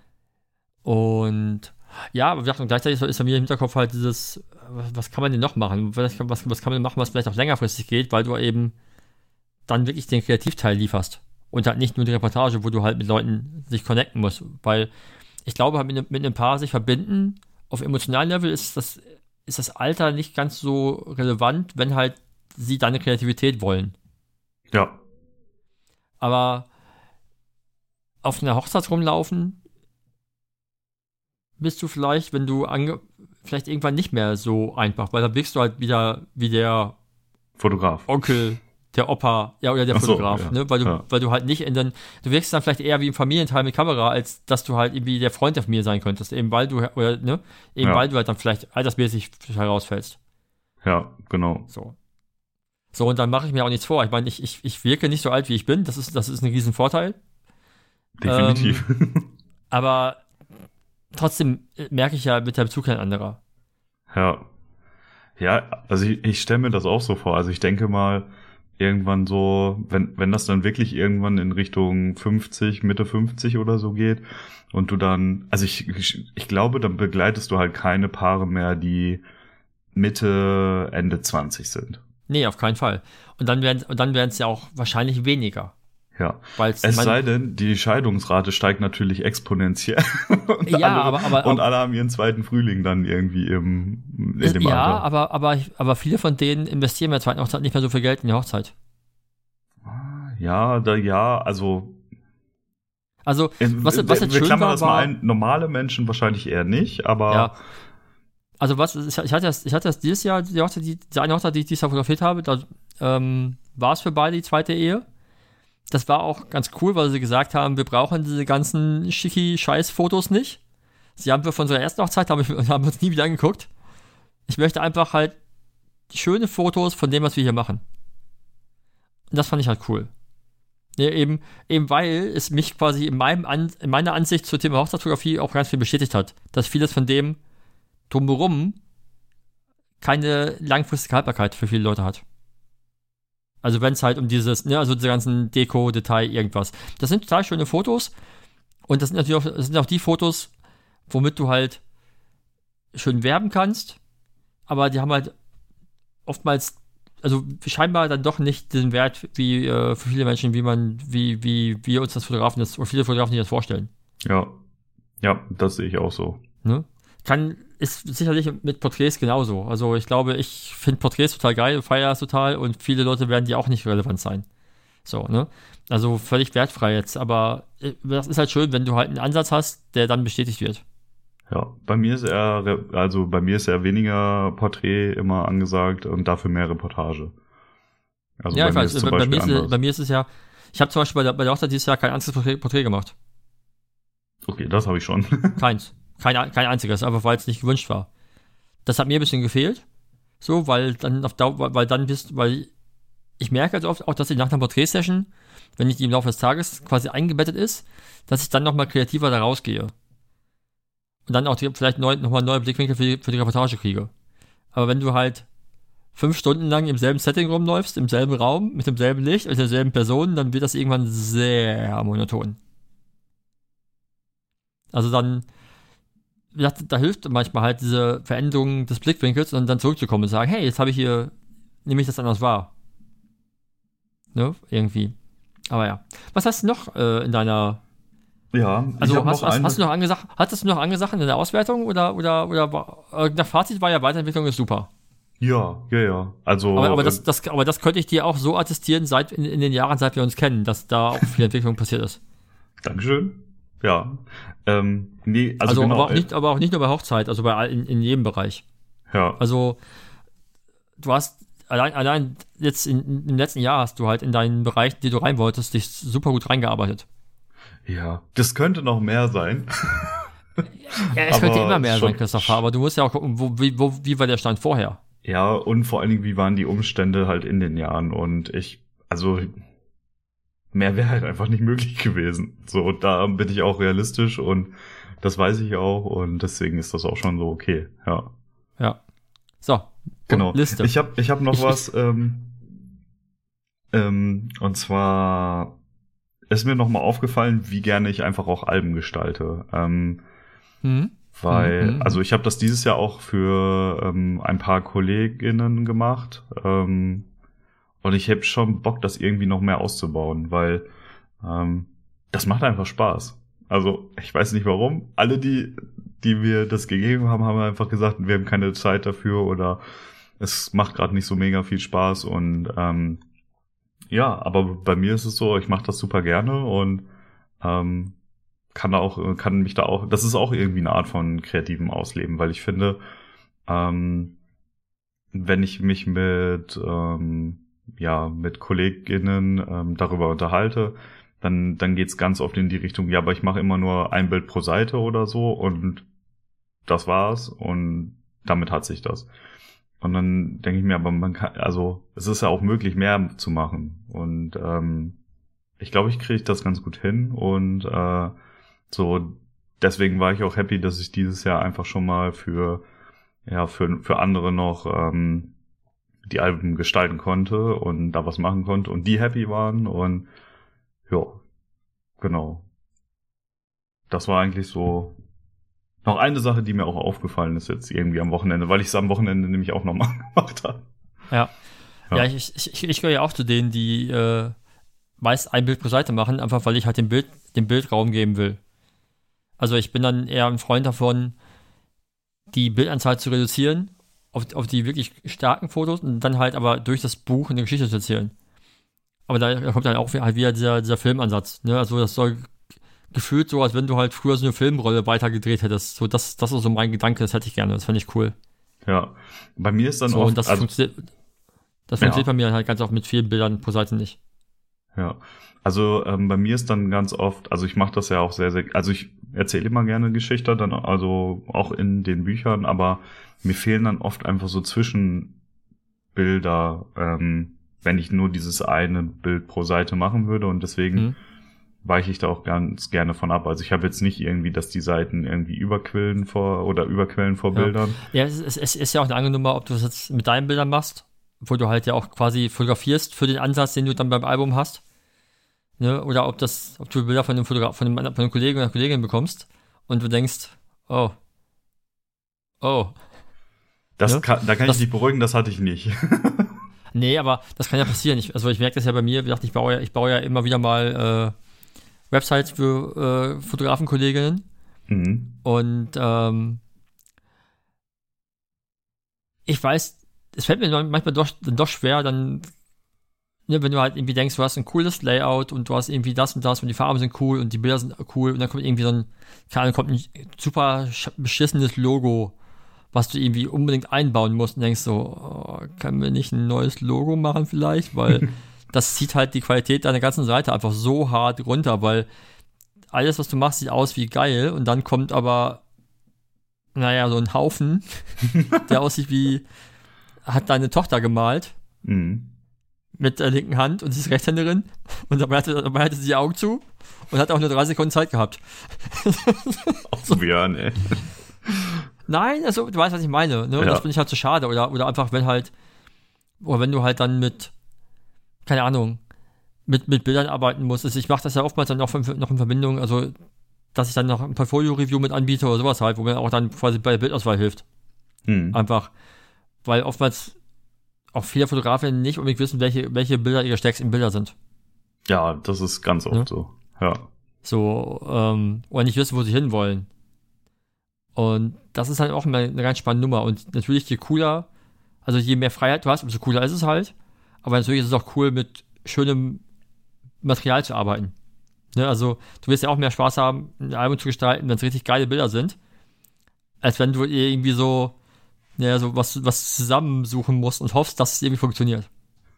Und ja, aber gleichzeitig ist bei mir im Hinterkopf halt dieses, was kann man denn noch machen? Was, was, was kann man denn machen, was vielleicht auch längerfristig geht, weil du eben dann wirklich den Kreativteil lieferst. Und halt nicht nur die Reportage, wo du halt mit Leuten sich connecten musst. Weil ich glaube, halt mit, mit einem Paar sich verbinden, auf emotionalen Level ist das, ist das Alter nicht ganz so relevant, wenn halt sie deine Kreativität wollen. Ja. Aber auf einer Hochzeit rumlaufen bist du vielleicht, wenn du ange vielleicht irgendwann nicht mehr so einfach, weil dann wirkst du halt wieder wie der Fotograf. Onkel, der Opa, ja, oder der Ach so, Fotograf, ja. ne? Weil du, ja. weil du halt nicht in den, du wirkst dann vielleicht eher wie im Familienteil mit Kamera, als dass du halt irgendwie der Freund der Familie sein könntest, eben weil du, oder, ne? Eben ja. weil du halt dann vielleicht altersmäßig herausfällst. Ja, genau. So. So, und dann mache ich mir auch nichts vor. Ich meine, ich, ich, ich wirke nicht so alt, wie ich bin, das ist, das ist ein riesen Vorteil. Definitiv. Ähm, aber trotzdem merke ich ja mit der Bezug kein anderer. Ja. Ja, also ich, ich stelle mir das auch so vor. Also ich denke mal, irgendwann so, wenn, wenn das dann wirklich irgendwann in Richtung fünfzig, Mitte fünfzig oder so geht und du dann, also ich, ich, ich glaube, dann begleitest du halt keine Paare mehr, die Mitte, Ende zwanzig sind. Nee, auf keinen Fall. Und dann werden und dann werden es ja auch wahrscheinlich weniger. Ja, Weil's, es mein, sei denn, die Scheidungsrate steigt natürlich exponentiell. und ja, alle, aber, aber und alle haben ihren zweiten Frühling dann irgendwie im in dem ja, Alter. aber, aber, aber viele von denen investieren bei der zweiten Hochzeit nicht mehr so viel Geld in die Hochzeit. Ja, da ja, also Also, was, was jetzt wir schön klammern war, das mal war, ein, normale Menschen wahrscheinlich eher nicht, aber ja. Also was, ich, ich hatte das, ich hatte das dieses Jahr, die Hochzeit, die, die eine Hochzeit, die ich dieses Jahr fotografiert habe, da ähm, war es für beide die zweite Ehe. Das war auch ganz cool, weil sie gesagt haben, wir brauchen diese ganzen schicki Scheiß-Fotos nicht. Sie haben wir von unserer ersten Hochzeit, haben wir haben uns nie wieder angeguckt. Ich möchte einfach halt schöne Fotos von dem, was wir hier machen. Und das fand ich halt cool. Ja, eben, eben weil es mich quasi in, meinem An- in meiner Ansicht zum Thema Hochzeitsfotografie auch ganz viel bestätigt hat, dass vieles von dem drumherum keine langfristige Haltbarkeit für viele Leute hat. Also wenn es halt um dieses, ne, also diese ganzen Deko, Detail, irgendwas. Das sind total schöne Fotos und das sind natürlich auch, das sind auch die Fotos, womit du halt schön werben kannst, aber die haben halt oftmals, also scheinbar dann doch nicht den Wert wie äh, für viele Menschen, wie man, wie, wie wir uns das Fotografen, das, oder viele Fotografen sich das vorstellen. ja, ja, das sehe ich auch so. Ne? Kann, ist sicherlich mit Porträts genauso. Also ich glaube, ich finde Porträts total geil, feiere das total und viele Leute werden die auch nicht relevant sein. So, ne? Also völlig wertfrei jetzt, aber das ist halt schön, wenn du halt einen Ansatz hast, der dann bestätigt wird. Ja, bei mir ist eher, also bei mir ist eher weniger Porträt immer angesagt und dafür mehr Reportage. Also ja, bei ich mir weiß, ist zum bei, bei, Beispiel mir ist, anders. bei mir ist es ja, ich habe zum Beispiel bei der, bei der Hochzeit dieses Jahr kein einziges Porträt, Porträt gemacht. Okay, das habe ich schon. Keins. Kein, kein einziges, einfach weil es nicht gewünscht war. Das hat mir ein bisschen gefehlt. So, weil dann auf Dauer, weil dann bist, weil ich merke also oft auch, dass ich nach einer Porträtsession, wenn ich die im Laufe des Tages quasi eingebettet ist, dass ich dann nochmal kreativer da rausgehe. Und dann auch die, vielleicht neu, nochmal neue Blickwinkel für die, für die Reportage kriege. Aber wenn du halt fünf Stunden lang im selben Setting rumläufst, im selben Raum, mit demselben Licht, mit derselben Person, dann wird das irgendwann sehr monoton. Also dann, da, da hilft manchmal halt diese Veränderung des Blickwinkels und dann zurückzukommen und sagen, hey, jetzt habe ich hier, nehme ich das anders wahr. Ne, irgendwie. Aber ja. Was hast du noch äh, in deiner, Ja, also ich hab hast, noch hast, eine, hast du noch angesagt, hattest du noch angesagt in der Auswertung oder, oder, oder, war- äh, nach Fazit war ja Weiterentwicklung ist super. ja, ja, ja. Also, Aber, aber, äh, das, das, aber das könnte ich dir auch so attestieren, seit in, in den Jahren, seit wir uns kennen, dass da auch viel Entwicklung passiert ist. Dankeschön. Ja. Ähm, nee, also, Also, genau, aber, auch äh, nicht, aber auch nicht nur bei Hochzeit, also bei all- in, in jedem Bereich. ja. Also, du hast allein, allein jetzt in, in, im letzten Jahr hast du halt in deinen Bereich, die du rein wolltest, dich super gut reingearbeitet. Ja, das könnte noch mehr sein. Ja, es Aber könnte immer mehr schon- sein, Christopher, aber du musst ja auch gucken, wo, wie, wo, wie war der Stand vorher? Ja, und vor allen Dingen, wie waren die Umstände halt in den Jahren? Und ich, also, mehr wäre halt einfach nicht möglich gewesen. So, da bin ich auch realistisch und das weiß ich auch und deswegen ist das auch schon so okay, ja. Ja. So, Genau. Liste. Ich habe ich hab noch Ich- was, ähm, ähm, und zwar ist mir noch mal aufgefallen, wie gerne ich einfach auch Alben gestalte. Ähm, Hm? weil, Mhm. also ich habe das dieses Jahr auch für ähm, ein paar KollegInnen gemacht. Ähm, und ich habe schon Bock, das irgendwie noch mehr auszubauen, weil ähm, das macht einfach Spaß. Also ich weiß nicht warum. Alle, die, die mir das gegeben haben, haben einfach gesagt, wir haben keine Zeit dafür oder es macht gerade nicht so mega viel Spaß. Und ähm, ja, aber bei mir ist es so, ich mache das super gerne und ähm, kann da auch, kann mich da auch, das ist auch irgendwie eine Art von kreativem Ausleben, weil ich finde, ähm, wenn ich mich mit, ähm, ja, mit KollegInnen ähm, darüber unterhalte, dann, dann geht's ganz oft in die Richtung, ja, aber ich mache immer nur ein Bild pro Seite oder so und das war's und damit hat sich das. Und dann denke ich mir, aber man kann, also es ist ja auch möglich, mehr zu machen. Und ähm, ich glaube, ich kriege das ganz gut hin und äh, so, deswegen war ich auch happy, dass ich dieses Jahr einfach schon mal für, ja, für, für andere noch ähm, die Alben gestalten konnte und da was machen konnte und die happy waren und ja, genau. Das war eigentlich so noch eine Sache, die mir auch aufgefallen ist jetzt irgendwie am Wochenende, weil ich es am Wochenende nämlich auch nochmal gemacht habe. Ja. Ja. Ja, ich, ich, ich, ich gehöre ja auch zu denen, die äh, meist ein Bild pro Seite machen, einfach weil ich halt dem Bild, dem Bild Raum geben will. Also ich bin dann eher ein Freund davon, die Bildanzahl zu reduzieren auf, auf die wirklich starken Fotos und dann halt aber durch das Buch eine Geschichte zu erzählen. Aber da kommt dann auch halt wieder dieser, dieser Filmansatz. Ne? Also das soll gefühlt so, als wenn du halt früher so eine Filmrolle weitergedreht hättest. So, das, das ist so mein Gedanke, das hätte ich gerne, das fände ich cool. Ja, bei mir ist dann so, auch... Und das also, funktioniert, das funktioniert ja. bei mir halt ganz oft mit vielen Bildern pro Seite nicht. Ja, also ähm, bei mir ist dann ganz oft, also ich mache das ja auch sehr, sehr, also ich erzähle immer gerne Geschichte, dann also auch in den Büchern, aber mir fehlen dann oft einfach so Zwischenbilder, ähm, wenn ich nur dieses eine Bild pro Seite machen würde und deswegen mhm. weiche ich da auch ganz gerne von ab. Also ich habe jetzt nicht irgendwie, dass die Seiten irgendwie überquillen vor oder überquellen vor ja. Bildern. Ja, es ist, es ist ja auch eine andere Nummer, ob du das jetzt mit deinen Bildern machst, wo du halt ja auch quasi fotografierst für den Ansatz, den du dann beim Album hast. Ne? Oder ob das, ob du Bilder von einem Fotograf, von einem, von einem Kollegen oder einer Kollegin bekommst und du denkst, oh, oh. Das ne? kann, da kann das, ich dich beruhigen, das hatte ich nicht. Nee, aber das kann ja passieren. Ich, also ich merke das ja bei mir, wie gesagt, ich baue ja, ich baue ja immer wieder mal äh, Websites für äh, Fotografenkolleginnen. Mhm. Und ähm, ich weiß, es fällt mir manchmal doch, doch schwer, dann, ne, wenn du halt irgendwie denkst, du hast ein cooles Layout und du hast irgendwie das und das und die Farben sind cool und die Bilder sind cool und dann kommt irgendwie so ein, keine Ahnung, kommt ein super beschissenes Logo, was du irgendwie unbedingt einbauen musst und denkst so, oh, können wir nicht ein neues Logo machen vielleicht, weil das zieht halt die Qualität deiner ganzen Seite einfach so hart runter, weil alles, was du machst, sieht aus wie geil und dann kommt aber, naja, so ein Haufen, der aussieht wie, hat deine Tochter gemalt mhm. mit der linken Hand und sie ist Rechtshänderin und dabei hatte, dabei hatte sie die Augen zu und hat auch nur drei Sekunden Zeit gehabt. so. Björn, ey. Nein, also du weißt, was ich meine, ne? Und ja. das finde ich halt so schade. Oder, oder einfach, wenn halt, oder wenn du halt dann mit, keine Ahnung, mit, mit Bildern arbeiten musst. Also ich mache das ja oftmals dann noch, noch in Verbindung, also dass ich dann noch ein Portfolio-Review mit anbiete oder sowas halt, wo mir auch dann quasi bei der Bildauswahl hilft. Hm. Einfach, weil oftmals auch viele Fotografen nicht unbedingt wissen, welche, welche Bilder ihre stärksten Bilder sind. Ja, das ist ganz oft ja. so. Ja. So, ähm, oder nicht wissen, wo sie hinwollen. Und das ist halt auch eine, eine ganz spannende Nummer. Und natürlich, je cooler, also je mehr Freiheit du hast, umso cooler ist es halt. Aber natürlich ist es auch cool, mit schönem Material zu arbeiten. Ne? Also, du wirst ja auch mehr Spaß haben, ein Album zu gestalten, wenn es richtig geile Bilder sind, als wenn du irgendwie so, ja, so was, was zusammensuchen musst und hoffst, dass es irgendwie funktioniert.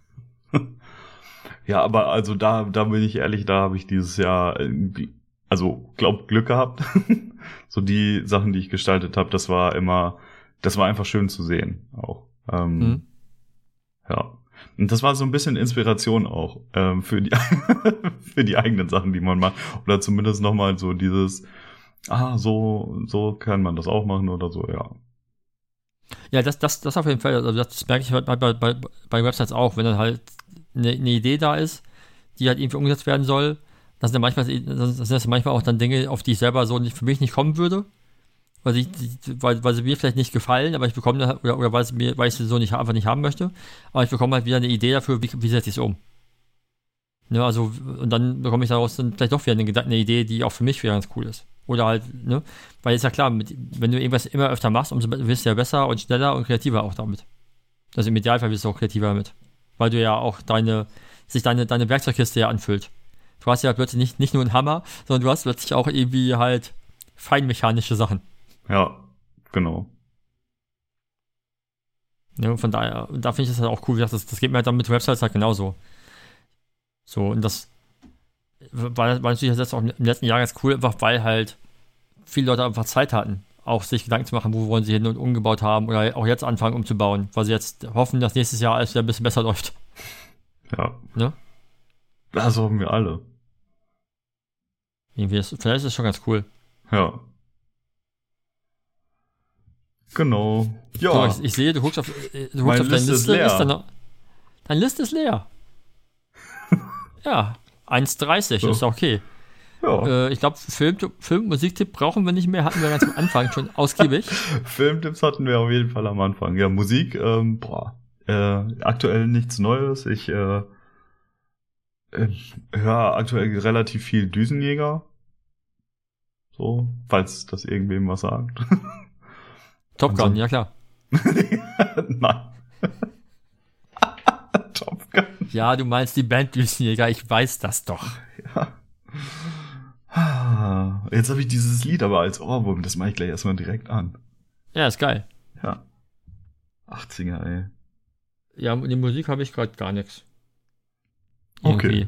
Ja, aber also da, da bin ich ehrlich, da habe ich dieses Jahr irgendwie, also glaub Glück gehabt. So die Sachen, die ich gestaltet habe, das war immer, das war einfach schön zu sehen auch. Ähm, mhm. Ja. Und das war so ein bisschen Inspiration auch ähm, für die für die eigenen Sachen, die man macht. Oder zumindest nochmal so dieses, ah, so so kann man das auch machen oder so, ja. Ja, das, das, das auf jeden Fall, also das merke ich halt bei, bei, bei, bei Websites auch, wenn dann halt eine, eine Idee da ist, die halt irgendwie umgesetzt werden soll. Das sind ja manchmal, das sind ja manchmal auch dann Dinge, auf die ich selber so nicht, für mich nicht kommen würde, weil sie, weil, weil sie mir vielleicht nicht gefallen, aber ich bekomme dann, oder, oder weil, sie mir, weil ich sie so nicht, einfach nicht haben möchte, aber ich bekomme halt wieder eine Idee dafür, wie, wie setze ich es um. Ne, also, und dann bekomme ich daraus dann vielleicht doch wieder eine, eine Idee, die auch für mich wieder ganz cool ist. Oder halt, ne, weil ist ja klar, mit, wenn du irgendwas immer öfter machst, umso wirst du ja besser und schneller und kreativer auch damit. Also im Idealfall wirst du auch kreativer damit. Weil du ja auch deine, sich deine, deine Werkzeugkiste ja anfüllt. Du hast ja plötzlich nicht, nicht nur einen Hammer, sondern du hast plötzlich auch irgendwie halt feinmechanische Sachen. Ja, genau. Ja, und von daher, da finde ich das halt auch cool. Das, das geht mir halt dann mit Websites halt genauso. So, und das war, war natürlich jetzt auch im letzten Jahr ganz cool, einfach weil halt viele Leute einfach Zeit hatten, auch sich Gedanken zu machen, wo wollen sie hin und umgebaut haben oder auch jetzt anfangen umzubauen, weil sie jetzt hoffen, dass nächstes Jahr alles wieder ein bisschen besser läuft. Ja. Ne? Das hoffen wir alle. Irgendwie ist, vielleicht ist das schon ganz cool. Ja. Genau. Ja. So, ich, ich sehe, du guckst auf, du guckst auf deine Liste. Ist leer. Ist dann, deine Liste ist leer. Ja, eins dreißig, so. Ist okay. Ja. Äh, ich glaube, Film, Film, Musiktipp brauchen wir nicht mehr, hatten wir ganz am Anfang schon ausgiebig. Filmtipps hatten wir auf jeden Fall am Anfang. Ja, Musik, ähm, boah, äh, aktuell nichts Neues. Ich, äh, Ich höre aktuell relativ viel Düsenjäger. So, falls das irgendwem was sagt. Top Gun, so, ja klar. Nein. Top Gun. Ja, du meinst die Band Düsenjäger, ich weiß das doch. Ja. Jetzt habe ich dieses Lied aber als Ohrwurm, das mache ich gleich erstmal direkt an. Ja, ist geil. Ja. achtziger, ey. Ja, in die Musik habe ich gerade gar nichts. Okay.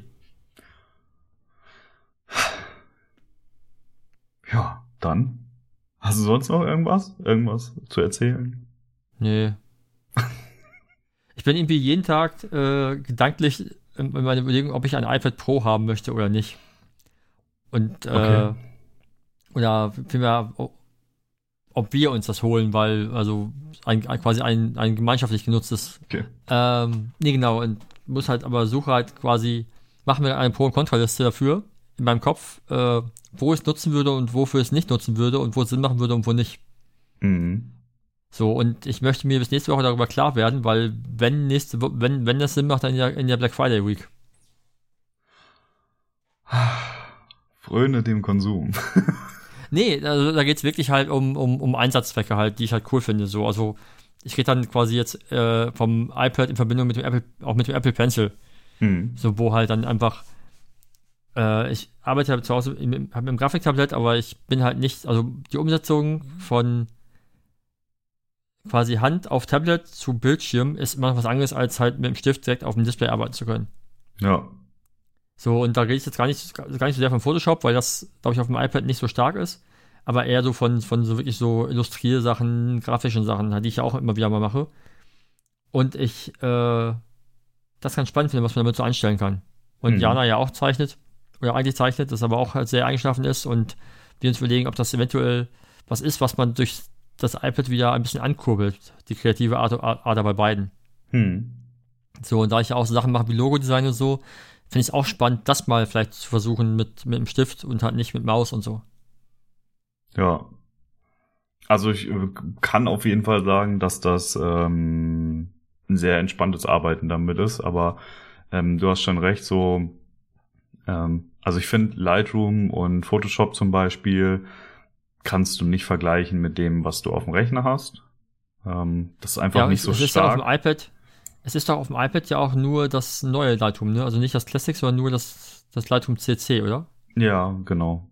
Ja, dann. Hast du sonst noch irgendwas? Irgendwas zu erzählen? Nee. Ich bin irgendwie jeden Tag äh, gedanklich in meiner Überlegung, ob ich ein iPad Pro haben möchte oder nicht. Und, äh, okay. Oder vielmehr, ob wir uns das holen, weil, also, ein, quasi ein, ein gemeinschaftlich genutztes. Okay. Ähm, nee, genau. Und muss halt aber suche halt quasi, machen wir eine Pro- und Kontraliste dafür in meinem Kopf, äh, wo ich es nutzen würde und wofür es nicht nutzen würde und wo es Sinn machen würde und wo nicht. Mhm. So, und ich möchte mir bis nächste Woche darüber klar werden, weil wenn nächste Wo- wenn, wenn das Sinn macht, dann in der, in der Black Friday Week. Fröne dem Konsum. Nee, also da geht's wirklich halt um, um, um Einsatzzwecke halt, die ich halt cool finde. So, also ich rede dann quasi jetzt äh, vom iPad in Verbindung mit dem Apple, auch mit dem Apple Pencil. Mhm. So, wo halt dann einfach äh, ich arbeite halt zu Hause im, im, hab im Grafiktablett, aber ich bin halt nicht, also die Umsetzung von quasi Hand auf Tablet zu Bildschirm ist immer noch was anderes, als halt mit dem Stift direkt auf dem Display arbeiten zu können. Ja. So, und da rede ich jetzt gar nicht, gar nicht so sehr von Photoshop, weil das, glaube ich, auf dem iPad nicht so stark ist, aber eher so von, von so wirklich so Illustriersachen, grafischen Sachen, die ich ja auch immer wieder mal mache. Und ich, äh, das ganz spannend finde, was man damit so anstellen kann. Und Mhm. Jana ja auch zeichnet, oder eigentlich zeichnet, das aber auch halt sehr eingeschlafen ist und wir uns überlegen, ob das eventuell was ist, was man durch das iPad wieder ein bisschen ankurbelt, die kreative Art, Ader bei beiden. Hm. So, und da ich ja auch so Sachen mache wie Logo-Design und so, finde ich es auch spannend, das mal vielleicht zu versuchen mit, mit dem Stift und halt nicht mit Maus und so. Ja. Also ich äh, kann auf jeden Fall sagen, dass das ähm, ein sehr entspanntes Arbeiten damit ist, aber ähm, du hast schon recht, so ähm, also ich finde Lightroom und Photoshop zum Beispiel kannst du nicht vergleichen mit dem, was du auf dem Rechner hast. Ähm, das ist einfach Ja, nicht es, so es ist stark. ja auf dem iPad, es ist doch auf dem iPad ja auch nur das neue Lightroom, ne? Also nicht das Classic, sondern nur das, das Lightroom C C, oder? Ja, genau.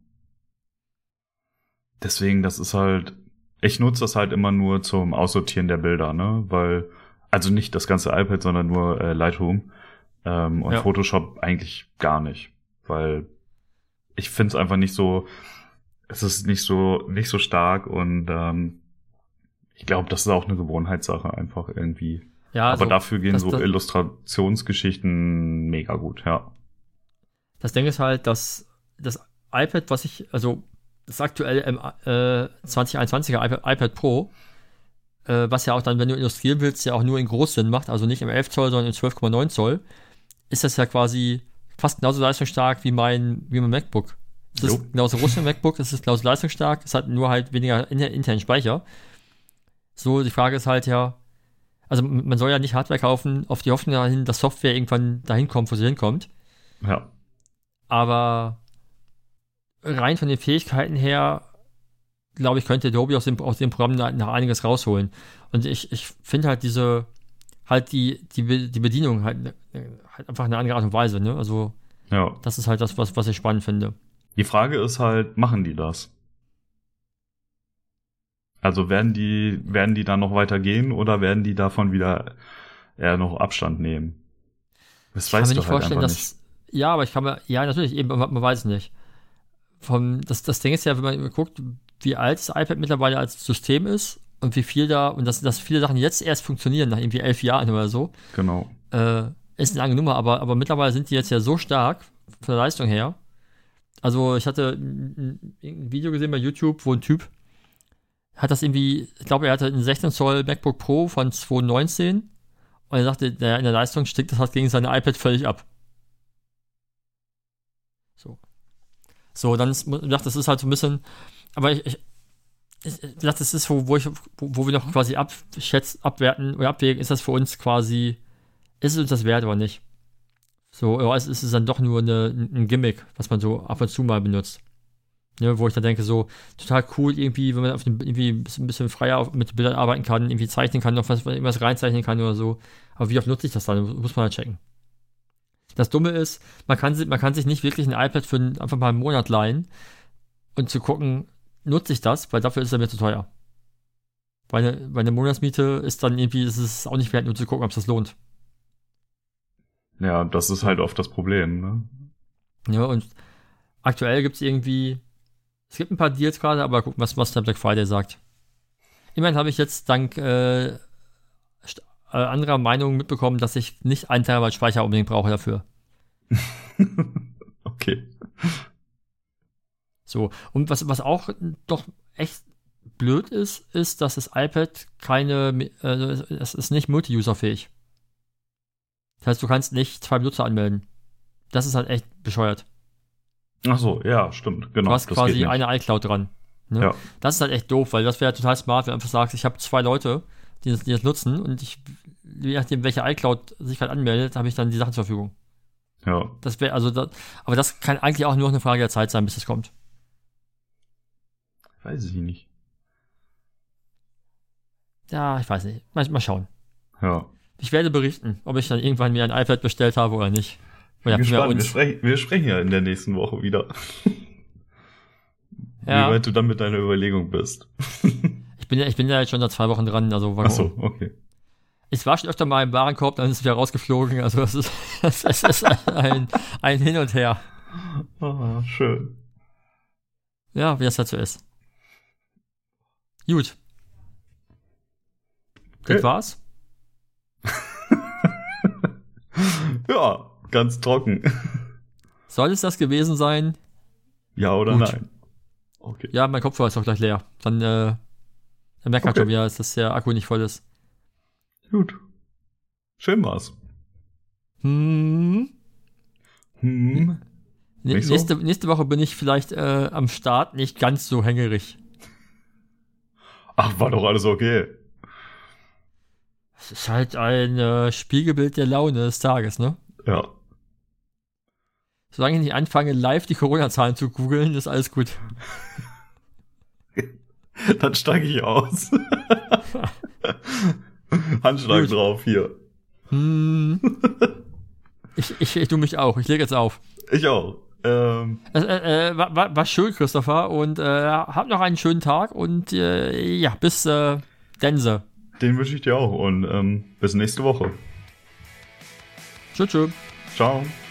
Deswegen, das ist halt, ich nutze das halt immer nur zum Aussortieren der Bilder, ne? Weil, also nicht das ganze iPad, sondern nur äh, Lightroom ähm, und Ja. Photoshop eigentlich gar nicht. Weil ich finde es einfach nicht so, es ist nicht so, nicht so stark und ähm, ich glaube, das ist auch eine Gewohnheitssache einfach irgendwie. Ja, Aber also, dafür gehen das- so das- Illustrationsgeschichten mega gut, ja. Das Ding ist halt, dass das iPad, was ich, also das aktuelle ähm, äh, zwanzig einundzwanziger iPad, iPad Pro, äh, was ja auch dann, wenn du illustrieren willst, ja auch nur in Großsinn macht, also nicht im elf Zoll, sondern im zwölf Komma neun Zoll, ist das ja quasi fast genauso leistungsstark wie mein, wie mein MacBook. Es ist Jo. genauso groß wie mein MacBook, es ist genauso leistungsstark, es hat nur halt weniger inter, internen Speicher. So, die Frage ist halt ja, also m- man soll ja nicht Hardware kaufen, auf die Hoffnung dahin, dass Software irgendwann dahin kommt, wo sie hinkommt. Ja. Aber rein von den Fähigkeiten her, glaube ich, könnte Adobe aus dem, aus dem Programm noch noch einiges rausholen. Und ich, ich finde halt diese, halt die, die, Be- die Bedienung halt, äh, halt einfach eine andere Art und Weise, ne? Also, Ja. das ist halt das, was, was ich spannend finde. Die Frage ist halt, machen die das? Also werden die, werden die da noch weitergehen oder werden die davon wieder eher noch Abstand nehmen? Das Ich kann weißt mir du nicht halt vorstellen, einfach dass, ja, aber ich kann mir, ja, natürlich, eben, man, man weiß es nicht. Vom, das, das Ding ist ja, wenn man guckt, wie alt das iPad mittlerweile als System ist und wie viel da, und dass, dass viele Sachen jetzt erst funktionieren, nach irgendwie elf Jahren oder so, nicht. Genau. äh, ist eine lange Nummer, aber, aber mittlerweile sind die jetzt ja so stark von der Leistung her. Also ich hatte ein, ein Video gesehen bei YouTube, wo ein Typ hat das irgendwie, ich glaube, er hatte einen sechzehn Zoll MacBook Pro von zwanzig neunzehn und er sagte, naja, in der Leistung stickt das halt gegen seine iPad völlig ab. So. So, dann ist, ich dachte, das ist halt so ein bisschen, aber ich, ich, ich dachte, das ist, wo, wo, ich, wo, wo wir noch quasi abschätzen, abwerten oder abwägen, ist das für uns quasi, ist es uns das wert oder nicht? So, oder es ist dann doch nur eine, ein Gimmick, was man so ab und zu mal benutzt. Ne, wo ich dann denke, so total cool irgendwie, wenn man auf dem, irgendwie ein bisschen, ein bisschen freier mit Bildern arbeiten kann, irgendwie zeichnen kann, noch was, irgendwas reinzeichnen kann oder so. Aber wie oft nutze ich das dann? Muss man halt checken. Das Dumme ist, man kann, man kann sich nicht wirklich ein iPad für einen, einfach mal einen Monat leihen und zu gucken, nutze ich das, weil dafür ist er mir zu teuer. Weil eine, weil eine Monatsmiete ist dann irgendwie, ist es auch nicht wert, nur zu gucken, ob es das lohnt. Ja, das ist halt oft das Problem, ne? Ja, und aktuell gibt es irgendwie, es gibt ein paar Deals gerade, aber gucken, was, was der Black Friday sagt. Immerhin habe ich jetzt dank äh, Äh, anderer Meinung mitbekommen, dass ich nicht einen Terabyte Speicher unbedingt brauche dafür. Okay. So, und was, was auch doch echt blöd ist, ist, dass das iPad keine, äh, es ist nicht multi-user-fähig. Das heißt, du kannst nicht zwei Benutzer anmelden. Das ist halt echt bescheuert. Ach so, ja, stimmt, genau. Du hast das quasi geht nicht. eine iCloud dran. Ne? Ja. Das ist halt echt doof, weil das wäre total smart, wenn du einfach sagst, ich habe zwei Leute, die das, die das nutzen und ich, je nachdem, welche iCloud sich halt anmeldet, habe ich dann die Sachen zur Verfügung. Ja. Das wäre, also, das, aber das kann eigentlich auch nur eine Frage der Zeit sein, bis es kommt. Weiß ich nicht. Ja, ich weiß nicht. Mal, mal schauen. Ja. Ich werde berichten, ob ich dann irgendwann mir ein iPad bestellt habe oder nicht. Oder Bin gespannt. uns. Wir, sprechen, wir sprechen ja in der nächsten Woche wieder. Ja. Wie weit du dann mit deiner Überlegung bist. Ich bin ja, ich bin ja jetzt schon seit zwei Wochen dran, also warum? Ach so, okay. Ich war schon öfter mal im Warenkorb, dann ist es wieder rausgeflogen, also es ist, es ist, es ist ein, ein Hin und Her. Ah, schön. Ja, wie das halt so ist. Gut. Okay. Das war's? Ja, ganz trocken. Soll es das gewesen sein? Ja oder Gut. nein? Okay. Ja, mein Kopfhörer ist auch gleich leer. Dann, äh, dann merkt man Okay. schon wieder, dass der Akku nicht voll ist. Gut. Schön war's. Hm. Hm. Ne- Nicht so? nächste, nächste Woche bin ich vielleicht äh, am Start nicht ganz so hängerig. Ach, war doch alles okay. Es ist halt ein äh, Spiegelbild der Laune des Tages, ne? Ja. Solange ich nicht anfange, live die Corona-Zahlen zu googeln, ist alles gut. Dann steige ich aus. Handschlag Gut. drauf, hier. Hm. ich, ich, ich tu mich auch. Ich lege jetzt auf. Ich auch. Ähm, Äh, äh, war, war, war schön, Christopher. Und äh, hab noch einen schönen Tag. Und äh, ja, bis äh, Dense. den wünsche ich dir auch und ähm, bis nächste Woche. Tschüss, tschüss. Ciao.